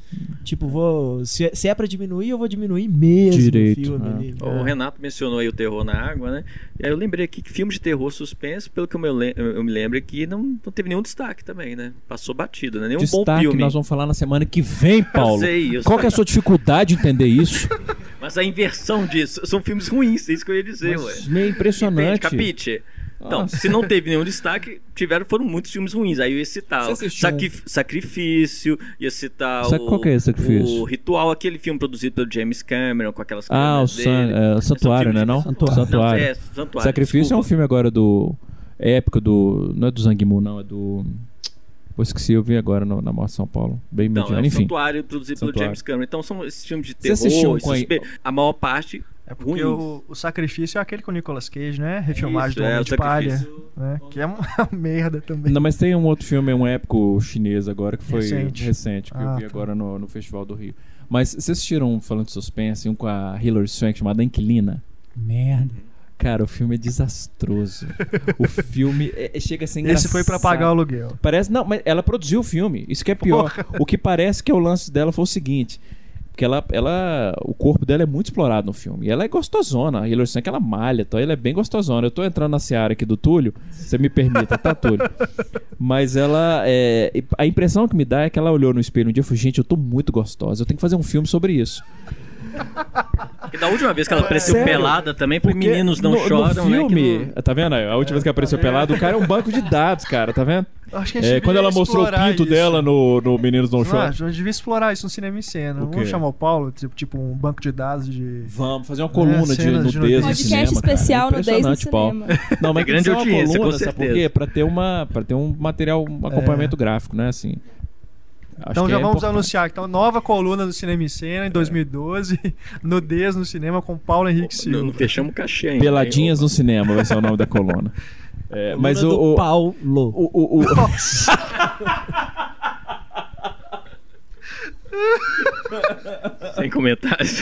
Tipo, se é pra diminuir, eu vou diminuir mesmo Direito, o filme ali. O Renato mencionou aí o terror na água, né? E aí eu lembrei aqui que filme de terror suspense, pelo que eu me lembro aqui, não teve nenhum destaque também, né? Passou batido, né? Nenhum destaque bom filme. Nós vamos falar na semana que vem, Paulo. Eu sei. Qual que é a sua dificuldade de entender isso? Mas a inversão disso, são filmes ruins, é isso que eu ia dizer, ué. Meio impressionante. Capite? Então, se não teve nenhum destaque, foram muitos filmes ruins. Aí eu ia citar Sacrifício, ia citar qual que é esse Sacrifício? O Ritual, aquele filme produzido pelo James Cameron, com aquelas câmeras dele. O Santuário, né? Não? Santuário. Santuário. Sacrifício desculpa. É um filme agora do... época do... Não é do Zhang Yimou, não. É do... Eu esqueci, eu vi agora na Morte de São Paulo. Bem mediano, enfim. Santuário produzido pelo James Cameron. Então são esses filmes de terror. Você assistiu a maior parte... É porque o Sacrifício é aquele com o Nicolas Cage, né? Refilmagem do Homem de Palha. Né? Que é uma merda também. Não, mas tem um outro filme, um épico chinês agora, que foi recente que eu vi agora no Festival do Rio. Mas vocês assistiram, falando de suspense, um com a Hilary Swank chamado A Inquilina? Merda. Cara, o filme é desastroso. O filme chega a ser engraçado. Esse foi pra pagar o aluguel. Não, mas ela produziu o filme. Isso que é pior. Porra. O que parece que é o lance dela foi o seguinte... Porque o corpo dela é muito explorado no filme. E ela é gostosona. A Hilary Swank, ela malha, então ela é bem gostosona. Eu tô entrando na seara aqui do Túlio. Você me permita, tá, Túlio? Mas ela... a impressão que me dá é que ela olhou no espelho um dia e falou, gente, eu tô muito gostosa. Eu tenho que fazer um filme sobre isso. E da última vez que ela apareceu pelada também foi Meninos Não Choram, no filme, né? Tá vendo aí? A última vez que ela apareceu pelada, o cara é um banco de dados, cara, tá vendo? Acho que a gente quando ela mostrou o pinto dela no Meninos Não Choram. A gente devia explorar isso no cinema em cena. Vamos chamar o Paulo, tipo um banco de dados de... Vamos fazer uma coluna de nudez no cinema. Podcast especial nudez no cinema. Não, mas grande audiência, com certeza. Sabe por quê? Pra ter um material, um acompanhamento gráfico, né? Assim. Então já vamos anunciar então nova coluna do Cinema em Cena em 2012, nudez no cinema com Paulo Henrique Silva. Não fechamos o cachê ainda. Peladinhas no cinema vai ser o nome da coluna. Mas o Paulo. Sem comentários.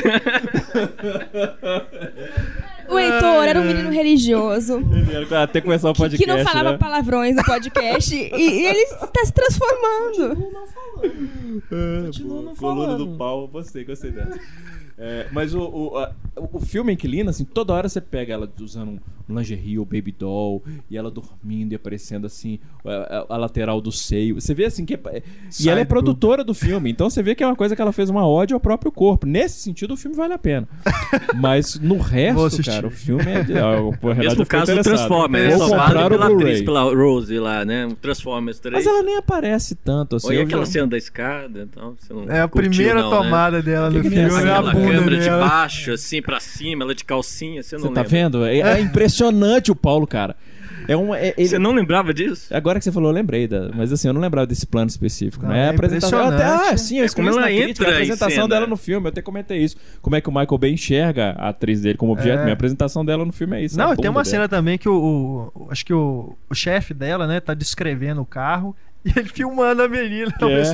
O Heitor era um menino religioso. Até começar o podcast. Que não falava palavrões no podcast. e ele está se transformando. Continua não falando. Coluna do pau, gostei dessa. Mas o filme Inquilina, assim, toda hora você pega ela usando um lingerie ou baby doll e ela dormindo e aparecendo assim a lateral do seio. Você vê assim que e ela é produtora do filme, então você vê que é uma coisa que ela fez uma ode ao próprio corpo. Nesse sentido o filme vale a pena. Mas no resto, cara, o filme é mesmo caso do Transformers, vou comprar o Blu-ray pela Rose lá, né? O Transformers 3. Mas ela nem aparece tanto assim. E aquela cena da escada, então, você não a primeira tomada dela no filme, a câmera de baixo, assim, pra cima, ela de calcinha, você não lembra. Tá vendo? É impressionante o Paulo, cara. Você não lembrava disso? Agora que você falou, eu lembrei. Mas assim, eu não lembrava desse plano específico. Não, né? É apresentação. Sim, eu escrevi na crítica, a apresentação dela no filme. Eu até comentei isso. Como é que o Michael Bay enxerga a atriz dele como objeto. Minha apresentação dela no filme é isso. Não, tem uma cena também que acho que o chefe dela, né, tá descrevendo o carro e ele filmando a menina.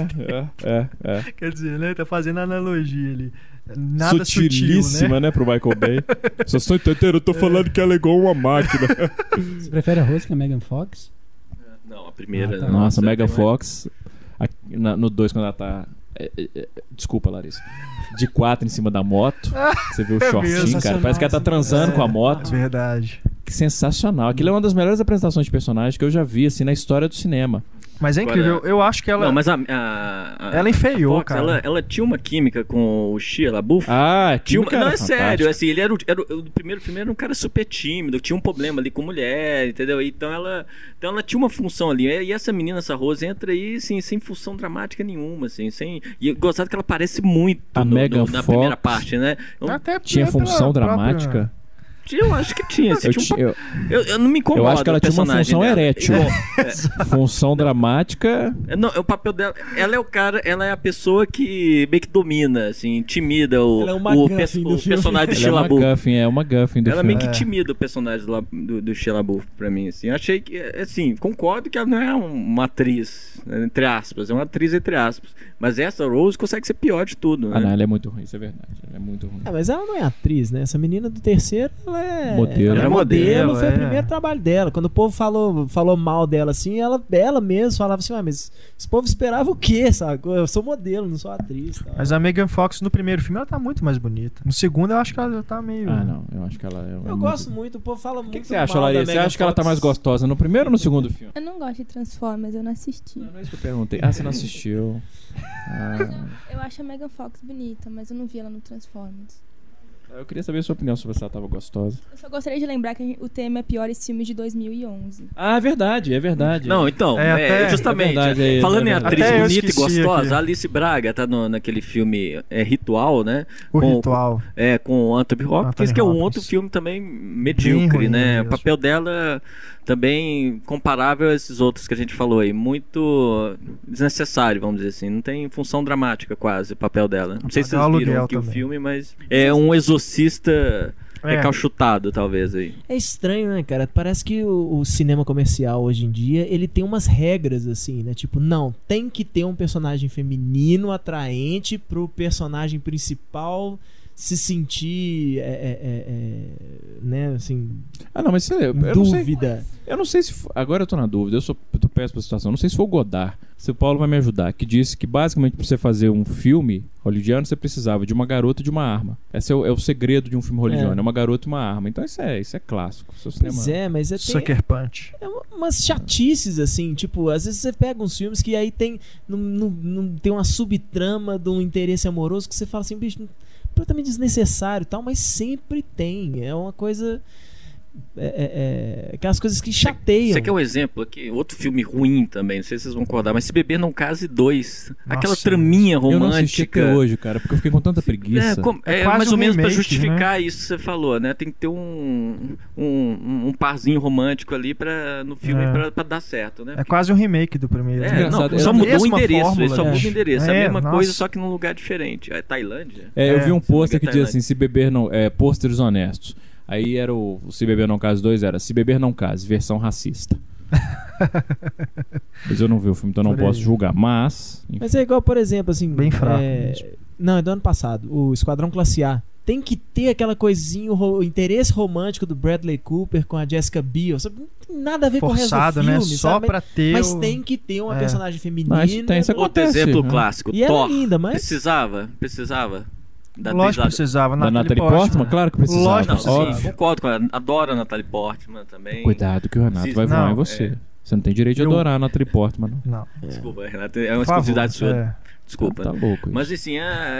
Quer dizer, né, tá fazendo analogia ali. Nada sutilíssima, né, pro Michael Bay. Vocês estão entendendo? Eu tô falando que ela é igual uma máquina. Você prefere a Rose que a Megan Fox? Não, a primeira. Tá. Nossa, a Megan Fox no 2 quando ela tá desculpa, Larissa, de 4 em cima da moto. Você vê o shortinho, cara. Parece que ela tá transando com a moto. Verdade. Que sensacional. Aquilo é uma das melhores apresentações de personagens que eu já vi assim, na história do cinema. Mas é incrível, eu acho que ela... Não, mas ela enfeiou, Fox, cara. Ela tinha uma química com o Shia LaBeouf. Não, é sério, assim, ele era o primeiro filme era um cara super tímido, tinha um problema ali com mulher, entendeu? Então ela tinha uma função ali. E essa menina, essa Rose, entra aí, assim, sem função dramática nenhuma, assim, e eu gostava que ela parece muito na primeira parte, né? Até tinha função dramática? Eu acho que tinha. Eu não me incomodo. Eu acho que ela tinha uma função erétil. Função dramática. Não, o papel dela. Ela é o cara, ela é a pessoa que meio que domina, assim, intimida o personagem do Shia LaBeouf. É uma Guffin do ela filme. meio que intimida o personagem do Shia LaBeouf pra mim, assim. Eu achei que, assim, concordo que ela não é uma atriz, entre aspas, é uma atriz entre aspas. Mas essa Rose consegue ser pior de tudo, né? Não, ela é muito ruim, isso é verdade. Ela é muito ruim. Mas ela não é atriz, né? Essa menina do terceiro, ela é modelo. Ela é modelo, foi o primeiro trabalho dela. Quando o povo falou mal dela assim, ela mesma falava assim, mas esse povo esperava o quê, sabe? Eu sou modelo, não sou atriz. Tal. Mas a Megan Fox no primeiro filme ela tá muito mais bonita. No segundo eu acho que ela tá meio... não, eu acho que ela é... Eu gosto muito, o povo fala muito mal. O que você acha, Larissa? Você acha que ela tá mais gostosa no primeiro ou no segundo filme? Eu não gosto de Transformers, eu não assisti. Não é isso que eu perguntei. Você não assistiu. Eu acho a Megan Fox bonita, mas eu não vi ela no Transformers. Eu queria saber a sua opinião sobre se ela tava gostosa. Eu só gostaria de lembrar que o tema é Piores Filmes de 2011. É verdade. Não, então, justamente. Falando em atriz bonita e gostosa, aqui. A Alice Braga tá naquele filme Ritual, né? Ritual. Com o Anthony Hopkins, que é um outro filme também medíocre, né? O papel dela também comparável a esses outros que a gente falou aí. Muito desnecessário, vamos dizer assim. Não tem função dramática quase o papel dela. Não sei se vocês viram aqui o filme, mas é um exorcista recalchutado, talvez aí. É estranho, né, cara? Parece que o cinema comercial hoje em dia, ele tem umas regras assim, né? Tipo, não, tem que ter um personagem feminino atraente pro personagem principal se sentir né, assim, não, mas eu dúvida. Eu não sei se... Agora eu tô na dúvida, eu tô péssimo pra situação. Não sei se foi o Godard, se o Paulo vai me ajudar, que disse que basicamente pra você fazer um filme hollywoodiano, você precisava de uma garota e de uma arma. Esse é o segredo de um filme hollywoodiano, é uma garota e uma arma. Então isso é clássico. Pois mas Sucker Punch. É umas chatices, assim, tipo, às vezes você pega uns filmes que aí tem uma subtrama de um interesse amoroso que você fala assim, bicho, completamente desnecessário e tal, mas sempre tem. É uma coisa... aquelas coisas que chateiam. Você quer um exemplo aqui? Outro filme ruim também, não sei se vocês vão concordar, mas Se Beber Não Case 2. Aquela traminha romântica. Eu não assisti até hoje, cara, porque eu fiquei com tanta preguiça. É mais ou menos pra justificar, né? Isso que você falou, né? Tem que ter um parzinho romântico ali no filme pra dar certo, né? É quase um remake do primeiro. Só mudou o endereço. Só muda o endereço. É a mesma coisa, só que num lugar diferente. É Tailândia? Eu vi um pôster que diz assim, Se Beber Não... pôsteres honestos. Aí era o Se Beber Não Case 2, era Se Beber Não Case, versão racista. Mas eu não vi o filme, então não posso julgar. Mas é igual, por exemplo, assim... Bem fraco. Não, é do ano passado. O Esquadrão Classe A. Tem que ter aquela coisinha, o interesse romântico do Bradley Cooper com a Jessica Biel. Não tem nada a ver forçado, com o resto do filme, né? Só pra ter mas tem que ter uma personagem feminina. Mas tem, isso acontece. Outro exemplo clássico, e Thor. Ela é linda, mas... Precisava. Lógico que precisava. Da Natalie Portman? Claro que precisava. Lógico, óbvio. Concordo com ela. Adoro a Natalie Portman também. Cuidado que o Renato vai voar em você. Você não tem direito de adorar a Natalie Portman, não. Desculpa, Renato. É uma exclusividade sua. Desculpa. Tá louco. Mas assim,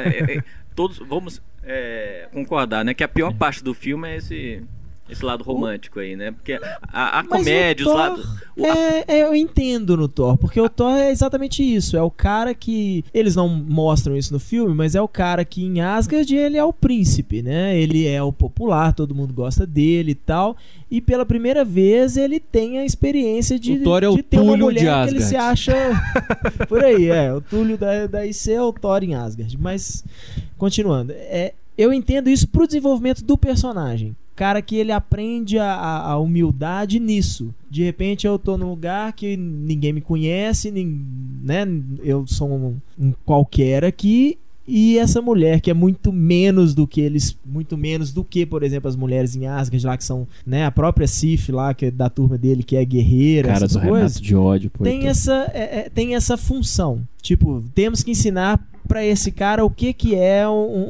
todos vamos concordar, né? Que a pior parte do filme é esse lado romântico aí, né? Porque a comédia, os lados... eu entendo no Thor, porque o Thor é exatamente isso. É o cara que... Eles não mostram isso no filme, mas é o cara que em Asgard ele é o príncipe, né? Ele é o popular, todo mundo gosta dele e tal. E pela primeira vez ele tem a experiência de ter uma mulher que ele se acha... Por aí, o Túlio da IC é o Thor em Asgard. Mas, continuando. Eu entendo isso pro desenvolvimento do personagem. Cara que ele aprende a humildade nisso. De repente eu tô num lugar que ninguém me conhece, né? Eu sou um qualquer aqui. E essa mulher que é muito menos do que, por exemplo, as mulheres em Asgard lá que são, né, a própria Sif lá, que é da turma dele, que é guerreira, cara essas do coisas. Renato de ódio, pô, tem essa função. Tipo, temos que ensinar pra esse cara o que é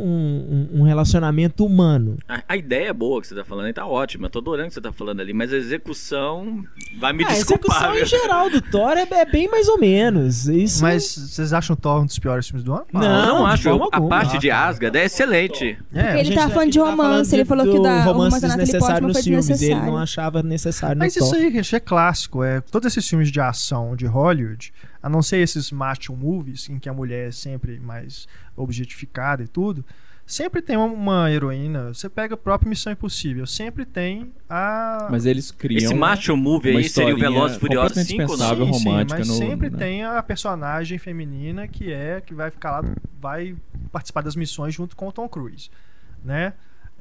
um relacionamento humano. A ideia é boa que você tá falando aí, tá ótima. Tô adorando o que você tá falando ali, mas a execução vai me desculpar. A execução em geral do Thor é bem mais ou menos. Isso... Mas vocês acham o Thor um dos piores filmes do ano? Não acho. A parte de Asgard é excelente. Porque ele tá falando de romance, ele falou que o romance da Natalie Portman foi desnecessário. Ele não achava necessário no Mas Thor. isso aí, gente, é clássico. Todos esses filmes de ação de Hollywood, a não ser esses macho movies, em que a mulher é sempre mais objetificada e tudo, sempre tem uma heroína. Você pega a própria Missão Impossível, sempre tem a... Mas eles criam... Esse macho movie aí seria o Velozes e Furiosos 5, não? Romântica, mas sempre tem a personagem feminina que vai ficar lá, vai participar das missões junto com o Tom Cruise, né?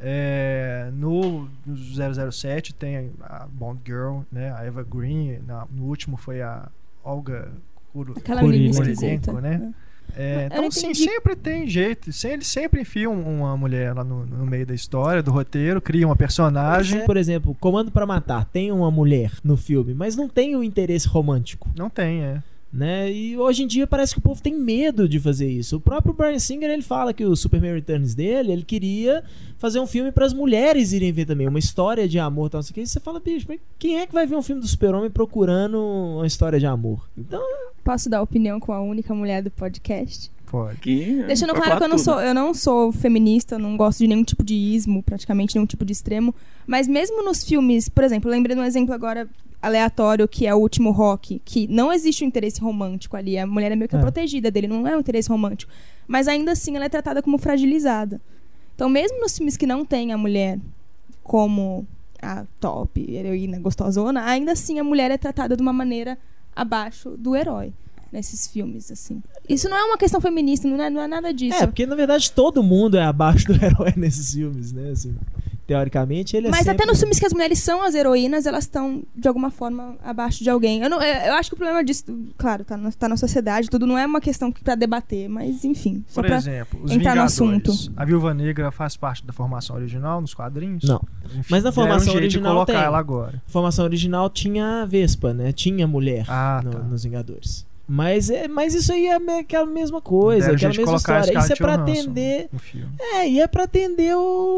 No 007 tem a Bond Girl, né? A Eva Green, no último foi a Olga Kurylenko, né? Então, sim, sempre tem jeito. Ele sempre enfia uma mulher lá no meio da história, do roteiro, cria uma personagem. Por exemplo, Comando pra Matar, tem uma mulher no filme, mas não tem um interesse romântico. Não tem, Né? E hoje em dia parece que o povo tem medo de fazer isso. O próprio Bryan Singer, ele fala que o Superman Returns dele, ele queria fazer um filme para as mulheres irem ver também, uma história de amor, tal, assim, que você fala, bicho, mas quem é que vai ver um filme do Super-Homem procurando uma história de amor? Então, posso dar opinião com a única mulher do podcast? Pode. Deixando claro que eu não sou feminista, eu não gosto de nenhum tipo de ismo, praticamente nenhum tipo de extremo, mas mesmo nos filmes, por exemplo, eu lembrei de um exemplo agora aleatório, que é o Último Rock, que não existe um interesse romântico ali, a mulher é meio que protegida dele, não é um interesse romântico, mas ainda assim ela é tratada como fragilizada. Então mesmo nos filmes que não tem a mulher como a top, heroína, gostosona, ainda assim a mulher é tratada de uma maneira abaixo do herói nesses filmes, assim. Isso não é uma questão feminista, não é nada disso. Porque na verdade todo mundo é abaixo do herói nesses filmes, né, assim. Teoricamente, ele é Mas sempre... até nos filmes que as mulheres são as heroínas, elas estão, de alguma forma, abaixo de alguém. Eu acho que o problema disso, claro, tá na sociedade, tudo não é uma questão pra debater, mas enfim. Por exemplo, os entrar Vingadores. no assunto. A Viúva Negra faz parte da formação original nos quadrinhos? Não. Enfim, mas na formação original colocar tem. Ela agora. A formação original tinha a Vespa, né? Tinha mulher nos Vingadores. Mas isso aí é aquela mesma coisa, aquela mesma história. Isso é pra atender. E é pra atender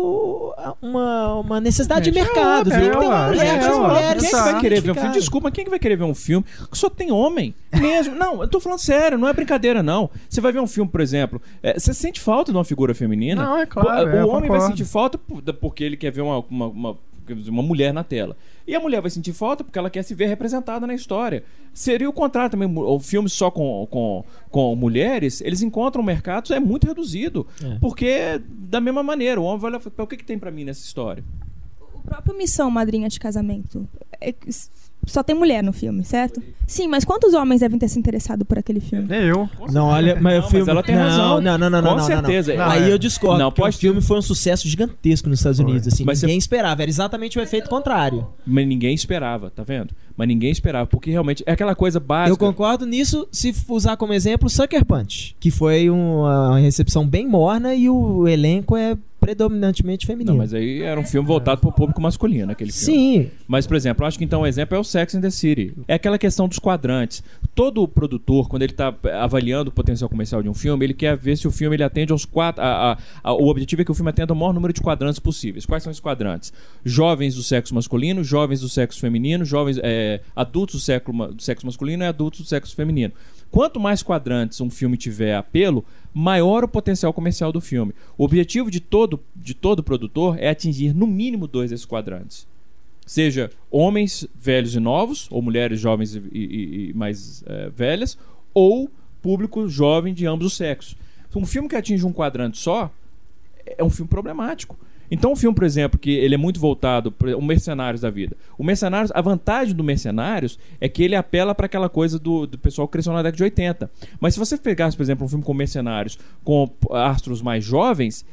uma necessidade de mercado. Quem é que vai querer ver um filme? Desculpa, quem é que vai querer ver um filme que só tem homem? Mesmo. Não, eu tô falando sério, não é brincadeira, não. Você vai ver um filme, por exemplo, você sente falta de uma figura feminina? Não, é claro. O homem vai sentir falta porque ele quer ver uma mulher na tela. E a mulher vai sentir falta porque ela quer se ver representada na história. Seria o contrário também. O filme só com mulheres, eles encontram um mercado muito reduzido. Porque, da mesma maneira, o homem vai olhar, o que tem pra mim nessa história? O próprio Missão Madrinha de Casamento só tem mulher no filme, certo? Sim, mas quantos homens devem ter se interessado por aquele filme? Eu. Não, olha, mas o filme... Mas ela tem razão. Não. Com certeza. Não. Aí eu discordo. Não, o filme foi um sucesso gigantesco nos Estados Unidos. Assim, ninguém esperava. Era exatamente o efeito contrário. Mas ninguém esperava, tá vendo? Mas ninguém esperava, porque realmente é aquela coisa básica. Eu concordo nisso se usar como exemplo Sucker Punch, que foi uma recepção bem morna e o elenco é predominantemente feminino. Não, mas aí era um filme voltado pro público masculino, aquele filme. Sim. Mas, por exemplo, eu acho que então o exemplo é o Sex and the City. É aquela questão dos quadrantes. Todo produtor, quando ele tá avaliando o potencial comercial de um filme, ele quer ver se o filme ele atende aos o objetivo é que o filme atenda o maior número de quadrantes possíveis. Quais são esses quadrantes? Jovens do sexo masculino, jovens do sexo feminino, jovens adultos do sexo masculino e adultos do sexo feminino. Quanto mais quadrantes um filme tiver apelo, maior o potencial comercial do filme. O objetivo de todo produtor é atingir no mínimo 2 desses quadrantes. Seja homens velhos e novos, ou mulheres jovens e mais velhas, ou público jovem de ambos os sexos. Um filme que atinge um quadrante só é um filme problemático. Então um filme, por exemplo, que ele é muito voltado para o Mercenários da vida. O Mercenários, a vantagem do Mercenários é que ele apela para aquela coisa do pessoal que cresceu na década de 80. Mas se você pegasse, por exemplo, um filme com Mercenários com astros mais jovens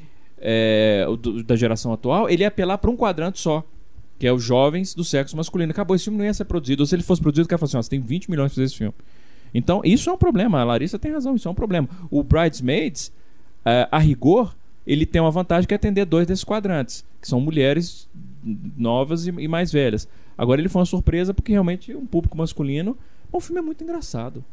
da geração atual, ele ia apelar para um quadrante só, que é os jovens do sexo masculino. Acabou, esse filme não ia ser produzido. Ou se ele fosse produzido, o cara falou assim, você tem 20 milhões para fazer esse filme. Então isso é um problema. A Larissa tem razão, isso é um problema. O Bridesmaids, a rigor, ele tem uma vantagem que é atender 2 desses quadrantes, que são mulheres novas e mais velhas. Agora ele foi uma surpresa porque realmente um público masculino... O filme é muito engraçado.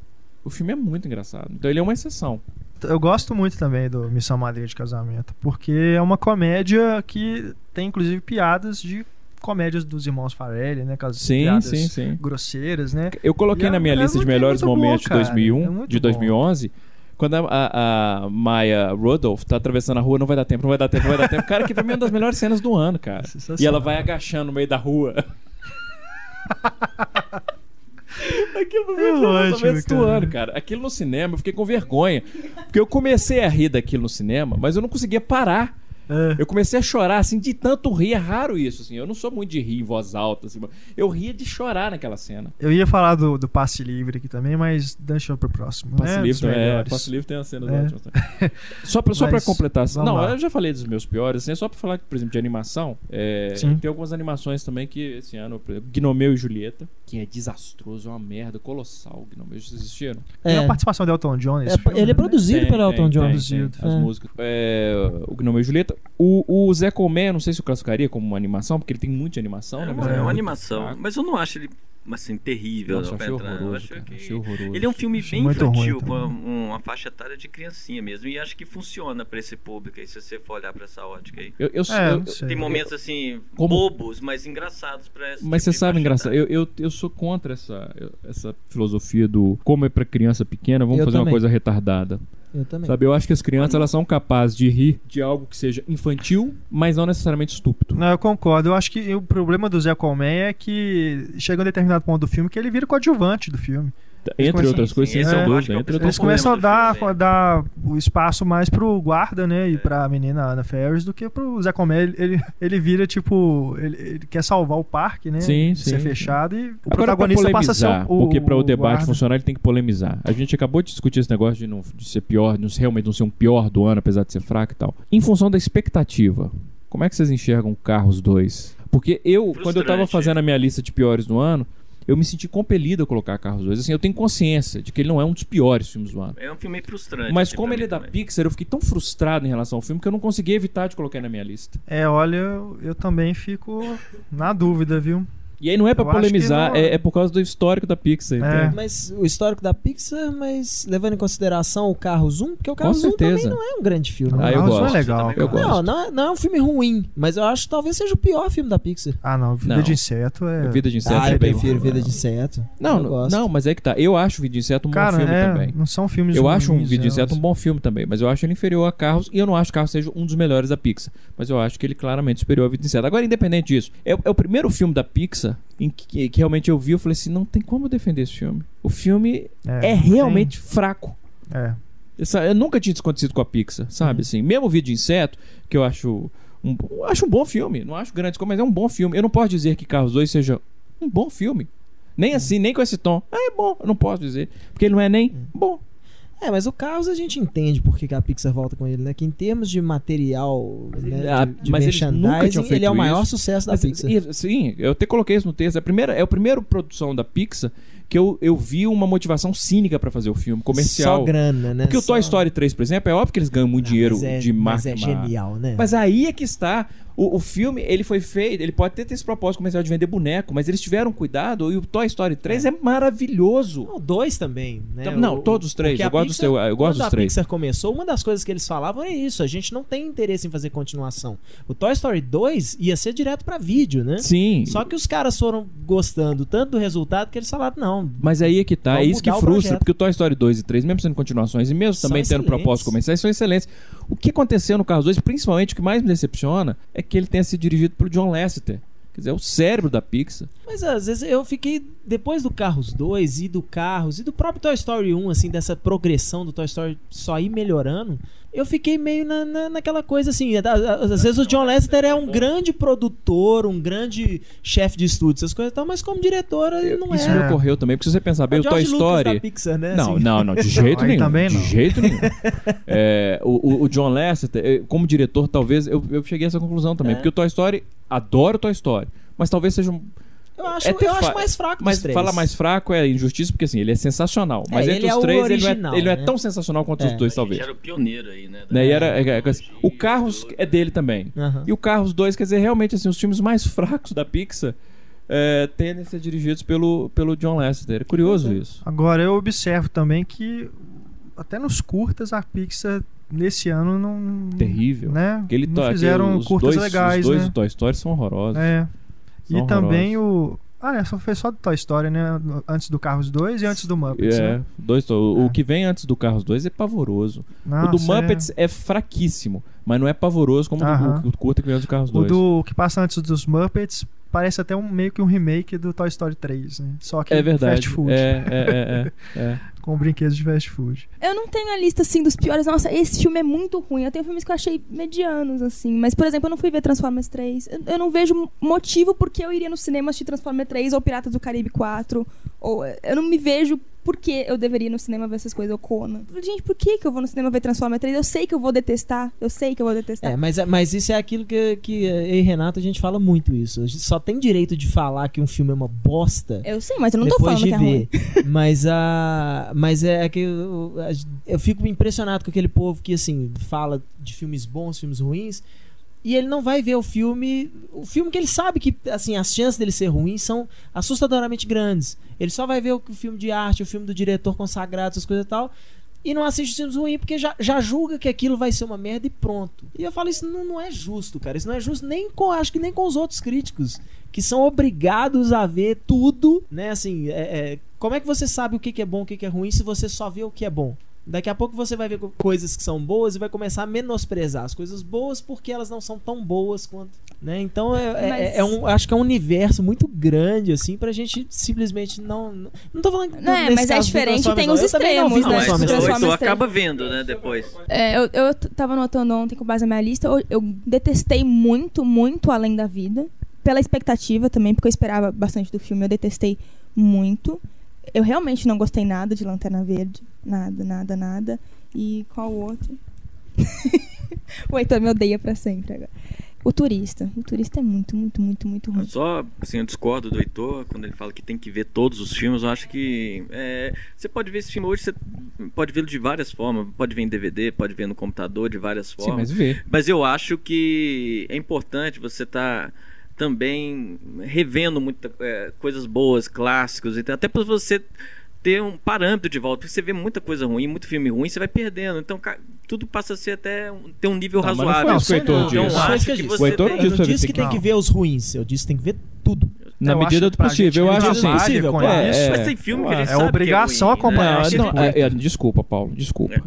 Então ele é uma exceção. Eu gosto muito também do Missão Madrinha de Casamento, porque é uma comédia que tem inclusive piadas de comédias dos irmãos Farrelly, né? Aquelas piadas grosseiras, né? Eu coloquei na minha lista de melhores momentos de 2001, de 2011... Quando a Maya Rudolph tá atravessando a rua, não vai dar tempo. Cara, que pra mim é uma das melhores cenas do ano, cara. E ela vai agachando no meio da rua. Aquilo pra mim é um dos momentos do ano, cara. Aquilo no cinema, eu fiquei com vergonha. Porque eu comecei a rir daquilo no cinema, mas eu não conseguia parar. Eu comecei a chorar, assim, de tanto rir. É raro isso, assim. Eu não sou muito de rir em voz alta, assim. Eu ria de chorar naquela cena. Eu ia falar do Passe Livre aqui também, mas deixa eu pro próximo. Passe Livre tem umas cenas ótimas. Só pra completar. Não, eu já falei dos meus piores, assim, só pra falar, por exemplo, de animação. Tem algumas animações também que esse ano, por exemplo, Gnomeu e Julieta. que é desastroso, é uma merda colossal. Não vejo se assistiram. Tem a participação do Elton John nesse filme, ele é produzido pelo Elton John. As músicas. O Gnomeo e Julieta. O Zé Colmeia, não sei se eu classificaria como uma animação, porque ele tem muita animação, né? É uma animação, mas eu não acho ele assim, terrível. Nossa, achei horroroso, achei horroroso. Ele é um filme bem infantil, com uma faixa etária de criancinha mesmo, e acho que funciona pra esse público aí, se você for olhar pra essa ótica aí. Tem momentos assim, bobos, mas engraçados pra essa. Mas você sabe, engraçado, eu sou contra essa filosofia do como é pra criança pequena, vamos fazer uma coisa retardada. Eu também. Sabe, eu acho que as crianças elas são capazes de rir de algo que seja infantil, mas não necessariamente estúpido. Não, eu concordo. Eu acho que o problema do Zé Colmeia é que chega um determinado ponto do filme que ele vira coadjuvante do filme. Entre outras coisas, sem dúvida. Eles começam a dar o espaço mais pro guarda, né? E pra menina Anna Faris do que pro Zé Colmeia. Ele vira tipo. Ele quer salvar o parque, né? Sim. Ser fechado e o agora, protagonista passa a ser porque para o debate guarda funcionar, ele tem que polemizar. A gente acabou de discutir esse negócio de ser pior, realmente não ser um pior do ano, apesar de ser fraco e tal. Em função da expectativa, como é que vocês enxergam Carros 2? Porque quando eu tava fazendo a minha lista de piores do ano, eu me senti compelido a colocar Carros 2. Assim, eu tenho consciência de que ele não é um dos piores filmes do ano. É um filme frustrante. Mas como ele é da Pixar, eu fiquei tão frustrado em relação ao filme que eu não consegui evitar de colocar na minha lista. Olha, eu também fico na dúvida, viu? E aí não é pra polemizar, é por causa do histórico da Pixar. Então. Mas o histórico da Pixar, mas levando em consideração o Carros 1, porque o Carros 1 também não é um grande filme. Eu gosto. É legal. Eu gosto. Não é um filme ruim, mas eu acho que talvez seja o pior filme da Pixar. Não, Vida de Inseto é... Vida de Inseto eu prefiro Vida de Inseto. Não, mas é que tá. Eu acho Vida de Inseto um bom filme também. Não são filmes Eu ruins, acho um Vida de Inseto um bom filme também, mas eu acho ele inferior a Carros, e eu não acho que Carros seja um dos melhores da Pixar, mas eu acho que ele claramente superior a Vida de Inseto. Agora, independente disso, é o primeiro filme da Pixar em que realmente eu vi, eu falei assim, não tem como defender esse filme. O filme é realmente fraco. Nunca tinha isso acontecido com a Pixar, sabe? Assim, mesmo o Vida de Inseto, que eu acho um bom filme, não acho grande coisa, mas é um bom filme. Eu não posso dizer que Carros 2 seja um bom filme. Nem assim, nem com esse tom. É bom, eu não posso dizer. Porque ele não é nem bom. Mas o Carros a gente entende por que a Pixar volta com ele, né? Que em termos de material, né, de merchandising, ele é o maior sucesso da Pixar. Sim, eu até coloquei isso no texto. É a primeira produção da Pixar que eu vi uma motivação cínica pra fazer o filme, comercial. Só grana, né? Porque o Toy Story 3, por exemplo, é óbvio que eles ganham muito dinheiro de marca. Mas é genial, né? Mas aí é que está. O filme, ele foi feito, ele pode ter esse propósito comercial de vender boneco, mas eles tiveram cuidado, e o Toy Story 3 é maravilhoso. O 2 também, né? Não, todos os três, eu gosto dos três. Quando a Pixar começou, uma das coisas que eles falavam é isso, a gente não tem interesse em fazer continuação. O Toy Story 2 ia ser direto pra vídeo, né? Sim. Só que os caras foram gostando tanto do resultado que eles falaram, não. Mas aí é que tá, é isso que frustra, porque o Toy Story 2 e 3, mesmo sendo continuações, e mesmo também tendo propósitos comerciais, são excelentes. O que aconteceu no Carros 2, principalmente o que mais me decepciona, é que ele tenha sido dirigido pelo John Lasseter. Quer dizer, é o cérebro da Pixar. Mas às vezes eu fiquei, depois do Carros 2 e do Carros e do próprio Toy Story 1, assim, dessa progressão do Toy Story só ir melhorando, eu fiquei meio naquela coisa assim, às vezes o John Lasseter é um grande produtor, um grande chefe de estúdio, essas coisas e tal, mas como diretor ele não Isso me ocorreu também, porque se você pensar bem, o Toy Story... da Pixar, né? Não, de jeito nenhum. Também não. De jeito nenhum. O John Lasseter, como diretor, talvez, eu cheguei a essa conclusão também, porque o Toy Story, adoro o Toy Story, mas talvez seja um... Eu acho mais fraco dos três. Mas falar mais fraco é injustiça, porque assim, ele é sensacional. Mas entre os três, original, ele não é tão sensacional quanto os dois, talvez. Ele era o pioneiro aí, né? O Carros é dele também. E o Carros 2, quer dizer, realmente, assim, os filmes mais fracos da Pixar tendem a ser dirigidos pelo John Lasseter. É curioso isso. Agora, eu observo também que até nos curtas a Pixar... Nesse ano não... Terrível. Né? Não fizeram curtas legais, os dois né? do Toy Story são horrorosos. E também foi só do Toy Story, né? Antes do Carros 2 e antes do Muppets. Né? O que vem antes do Carros 2 é pavoroso. O do Muppets é fraquíssimo, mas não é pavoroso como o curta que vem antes do Carros 2. O que passa antes dos Muppets parece até meio que um remake do Toy Story 3, né? Só que verdade. fast food. com brinquedos de fast food. Eu não tenho a lista, assim, dos piores. Nossa, esse filme é muito ruim. Eu tenho filmes que eu achei medianos, assim. Mas, por exemplo, eu não fui ver Transformers 3. Eu não vejo motivo porque eu iria no cinema assistir Transformers 3 ou Piratas do Caribe 4. Ou eu não me vejo porque eu deveria ir no cinema ver essas coisas. Ou Conan. Gente, por que eu vou no cinema ver Transformers 3? Eu sei que eu vou detestar. Mas isso é aquilo que eu e Renato a gente fala muito isso. A gente só tem direito de falar que um filme é uma bosta. Eu sei, mas eu não tô falando que é ruim. Mas é que eu fico impressionado com aquele povo que, assim, fala de filmes bons, filmes ruins, e ele não vai ver o filme que ele sabe que, assim, as chances dele ser ruim são assustadoramente grandes. Ele só vai ver o filme de arte, o filme do diretor consagrado, essas coisas e tal, e não assiste os filmes ruins porque já julga que aquilo vai ser uma merda e pronto. E eu falo, isso não é justo, cara. Isso não é justo acho que nem com os outros críticos, que são obrigados a ver tudo, né? Assim, como é que você sabe o que é bom, o que é ruim, se você só vê o que é bom? Daqui a pouco você vai ver coisas que são boas e vai começar a menosprezar as coisas boas porque elas não são tão boas quanto, né? Então acho que é um universo muito grande, assim, pra gente simplesmente não tô falando que mas é diferente, tem os extremos, né? Tu acaba vendo, né, depois. Eu tava notando ontem com base na minha lista, eu detestei muito, muito Além da Vida, pela expectativa também, porque eu esperava bastante do filme, eu detestei muito. Eu realmente não gostei nada de Lanterna Verde. Nada. E qual outro? O Heitor me odeia pra sempre agora. O Turista é muito, muito, muito, muito ruim. Só, assim, eu discordo do Heitor quando ele fala que tem que ver todos os filmes. Eu acho que você pode ver esse filme hoje, você pode vê-lo de várias formas. Pode ver em DVD, pode ver no computador, de várias formas. Sim, mas eu acho que é importante você estar também revendo muitas coisas boas, clássicos, até para você ter um parâmetro de volta, porque você vê muita coisa ruim, muito filme ruim, você vai perdendo, então tudo passa a ser até ter um nível razoável. Mas não acho que o Heitor eu não disse que tem que ver os ruins, eu disse que tem que ver tudo. Na medida do possível, eu acho assim. Mas tem filme que a gente sabe obrigação acompanhar. Desculpa, Paulo, desculpa.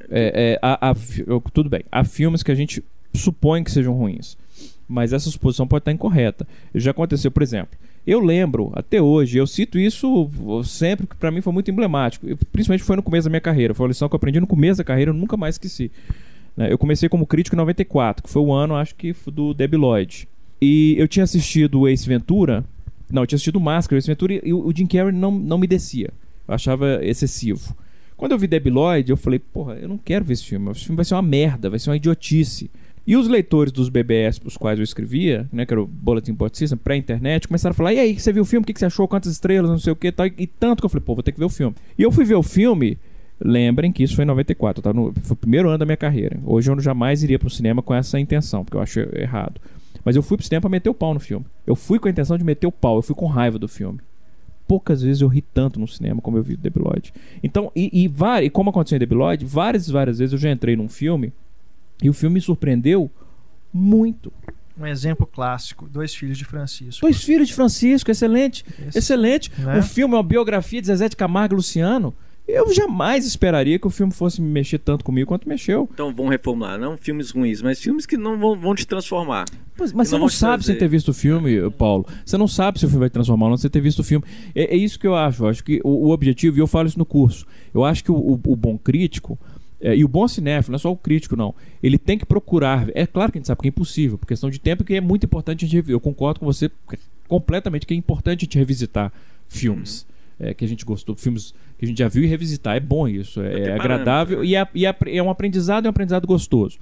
Tudo bem, há filmes que a gente supõe que sejam ruins, mas essa suposição pode estar incorreta. Já aconteceu, por exemplo, eu lembro, até hoje, eu cito isso sempre, que para mim foi muito emblemático, principalmente foi no começo da minha carreira, foi uma lição que eu aprendi no começo da carreira, eu nunca mais esqueci. Eu comecei como crítico em 94, que foi o ano, acho que, do Debi Lloyd. E eu tinha assistido o Ace Ventura, eu tinha assistido o Máscara, o Ace Ventura, e o Jim Carrey não me descia, eu achava excessivo. Quando eu vi Debi Lloyd, eu falei, porra, eu não quero ver esse filme vai ser uma merda, vai ser uma idiotice. E os leitores dos BBS para os quais eu escrevia, né, que era o Bulletin Board System, pré-internet, começaram a falar, e aí, você viu o filme, o que você achou, quantas estrelas, não sei o que, tal, e tanto que eu falei, vou ter que ver o filme. E eu fui ver o filme, lembrem que isso foi em 94, foi o primeiro ano da minha carreira. Hoje eu jamais iria para o cinema com essa intenção, porque eu acho errado. Mas eu fui pro cinema para meter o pau no filme. Eu fui com a intenção de meter o pau, eu fui com raiva do filme. Poucas vezes eu ri tanto no cinema como eu vi o Debi Lloyd. Então, e como aconteceu em Debi Lloyd, várias vezes eu já entrei num filme e o filme me surpreendeu muito. Um exemplo clássico, Dois Filhos de Francisco. Dois Filhos de Francisco, excelente. Excelente. Né? O filme é uma biografia de Zezé de Camargo e Luciano. Eu jamais esperaria que o filme fosse me mexer tanto comigo quanto mexeu. Então vamos reformular, não filmes ruins, mas filmes que não vão te transformar. Mas você não sabe sem ter visto o filme, Paulo. Você não sabe se o filme vai te transformar ou não sem ter visto o filme. É isso que eu acho. Eu acho que o objetivo, e eu falo isso no curso, eu acho que o bom crítico e o bom cinéfilo, não é só o crítico não, ele tem que procurar, é claro que a gente sabe que é impossível, por questão de tempo, que é muito importante a gente rever. Eu concordo com você completamente que é importante a gente revisitar filmes que a gente gostou, filmes que a gente já viu e revisitar, é bom isso, é agradável e é um aprendizado gostoso.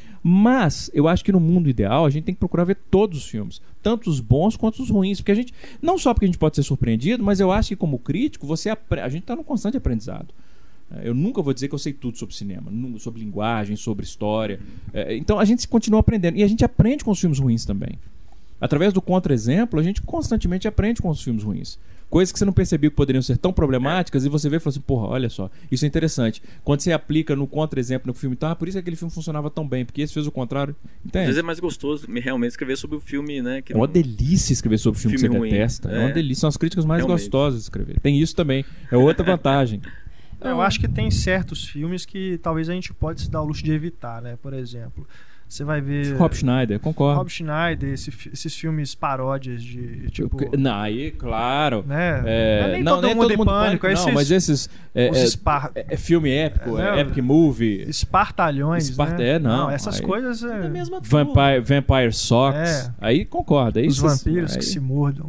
Mas eu acho que no mundo ideal a gente tem que procurar ver todos os filmes, tanto os bons quanto os ruins, porque a gente, não só porque a gente pode ser surpreendido, mas eu acho que como crítico a gente está num constante aprendizado. Eu nunca vou dizer que eu sei tudo sobre cinema, sobre linguagem, sobre história. Então a gente continua aprendendo. E a gente aprende com os filmes ruins também. Através do contra-exemplo, a gente constantemente aprende com os filmes ruins. Coisas que você não percebeu que poderiam ser tão problemáticas, e você vê e fala assim, porra, olha só, isso é interessante. Quando você aplica no contra-exemplo no filme, então, por isso que aquele filme funcionava tão bem, porque esse fez o contrário. Entende? Às vezes é mais gostoso realmente escrever sobre o filme, né? É uma delícia escrever sobre o filme que você ruim. Detesta. É uma delícia, são as críticas mais gostosas de escrever. Tem isso também, é outra vantagem. Eu acho que tem certos filmes que talvez a gente pode se dar o luxo de evitar, né? Por exemplo, Você vai ver... Rob Schneider, concordo. Rob Schneider, esses filmes paródias de, tipo... Não, aí, claro. Né? Nem todo mundo em pânico. Não, mas esses... É filme épico, epic movie. Espartalhões, né? Não, essas coisas... Vampire Socks. Aí concorda. Os vampiros que se mordam.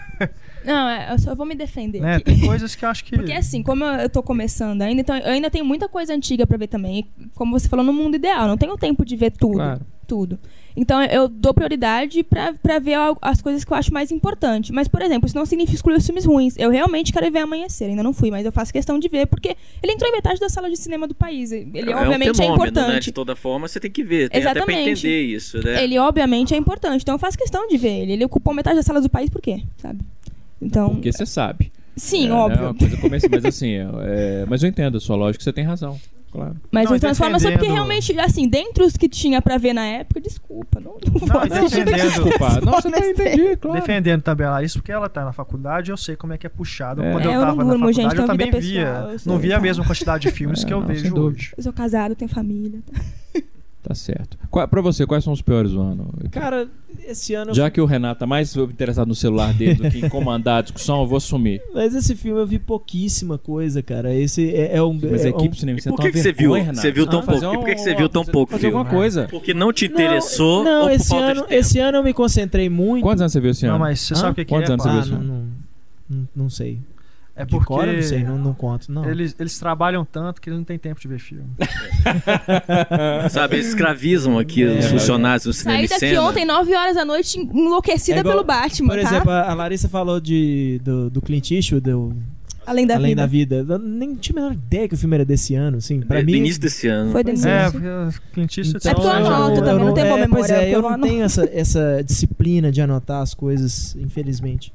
Não, eu só vou me defender. Tem coisas que eu acho que... Porque assim, como eu tô começando ainda, então eu ainda tenho muita coisa antiga pra ver também. E, como você falou, no mundo ideal, não tenho tempo de ver tudo. Claro. Tudo. Então eu dou prioridade pra ver as coisas que eu acho mais importantes. Mas, por exemplo, isso não significa excluir os filmes ruins. Eu realmente quero ver Amanhecer, ainda não fui, mas eu faço questão de ver, porque ele entrou em metade da sala de cinema do país. Ele obviamente um fenômeno, é importante. Né? De toda forma, você tem que ver. Tem Exatamente. até pra entender isso, né? Ele obviamente é importante, então eu faço questão de ver ele. Ele ocupou metade da sala do país por quê? Sabe? Então... Porque você sabe. Sim, óbvio. É uma coisa mas assim, mas eu entendo a sua lógica, você tem razão. Claro. Mas os Transformers só porque realmente, assim, dentre os que tinha pra ver na época, desculpa. Não desculpa. Não, você não entendi, claro. Defendendo também a Larissa, porque ela tá na faculdade, eu sei como é que é puxado. Quando eu eu tava não durmo, na faculdade, gente, eu também pessoal, não via a mesma quantidade de filmes que eu vejo hoje. Eu sou casado, tenho família. Tá certo. Pra você, quais são os piores do ano? Cara, esse ano... Já que o Renato tá mais interessado no celular dele do que em comandar a discussão, eu vou assumir. Mas esse filme eu vi pouquíssima coisa, cara. Esse Mas a equipe cinema, por que você viu? Você viu tão pouco? E por que você viu tão pouco filme? Alguma coisa. Porque não te interessou não, ou por esse falta ano, de tempo? esse ano eu me concentrei muito. Quantos anos você viu esse ano? Não, mas você sabe o que Quantos anos você viu esse ano? Não sei. É porque cor, eu não sei, não conto, não. Eles trabalham tanto que eles não têm tempo de ver filme. Sabe, eles escravizam aqui os funcionários do cinema. Saí daqui ontem, 9 horas da noite, enlouquecida pelo Batman, por exemplo, a Larissa falou do Clint Eastwood, Além da Vida. Eu nem tinha a menor ideia que o filme era desse ano, assim. Pra mim... Do início desse ano. Foi desse ano. Clint Eastwood... É porque eu anoto também, não tem boa memória. Pois eu não tenho essa disciplina de anotar as coisas, infelizmente.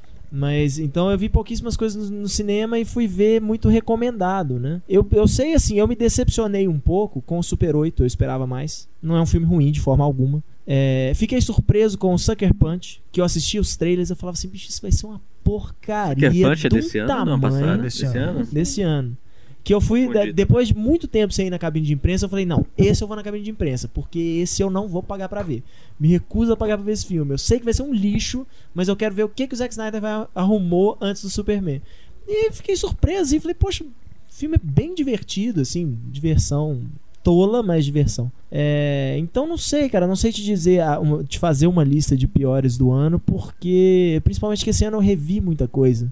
Mas, então eu vi pouquíssimas coisas no cinema e fui ver muito recomendado, né? Eu sei, assim, eu me decepcionei um pouco com o Super 8, eu esperava mais. Não é um filme ruim de forma alguma. Fiquei surpreso com o Sucker Punch, que eu assisti os trailers e eu falava assim, bicho, isso vai ser uma porcaria. Sucker Punch é desse ano? Não, passado, desse ano. Que eu fui, depois de muito tempo sem ir na cabine de imprensa, eu falei, não, esse eu vou na cabine de imprensa, porque esse eu não vou pagar pra ver. Me recuso a pagar pra ver esse filme. Eu sei que vai ser um lixo, mas eu quero ver o que o Zack Snyder arrumou antes do Superman. E fiquei surpreso e falei, poxa, o filme é bem divertido, assim, diversão tola, mas diversão. Então não sei, cara, não sei te dizer, te fazer uma lista de piores do ano, porque principalmente que esse ano eu revi muita coisa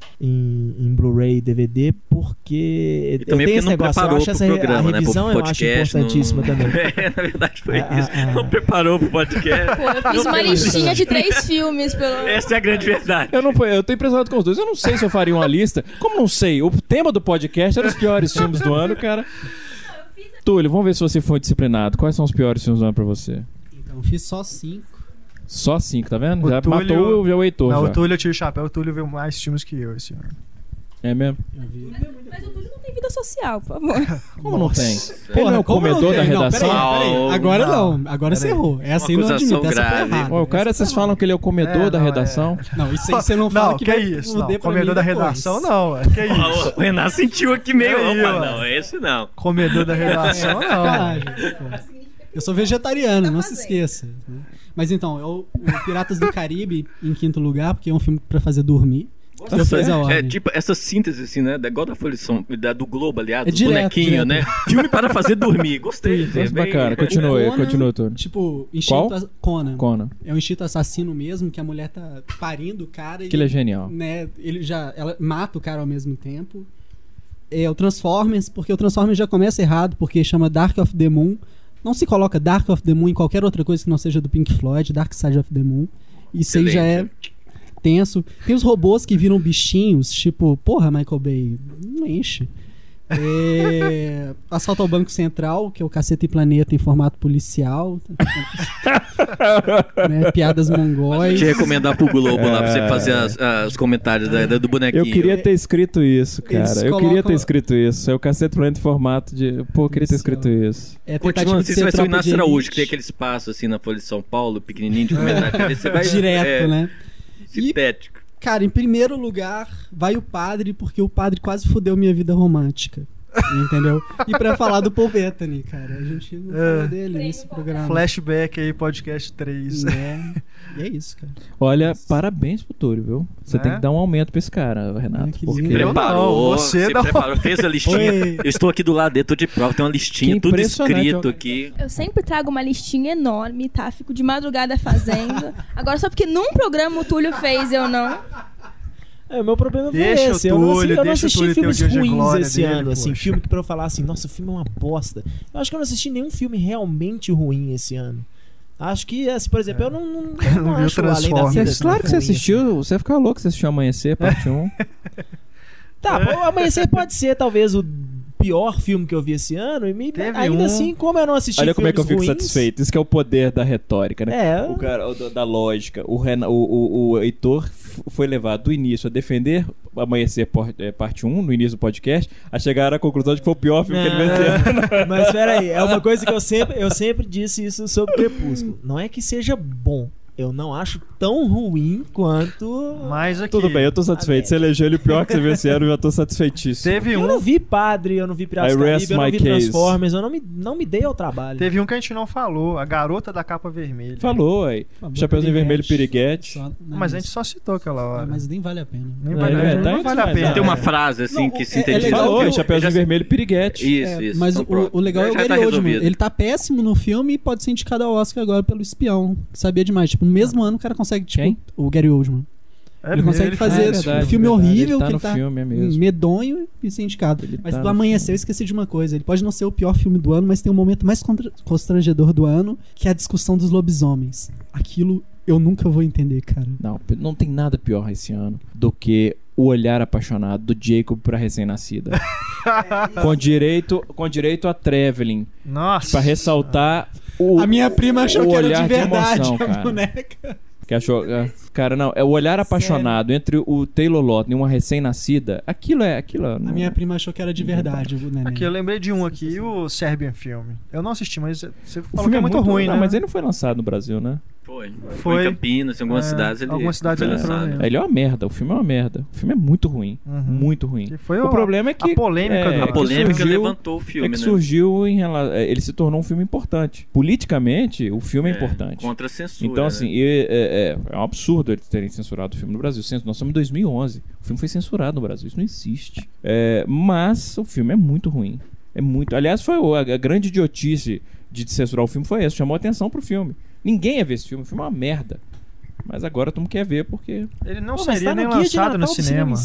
em Blu-ray e DVD, porque eu tenho esse negócio, eu acho essa programa, a revisão eu acho importantíssima também. Na verdade foi isso. Não preparou pro podcast. Pô, eu fiz uma listinha de 3 filmes. Essa é a grande verdade. Eu tô impressionado com os dois. Eu não sei se eu faria uma lista. Como não sei? O tema do podcast era os piores filmes do ano, cara. Túlio, vamos ver se você foi disciplinado. Quais são os piores filmes do ano pra você? Então, eu fiz só 5. Só 5, tá vendo? Já Túlio... matou o Heitor. Não, já. o Túlio, eu tiro o chapéu. O Túlio viu mais filmes que eu esse ano. É mesmo? Mas o Túlio não tem vida social, por favor. Como não tem? Ele é o comedor da redação? Peraí. Agora não. Agora você errou. Essa aí não admite. Essa foi errada. O cara, vocês falam que ele é o comedor da redação? Não, isso aí você não fala que é isso. Não, comedor da redação não. Que é isso? O Renato sentiu aqui meio. Não, esse não. Comedor da redação não. Eu sou vegetariano, não se esqueça. Mas então, o Piratas do Caribe em 5º lugar, porque é um filme pra fazer dormir. Tipo essa síntese assim, né? Igual da Folha do Globo, aliás, do direto, bonequinho, né? Filme para fazer dormir. Gostei. Bacana, continua tudo. Tipo, Conan. É um instinto assassino mesmo, que a mulher tá parindo o cara. Que ele é genial. Né, ela mata o cara ao mesmo tempo. É o Transformers, porque o Transformers já começa errado, porque chama Dark of the Moon. Não se coloca Dark of the Moon em qualquer outra coisa que não seja do Pink Floyd, Dark Side of the Moon. Isso aí já é tenso. Tem os robôs que viram bichinhos, tipo, porra, Michael Bay, não enche. Assalto ao Banco Central, que é o Caceta e Planeta em formato policial. Né, piadas mongóis. Te recomendar pro Globo lá pra você fazer os comentários do bonequinho. Eu queria ter escrito isso, cara. Eu queria ter escrito isso. É o Caceta e Planeta em formato de. Pô, eu queria ter escrito isso. Continua assim, você vai ser o Inácio Araújo, que tem aquele espaço assim na Folha de São Paulo, pequenininho de comentário. Você vai direto, né? Sintético. Cara, em primeiro lugar vai o Padre, porque o Padre quase fudeu minha vida romântica. Entendeu? E pra falar do Paul Bettany, cara. A gente não falou dele nesse programa. Flashback aí, podcast 3. E é isso, cara. Olha, parabéns pro Túlio, viu? Você tem que dar um aumento pra esse cara, Renato. Porque preparou, você preparou, fez a listinha. Oi. Eu estou aqui do lado dele, tô de prova, tem uma listinha, tudo escrito aqui. Eu sempre trago uma listinha enorme, tá? Fico de madrugada fazendo. Agora só porque num programa o Túlio fez, eu não. O meu problema foi esse. Eu não assisti filmes ruins esse ano, assim. Filme que pra eu falar assim, nossa, o filme é uma bosta. Eu acho que eu não assisti nenhum filme realmente ruim esse ano. Acho que, assim, por exemplo, eu não acho Além da Vida. Claro que você assistiu, você fica louco que você assistiu Amanhecer, parte 1. Tá, o Amanhecer pode ser talvez o pior filme que eu vi esse ano, e ainda assim, como eu não assisti olha como é que eu fico ruins, satisfeito. Isso que é o poder da retórica, né? O cara, da lógica. O Heitor foi levado do início a defender Amanhecer parte 1, no início do podcast, a chegar à conclusão de que foi o pior filme que ele venceu. Mas peraí, é uma coisa que eu sempre disse isso sobre Crepúsculo. Não é que seja bom. Eu não acho tão ruim quanto... Mas aqui... Tudo bem, eu tô satisfeito. Você elegeu ele o pior que você venceu, eu já tô satisfeitíssimo. Eu não vi Padre, eu não vi Piratas do Caribe, eu não vi Transformers, eu não me dei ao trabalho. Teve um que a gente não falou, A Garota da Capa Vermelha. Falou, aí. Chapeuzinho Vermelho, Piriguete. Mas a gente só citou aquela hora. Mas nem vale a pena. Nem vale a pena. Tem uma frase assim que sintetiza. Falou, Chapeuzinho Vermelho, Piriguete. Isso. Mas o legal é o Gary Oldman. Ele tá péssimo no filme e pode ser indicado ao Oscar agora pelo Espião. Sabia demais. Tipo, no mesmo ano o cara consegue, tipo, o Gary Oldman. Ele consegue fazer um filme horrível, ele tá que no ele tá filme, medonho e ser indicado. Mas do Amanhecer eu esqueci de uma coisa. Ele pode não ser o pior filme do ano, mas tem um momento mais constrangedor do ano, que é a discussão dos lobisomens. Aquilo eu nunca vou entender, cara. Não tem nada pior esse ano do que o olhar apaixonado do Jacob pra recém-nascida. com direito a traveling. Nossa. Pra ressaltar a minha prima achou que era de verdade emoção, a cara. boneca. Que achou, cara, não, é o olhar apaixonado entre o Taylor Lautner e uma recém-nascida. Aquilo. A minha prima achou que era de verdade, o neném. Aqui eu lembrei de um aqui, o Serbian Film. Eu não assisti, mas você falou que é muito ruim, né? Mas ele não foi lançado no Brasil, né? Foi em Campinas, em algumas cidades ele foi lançado. Ele é uma merda, o filme é uma merda. O filme é muito ruim, muito ruim. O problema é que a polêmica levantou o filme, né? Surgiu ele se tornou um filme importante. Politicamente, o filme é importante. Contra a censura. Então, assim, é um absurdo eles terem censurado o filme no Brasil. Nós estamos em 2011. O filme foi censurado no Brasil, isso não existe. Mas o filme é muito ruim. Aliás, foi a grande idiotice de censurar o filme foi essa, chamou atenção pro filme. Ninguém ia ver esse filme, o filme é uma merda. Mas agora todo mundo quer ver porque... Ele não seria nem lançado no cinema.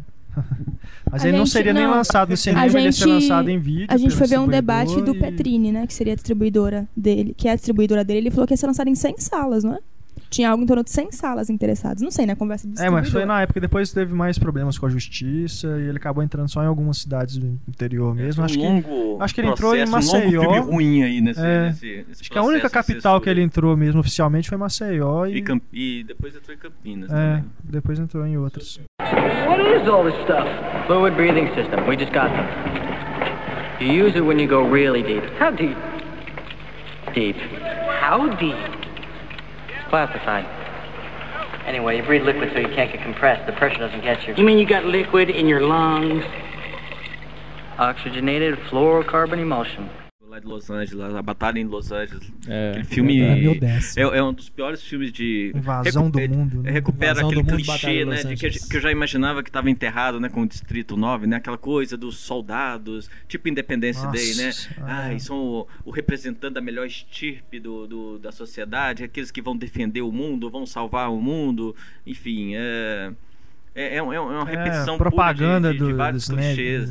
Mas ele não seria nem lançado no cinema, ele ia ser lançado em vídeo. A gente foi ver um debate do Petrini, né? Que seria a distribuidora dele. Que é a distribuidora dele, ele falou que ia ser lançado em 100 salas, não é? Tinha algo em torno de 100 salas interessadas. Não sei, né? Conversa de distribuidora. Mas foi na época, depois teve mais problemas com a justiça e ele acabou entrando só em algumas cidades do interior mesmo. Acho que ele entrou em Maceió. Um longo filme ruim aí nesse acho que a única capital que ele entrou mesmo oficialmente foi Maceió. E depois entrou em Campinas também. Depois entrou em outras. What is all this stuff? Fluid breathing system. We just got them. You use it when you go really deep. How deep? Deep. How deep? Classified. Anyway, you breathe liquid so you can't get compressed. The pressure doesn't get you. You mean you got liquid in your lungs? Oxygenated fluorocarbon emulsion. Lá de Los Angeles, a Batalha em Los Angeles. Aquele filme é um dos piores filmes de invasão do mundo, né? Recupera aquele clichê, né, de que eu já imaginava que estava enterrado, né, com o Distrito 9, né, aquela coisa dos soldados, tipo Independence Day, né? São o representante da melhor estirpe da sociedade, aqueles que vão defender o mundo, vão salvar o mundo, enfim, é uma repetição propaganda de vários clichês.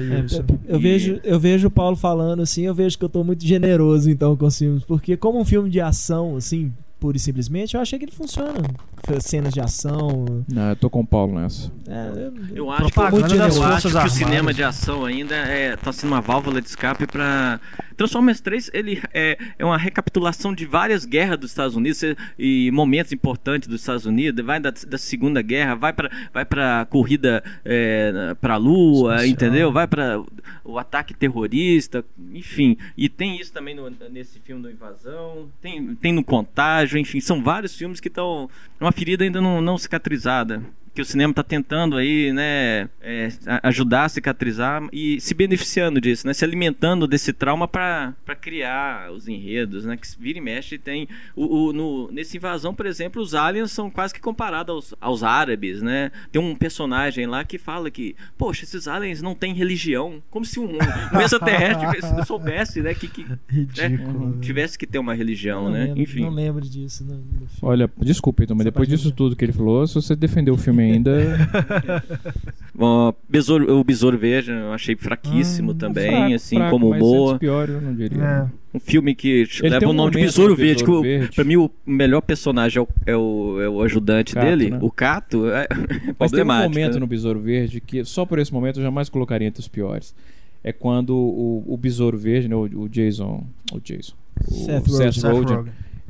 Eu vejo o Paulo falando assim, eu vejo que eu tô muito generoso então com os filmes, porque como um filme de ação, assim, pura e simplesmente, eu achei que ele funciona. Cenas de ação. Não, eu tô com o Paulo nessa. Eu acho que o cinema de ação ainda tá sendo uma válvula de escape para Transformers 3. Ele é uma recapitulação de várias guerras dos Estados Unidos e momentos importantes dos Estados Unidos. Vai da Segunda Guerra, vai para corrida para a Lua, espacial, entendeu? Vai para o ataque terrorista, enfim. E tem isso também nesse filme do Invasão, tem no Contágio, enfim, são vários filmes que estão uma ferida ainda não cicatrizada. que o cinema está tentando aí, né, ajudar a cicatrizar e se beneficiando disso, né, se alimentando desse trauma para criar os enredos, né, que vira e mexe tem nesse Invasão, por exemplo, os aliens são quase que comparados aos árabes, né? Tem um personagem lá que fala que, poxa, esses aliens não têm religião, como se um extraterrestre soubesse, né, que ridículo, tivesse que ter uma religião, né? Enfim. Não lembro disso no filme. Olha, desculpa, então, mas depois disso tudo que ele falou, se você defendeu o filme ainda... Bom, o Besouro Verde eu achei fraquíssimo também, fraco, como humor. Pior, eu não diria. Um filme que leva o nome de Besouro Verde, que pra mim o melhor personagem é o ajudante Cato, dele, né? O Cato, mas tem um momento no Besouro Verde que só por esse momento eu jamais colocaria entre os piores. É quando o Besouro Verde, né, o Seth Rogen,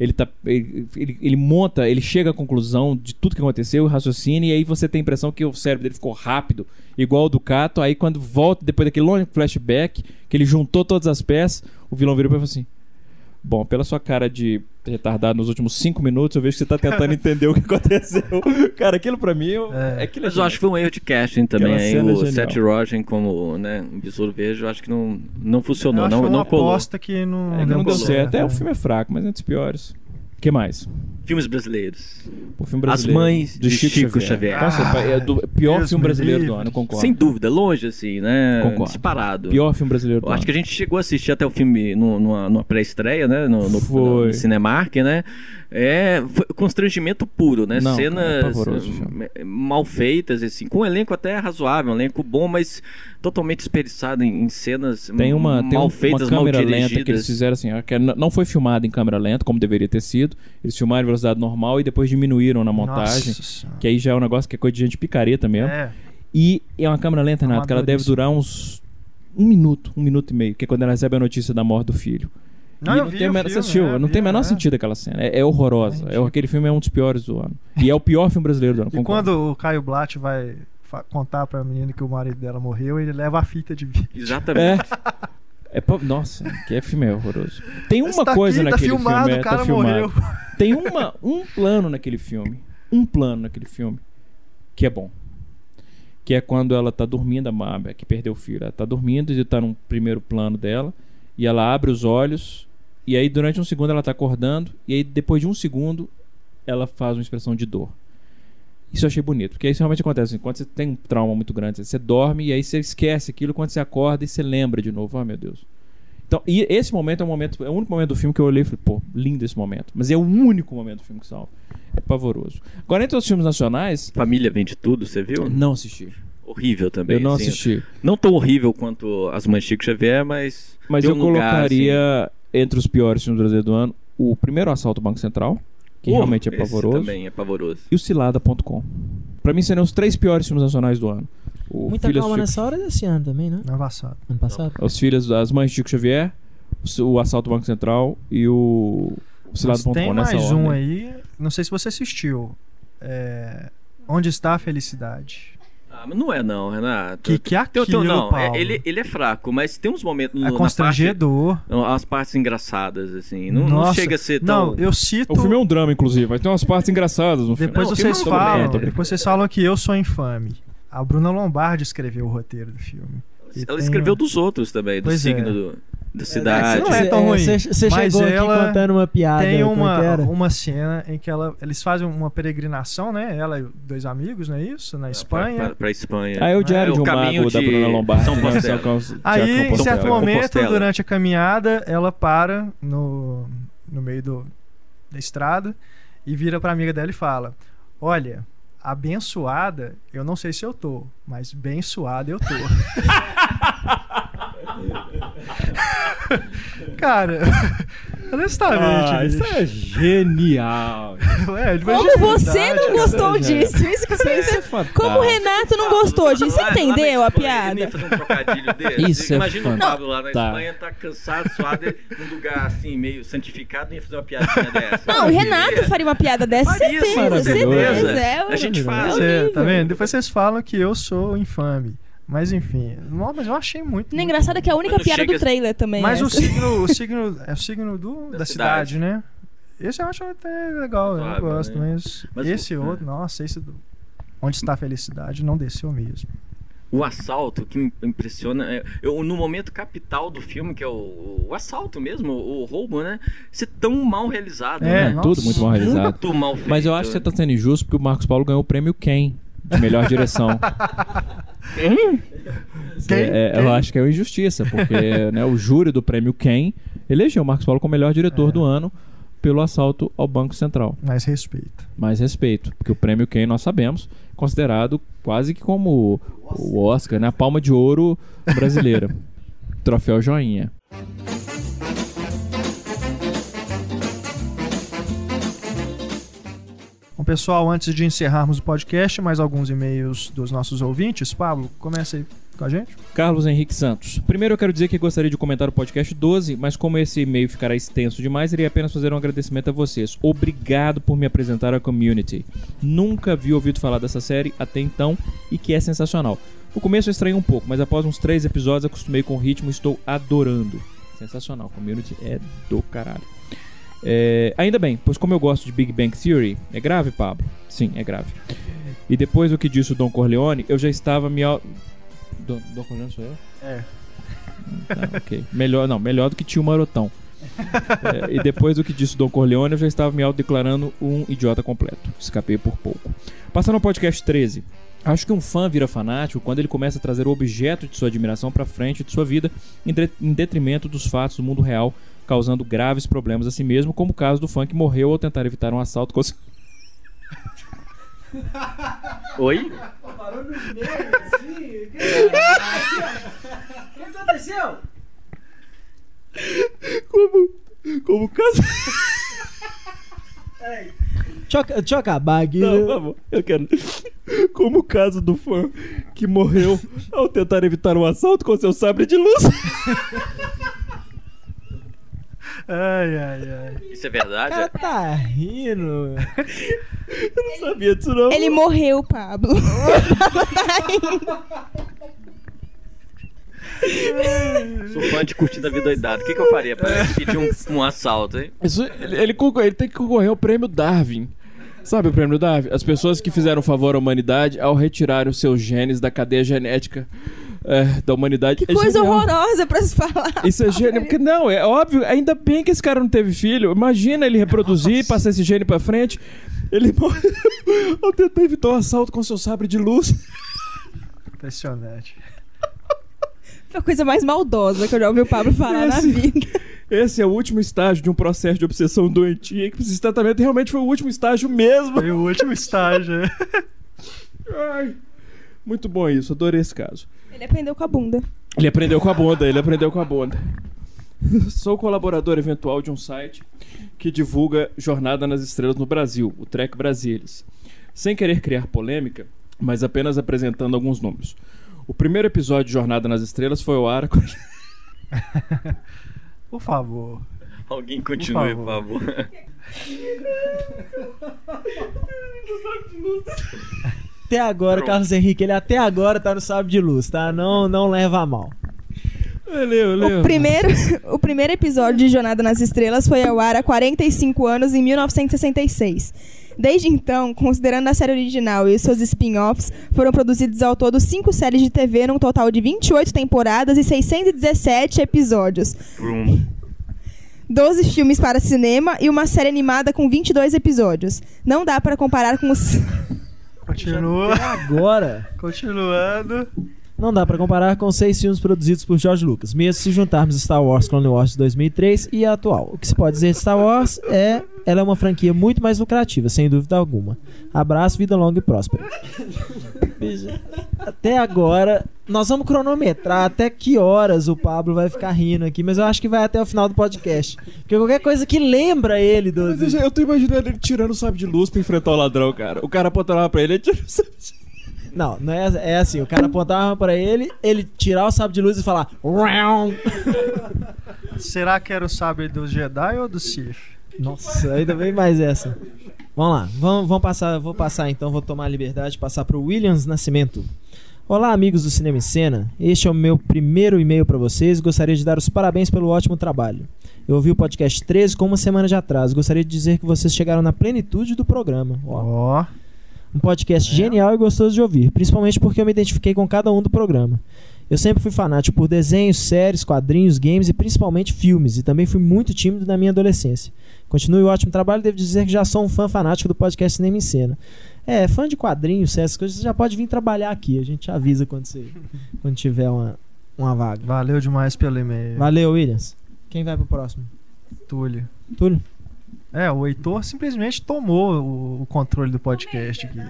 ele monta, ele chega à conclusão de tudo que aconteceu, raciocina, e aí você tem a impressão que o cérebro dele ficou rápido, igual ao do Cato. Aí quando volta, depois daquele longo flashback, que ele juntou todas as peças, o vilão virou e falou assim: bom, pela sua cara de retardado nos últimos 5 minutos, eu vejo que você tá tentando entender o que aconteceu. Cara, aquilo pra mim mas eu acho que foi um erro de casting também. O Seth Rogen como, né, um Besouro Verde, eu acho que não funcionou. Não colou. Aposta que não deu certo. O filme é fraco, mas é dos piores. O que mais? Filmes brasileiros. O filme brasileiro. As Mães de Chico Xavier. Nossa, é o pior filme brasileiro do ano, concordo. Sem dúvida, longe assim, né? Concordo. Disparado. Pior filme brasileiro do ano. Acho que a gente chegou a assistir até o filme numa pré-estreia, né? No Cinemark, né? Foi constrangimento puro, né? Não, cenas mal feitas, assim, com um elenco até razoável, um elenco bom, mas totalmente desperdiçado em cenas mal feitas, uma câmera mal dirigidas. lenta que eles fizeram assim, que não foi filmado em câmera lenta, como deveria ter sido. Eles filmaram em velocidade normal e depois diminuíram na montagem. Que aí já é um negócio que é coisa de gente picareta mesmo. E é uma câmera lenta, Renato, que ela deve durar uns 1 minuto e meio, que é quando ela recebe a notícia da morte do filho. Não tem o menor sentido aquela cena. É horrorosa. Aquele filme é um dos piores do ano. E é o pior filme brasileiro do ano. E quando o Caio Blatt vai contar pra menina que o marido dela morreu, ele leva a fita de vídeo. Exatamente. Nossa, que filme é horroroso. Tem uma coisa naquele filme. O cara morreu. Tem um plano naquele filme. Que é bom. Que é quando ela tá dormindo, a Mabel, que perdeu o filho. Ela tá dormindo e tá num primeiro plano dela. E ela abre os olhos. E aí durante um segundo ela tá acordando. E aí depois de um segundo ela faz uma expressão de dor. Isso eu achei bonito, porque isso realmente acontece. Quando você tem um trauma muito grande, você dorme e aí você esquece aquilo. Quando você acorda e você lembra de novo. Oh, meu Deus. Então, e esse momento é o único momento do filme que eu olhei e falei, pô, lindo esse momento. Mas é o único momento do filme que salva. É pavoroso. Agora, entre os filmes nacionais... Família Vende Tudo, você viu? Não assisti. Horrível também. Eu não assisti. Não tão horrível quanto As Mães de Chico Xavier, mas eu colocaria entre os piores filmes brasileiros do ano o primeiro Assalto ao Banco Central, que realmente é pavoroso. Também é pavoroso. E o Cilada.com. Pra mim seriam os 3 piores filmes nacionais do ano. Muita Calma Nessa Hora desse ano também, né? Ano passado. As Mães de Chico Xavier, o Assalto ao Banco Central e o Cilada.com. Tem mais um aí, não sei se você assistiu. Onde Está a Felicidade? Mas não é não, Renato. Que aquilo, não, Paulo? Ele é fraco, mas tem uns momentos... É constrangedor. As partes engraçadas, assim. Não chega a ser tão... Não, eu cito... O filme é um drama, inclusive, mas tem umas partes engraçadas no filme. Depois vocês falam que eu sou infame. A Bruna Lombardi escreveu o roteiro do filme. Ela escreveu dos outros também, do signo da cidade. Não é tão ruim. Você chegou aqui contando uma piada. Tem uma cena em que eles fazem uma peregrinação, né? Ela e 2 amigos, não é isso? Na Espanha. Pra Espanha. Aí o Diário de um Mago da Bruna Lombardi. Aí, em certo momento, durante a caminhada, ela para no meio da estrada e vira pra amiga dela e fala: olha, abençoada, eu não sei se eu tô, mas bem suada eu tô. Cara, honestamente. Isso é genial. Como você não gostou disso? Isso que eu pensei. Como o Renato não gostou disso? Você entendeu a piada? Eu ia fazer um trocadilho dele. Isso imagina é o Pablo lá na Espanha, tá cansado, suado, num lugar assim, meio santificado, ia fazer uma piadinha dessa. Não, o Renato faria uma piada dessa, certeza. A gente faz. Tá vendo? Depois vocês falam que eu sou infame. Mas enfim, mas eu achei muito. O engraçado é que é a única piada do trailer também. Mas o signo é o signo da cidade, né? Esse eu acho até legal, eu gosto, mas esse outro, nossa, esse do. Onde está a felicidade não desceu mesmo. O assalto que me impressiona no momento capital do filme, que é o assalto mesmo, o roubo, né? Ser tão mal realizado, né? Tudo muito mal realizado. Muito mal feito. Mas eu acho que você tá sendo injusto porque o Marcos Paulo ganhou o prêmio Ken de melhor direção. Eu acho que é uma injustiça, porque né, o júri do prêmio Ken elegeu o Marcos Paulo como melhor diretor do ano pelo assalto ao Banco Central. Mais respeito. Mais respeito, porque o prêmio Ken, nós sabemos, considerado quase que como o Oscar, né? A palma de ouro brasileira. Troféu joinha. Bom, pessoal, antes de encerrarmos o podcast, mais alguns e-mails dos nossos ouvintes. Pablo, começa aí com a gente. Carlos Henrique Santos. Primeiro eu quero dizer que gostaria de comentar o podcast 12, mas como esse e-mail ficará extenso demais, irei apenas fazer um agradecimento a vocês. Obrigado por me apresentar a Community. Nunca havia ouvido falar dessa série até então e que é sensacional. No começo eu estranhei um pouco, mas após uns 3 episódios acostumei com o ritmo e estou adorando. Sensacional, Community é do caralho. Ainda bem, pois como eu gosto de Big Bang Theory... É grave, Pablo? Sim, é grave. E depois do que disse o Don Corleone, eu já estava me... Don Corleone sou eu? Ok. Melhor do que Tio Marotão. E depois do que disse o Don Corleone, eu já estava me autodeclarando um idiota completo. Escapei por pouco. Passando ao podcast 13. Acho que um fã vira fanático quando ele começa a trazer o objeto de sua admiração para frente de sua vida em detrimento dos fatos do mundo real, causando graves problemas a si mesmo, como o caso do fã que morreu ao tentar evitar um assalto com... Oi? Parou no meio, assim. O que aconteceu? Como caso... Peraí. Deixa eu acabar aqui. Não, vamos. Eu quero... Como o caso do fã que morreu ao tentar evitar um assalto com seu sabre de luz. Ai. Isso é verdade? O cara tá rindo. Eu não sabia disso, não. Ele morreu, Pablo. Tá rindo. Sou fã de Curtindo a Vida Doidado. O que eu faria pra pedir um assalto, hein? Ele tem que concorrer ao prêmio Darwin. Sabe o prêmio Darwin? As pessoas que fizeram favor à humanidade ao retirar os seus genes da cadeia genética da humanidade. Que coisa horrorosa pra se falar. Isso é gênio. Porque não, é óbvio. Ainda bem que esse cara não teve filho. Imagina ele reproduzir, passar esse gene pra frente. Ele morreu ao tentar evitar um assalto com seu sabre de luz. Impressionante. Foi a coisa mais maldosa que eu já ouvi o Pablo falar na vida. Esse é o último estágio de um processo de obsessão doentia que precisa de tratamento. Realmente foi o último estágio mesmo. Foi o último estágio. Ai, muito bom isso, adorei esse caso. Ele aprendeu com a bunda. Ele aprendeu com a bunda. Sou colaborador eventual de um site que divulga Jornada nas Estrelas no Brasil, o Trek Brasilis. Sem querer criar polêmica, mas apenas apresentando alguns números. O primeiro episódio de Jornada nas Estrelas foi ao ar... Por favor. Alguém continue, por favor. Até agora, Carlos Henrique, ele até agora tá no sabre de luz, tá? Não leva a mal. Valeu. O primeiro episódio de Jornada nas Estrelas foi ao ar há 45 anos, em 1966. Desde então, considerando a série original e seus spin-offs, foram produzidos ao todo 5 séries de TV, num total de 28 temporadas e 617 episódios. 12 filmes para cinema e uma série animada com 22 episódios. Não dá para comparar com os... Continua. Agora. Continuando. Não dá pra comparar com 6 filmes produzidos por George Lucas, mesmo se juntarmos Star Wars, Clone Wars de 2003 e a atual. O que se pode dizer de Star Wars ela é uma franquia muito mais lucrativa, sem dúvida alguma. Abraço, vida longa e próspera. Até agora, nós vamos cronometrar até que horas o Pablo vai ficar rindo aqui, mas eu acho que vai até o final do podcast. Porque qualquer coisa que lembra ele do... Mas eu tô imaginando ele tirando o sabre de luz pra enfrentar o ladrão, cara. O cara apontava pra ele tira o sabre de luz. Não é assim, o cara apontava pra ele tirar o sabre de luz e falar... Será que era o sabre do Jedi ou do Sith? Nossa, ainda vem mais essa. Vamos lá, vamos passar, vou passar então, vou tomar a liberdade de passar pro Williams Nascimento. Olá, amigos do Cinema em Cena. Este é o meu primeiro e-mail para vocês e gostaria de dar os parabéns pelo ótimo trabalho. Eu ouvi o podcast 13 com uma semana de atraso. Gostaria de dizer que vocês chegaram na plenitude do programa. Um podcast genial e gostoso de ouvir, principalmente porque eu me identifiquei com cada um do programa. Eu sempre fui fanático por desenhos, séries, quadrinhos, games e principalmente filmes, e também fui muito tímido na minha adolescência. Continue o ótimo trabalho, devo dizer que já sou um fã fanático do podcast Cinema em Cena. Fã de quadrinhos, essas coisas, você já pode vir trabalhar aqui, a gente avisa quando tiver uma vaga. Valeu demais pelo e-mail. Valeu, Williams. Quem vai pro próximo? Túlio. O Heitor simplesmente tomou o controle do podcast aqui.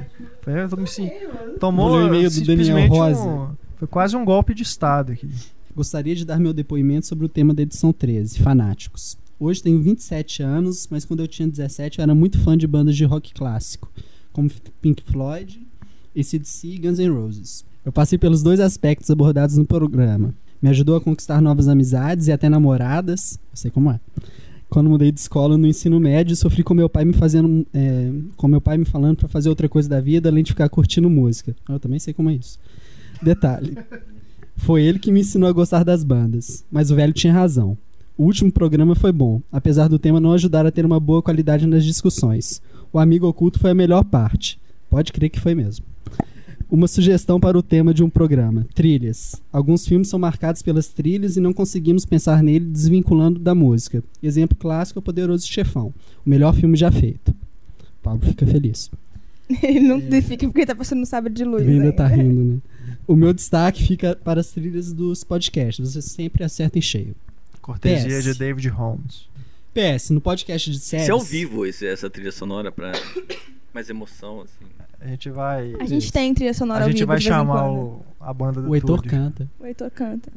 Tomou o e-mail do Daniel Rosa. Foi quase um golpe de estado aqui. Gostaria de dar meu depoimento sobre o tema da edição 13, fanáticos. Hoje tenho 27 anos, mas quando eu tinha 17 eu era muito fã de bandas de rock clássico, como Pink Floyd, AC/DC e Guns N' Roses. Eu passei pelos dois aspectos abordados no programa. Me ajudou a conquistar novas amizades e até namoradas. Eu sei como é. Quando mudei de escola no ensino médio, sofri com meu pai me falando para fazer outra coisa da vida, além de ficar curtindo música. Eu também sei como é isso. Detalhe. Foi ele que me ensinou a gostar das bandas. Mas o velho tinha razão. O último programa foi bom, apesar do tema não ajudar a ter uma boa qualidade nas discussões. O amigo oculto foi a melhor parte. Pode crer que foi mesmo. Uma sugestão para o tema de um programa: trilhas. Alguns filmes são marcados pelas trilhas e não conseguimos pensar nele desvinculando da música. Exemplo clássico é O Poderoso Chefão, o melhor filme já feito. O Pablo fica feliz. Ele não fica porque tá passando no sábado de luz. Ele ainda tá rindo, né? O meu destaque fica para as trilhas dos podcasts. Você sempre acerta em cheio. Cortesia de David Holmes. PS, no podcast de séries... Se é ao vivo essa trilha sonora pra mais emoção, assim. A gente tem trilha sonora ao vivo. A gente vai chamar a banda do O Heitor Túlio. canta. O Heitor canta.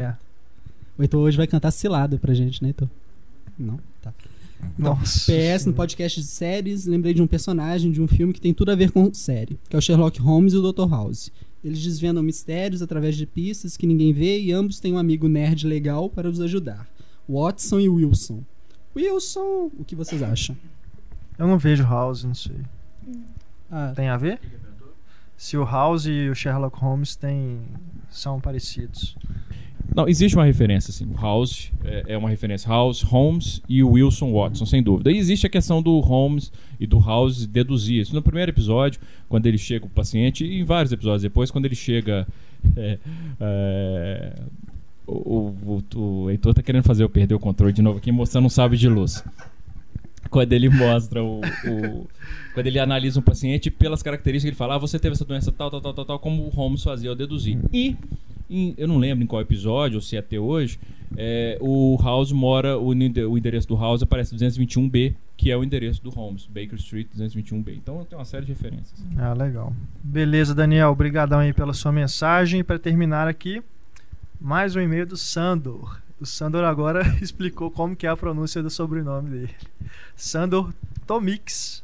O Heitor hoje vai cantar Cilada pra gente, né, Heitor? Não? Tá. Então, Nossa. PS, no podcast de séries, lembrei de um personagem de um filme que tem tudo a ver com série, que é o Sherlock Holmes e o Dr. House. Eles desvendam mistérios através de pistas que ninguém vê e ambos têm um amigo nerd legal para os ajudar. Watson e Wilson. Wilson! O que vocês acham? Eu não vejo House, não sei. Tem a ver? Se o House e o Sherlock Holmes são parecidos. Não, existe uma referência, assim. O House é uma referência. House, Holmes e o Wilson Watson, sem dúvida. E existe a questão do Holmes e do House deduzir. Isso no primeiro episódio, quando ele chega o paciente, e em vários episódios depois, quando ele chega... O Heitor tá querendo fazer eu perder o controle de novo aqui, mostrando um sabre de luz. Quando ele mostra quando ele analisa um paciente pelas características, ele fala: você teve essa doença tal, como o Holmes fazia ao deduzir. E eu não lembro em qual episódio, ou se é até hoje, o House mora, o endereço do House aparece 221B, que é o endereço do Holmes, Baker Street 221B. Então tem uma série de referências. Legal. Beleza, Daniel, obrigadão aí pela sua mensagem. Para terminar aqui, mais um e-mail do Sandor. O Sandor agora explicou como que é a pronúncia do sobrenome dele. Sandor Tomix.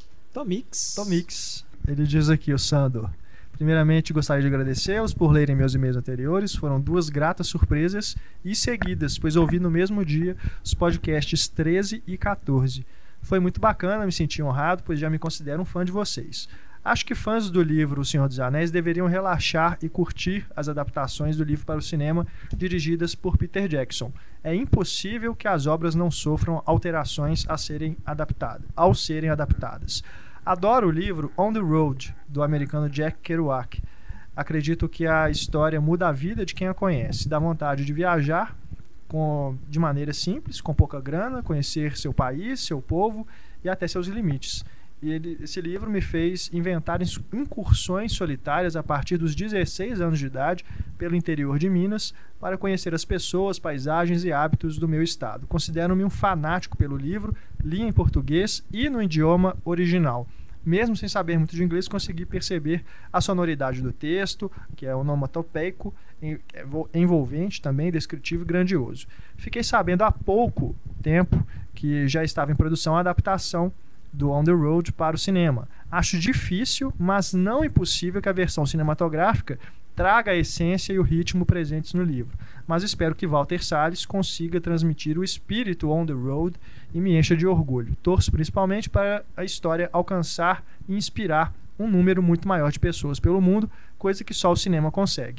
Ele diz aqui, o Sandor: primeiramente, gostaria de agradecê-los por lerem meus e-mails anteriores. Foram 2 gratas surpresas e seguidas, pois ouvi no mesmo dia os podcasts 13 e 14. Foi muito bacana, me senti honrado, pois já me considero um fã de vocês. Acho que fãs do livro O Senhor dos Anéis deveriam relaxar e curtir as adaptações do livro para o cinema dirigidas por Peter Jackson. É impossível que as obras não sofram alterações ao serem adaptadas. Adoro o livro On the Road, do americano Jack Kerouac. Acredito que a história muda a vida de quem a conhece. Dá vontade de viajar de maneira simples, com pouca grana, conhecer seu país, seu povo e até seus limites. Esse livro me fez inventar incursões solitárias a partir dos 16 anos de idade pelo interior de Minas para conhecer as pessoas, paisagens e hábitos do meu estado. Considero-me um fanático pelo livro, li em português e no idioma original. Mesmo sem saber muito de inglês, consegui perceber a sonoridade do texto, que é onomatopeico, envolvente também, descritivo e grandioso. Fiquei sabendo há pouco tempo que já estava em produção a adaptação do On the Road para o cinema. Acho difícil, mas não impossível que a versão cinematográfica traga a essência e o ritmo presentes no livro. Mas espero que Walter Salles consiga transmitir o espírito On the Road e me encha de orgulho. Torço principalmente para a história alcançar e inspirar um número muito maior de pessoas pelo mundo, coisa que só o cinema consegue.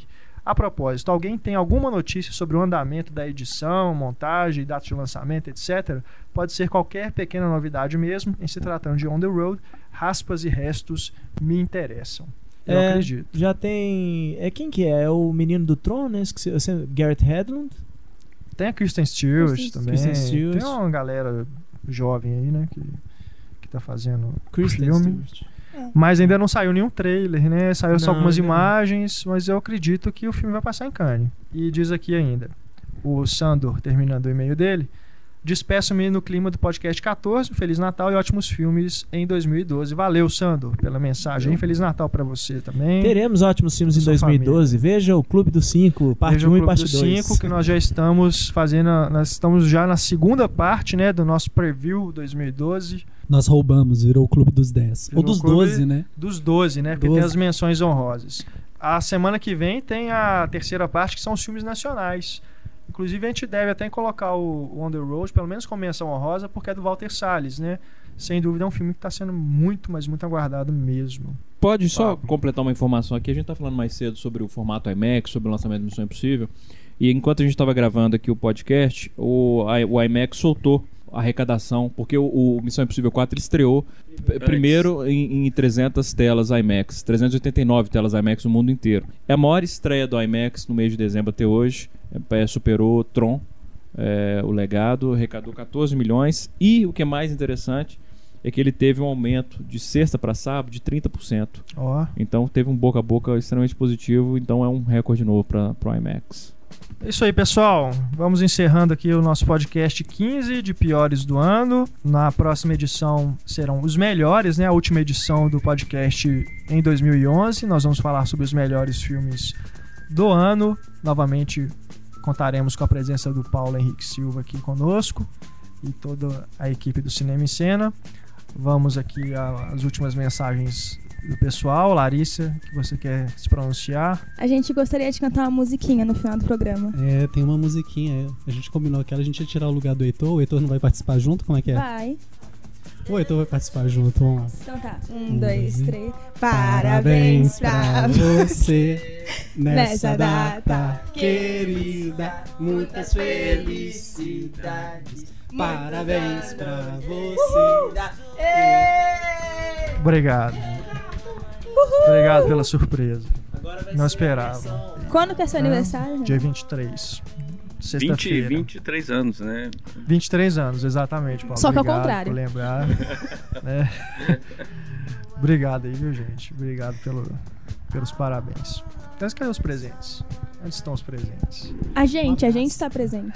A propósito, alguém tem alguma notícia sobre o andamento da edição, montagem, data de lançamento, etc.? Pode ser qualquer pequena novidade mesmo, em se tratando de On The Road, raspas e restos me interessam. Eu acredito. Já tem... Quem que é? É o menino do Tron, né? Garrett Hedlund? Tem a Kristen Stewart também. Kristen Stewart. Tem uma galera jovem aí, né? Que tá fazendo Kristen filme. Stewart. Mas ainda não saiu nenhum trailer, né? Saiu só algumas imagens, mas eu acredito que o filme vai passar em Cannes. E diz aqui ainda, o Sandor, terminando o e-mail dele: despeço-me no clima do podcast 14, Feliz Natal e ótimos filmes em 2012. Valeu, Sandor, pela mensagem. Feliz Natal pra você também. Teremos ótimos filmes em 2012. Família. Veja o Clube dos 5, parte 1 e parte 2. 5, que nós já estamos fazendo, nós estamos já na segunda parte, né, do nosso preview 2012. Nós roubamos, virou o Clube dos 10. Ou dos 12, né? Dos 12, né? Porque 12. Tem as menções honrosas. A semana que vem tem a terceira parte, que são os filmes nacionais. Inclusive, a gente deve até colocar o On The Road, pelo menos com menção honrosa, porque é do Walter Salles, né? Sem dúvida é um filme que está sendo muito, mas muito aguardado mesmo. Pode só completar uma informação aqui. A gente está falando mais cedo sobre o formato IMAX, sobre o lançamento de Missão Impossível. E enquanto a gente estava gravando aqui o podcast, o IMAX soltou a arrecadação, porque o Missão Impossível 4 estreou primeiro em 300 telas IMAX, 389 telas IMAX no mundo inteiro. É a maior estreia do IMAX no mês de dezembro até hoje. Superou Tron, o Legado, arrecadou 14 milhões. E o que é mais interessante é que ele teve um aumento de sexta para sábado de 30%. Então teve um boca a boca extremamente positivo. Então é um recorde novo para o IMAX. É isso aí, pessoal. Vamos encerrando aqui o nosso podcast 15 de piores do ano. Na próxima edição serão os melhores, né? A última edição do podcast em 2011. Nós vamos falar sobre os melhores filmes do ano. Novamente contaremos com a presença do Paulo Henrique Silva aqui conosco e toda a equipe do Cinema em Cena. Vamos aqui às últimas mensagens do pessoal. Larissa, que você quer se pronunciar? A gente gostaria de cantar uma musiquinha no final do programa. Tem uma musiquinha. A gente combinou que a gente ia tirar o lugar do Heitor. O Heitor não vai participar junto? Como é que é? Vai. O Heitor vai participar junto. Vamos lá. Então tá. 1, 2, 3. Parabéns pra você nessa data querida. Muitas felicidades. Parabéns pra você. Obrigado. Obrigado pela surpresa. Não esperava. Quando que é seu aniversário? Dia 23. Sexta-feira. 23 anos, né? 23 anos, exatamente, Paulo. Só que ao contrário. Por lembrar. Né? Obrigado aí, viu, gente? Obrigado pelos parabéns. Mas cadê os presentes? Onde estão os presentes? A gente está presente.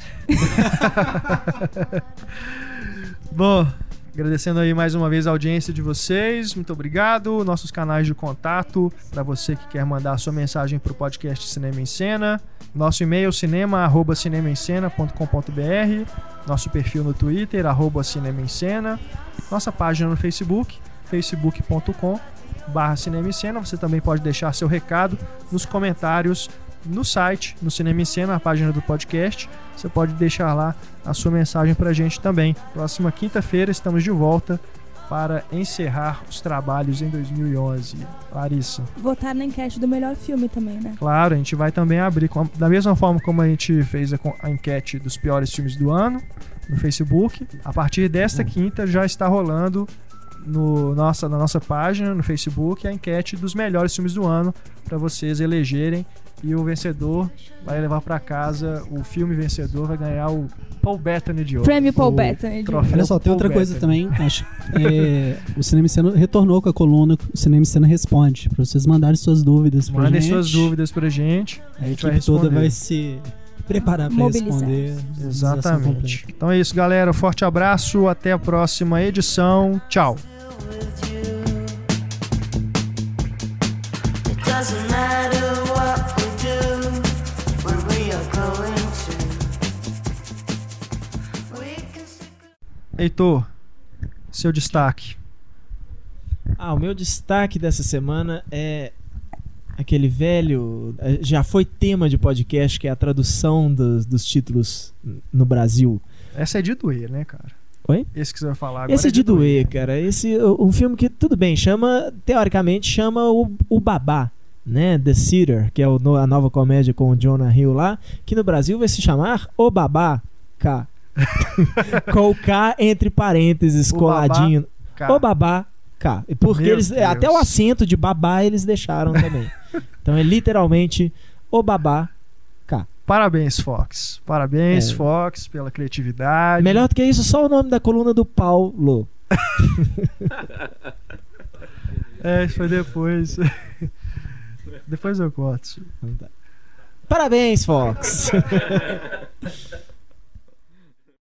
Bom, agradecendo aí mais uma vez a audiência de vocês, muito obrigado. Nossos canais de contato para você que quer mandar a sua mensagem para o podcast Cinema em Cena. Nosso e-mail cinema@cinemaemcena.com.br. Nosso perfil no Twitter @Cinema em Cena. Nossa página no Facebook, facebook.com/Cinema em Cena. Você também pode deixar seu recado nos comentários no site, no Cinema em Cena, a página do podcast. Você pode deixar lá a sua mensagem pra gente também. Próxima quinta-feira estamos de volta para encerrar os trabalhos em 2011. Larissa. Votar na enquete do melhor filme também, né? Claro, a gente vai também abrir, da mesma forma como a gente fez a enquete dos piores filmes do ano no Facebook. A partir desta quinta já está rolando na nossa página no Facebook a enquete dos melhores filmes do ano para vocês elegerem. E o vencedor vai levar para casa, o filme vencedor vai ganhar o Paul Bettany de ouro. Prêmio Paul Bettany de ouro. Olha só, tem outra coisa também. O Cinema em Cena retornou com a coluna O Cinema em Cena Responde, para vocês mandarem suas dúvidas pra gente. Mandem suas dúvidas pra gente. A gente vai responder. Toda vai se preparar para responder. Exatamente. Então é isso, galera. Forte abraço. Até a próxima edição. Tchau. Heitor, seu destaque. O meu destaque dessa semana é aquele velho, já foi tema de podcast, que é a tradução dos títulos no Brasil. Essa é de doer, né, cara? Oi? Esse que você vai falar agora. Esse é de doer, cara. Um filme que, tudo bem, teoricamente chama o Babá, né? The Sitter, que é a nova comédia com o Jonah Hill lá, que no Brasil vai se chamar O Babá K. Com o K entre parênteses, coladinho. O Babá K. Porque eles, até o acento de babá eles deixaram também. Então é literalmente O Babá K. Parabéns, Fox. Parabéns, Fox, pela criatividade. Melhor do que isso, só o nome da coluna do Paulo. Isso foi depois. Depois eu corto. Parabéns, Fox.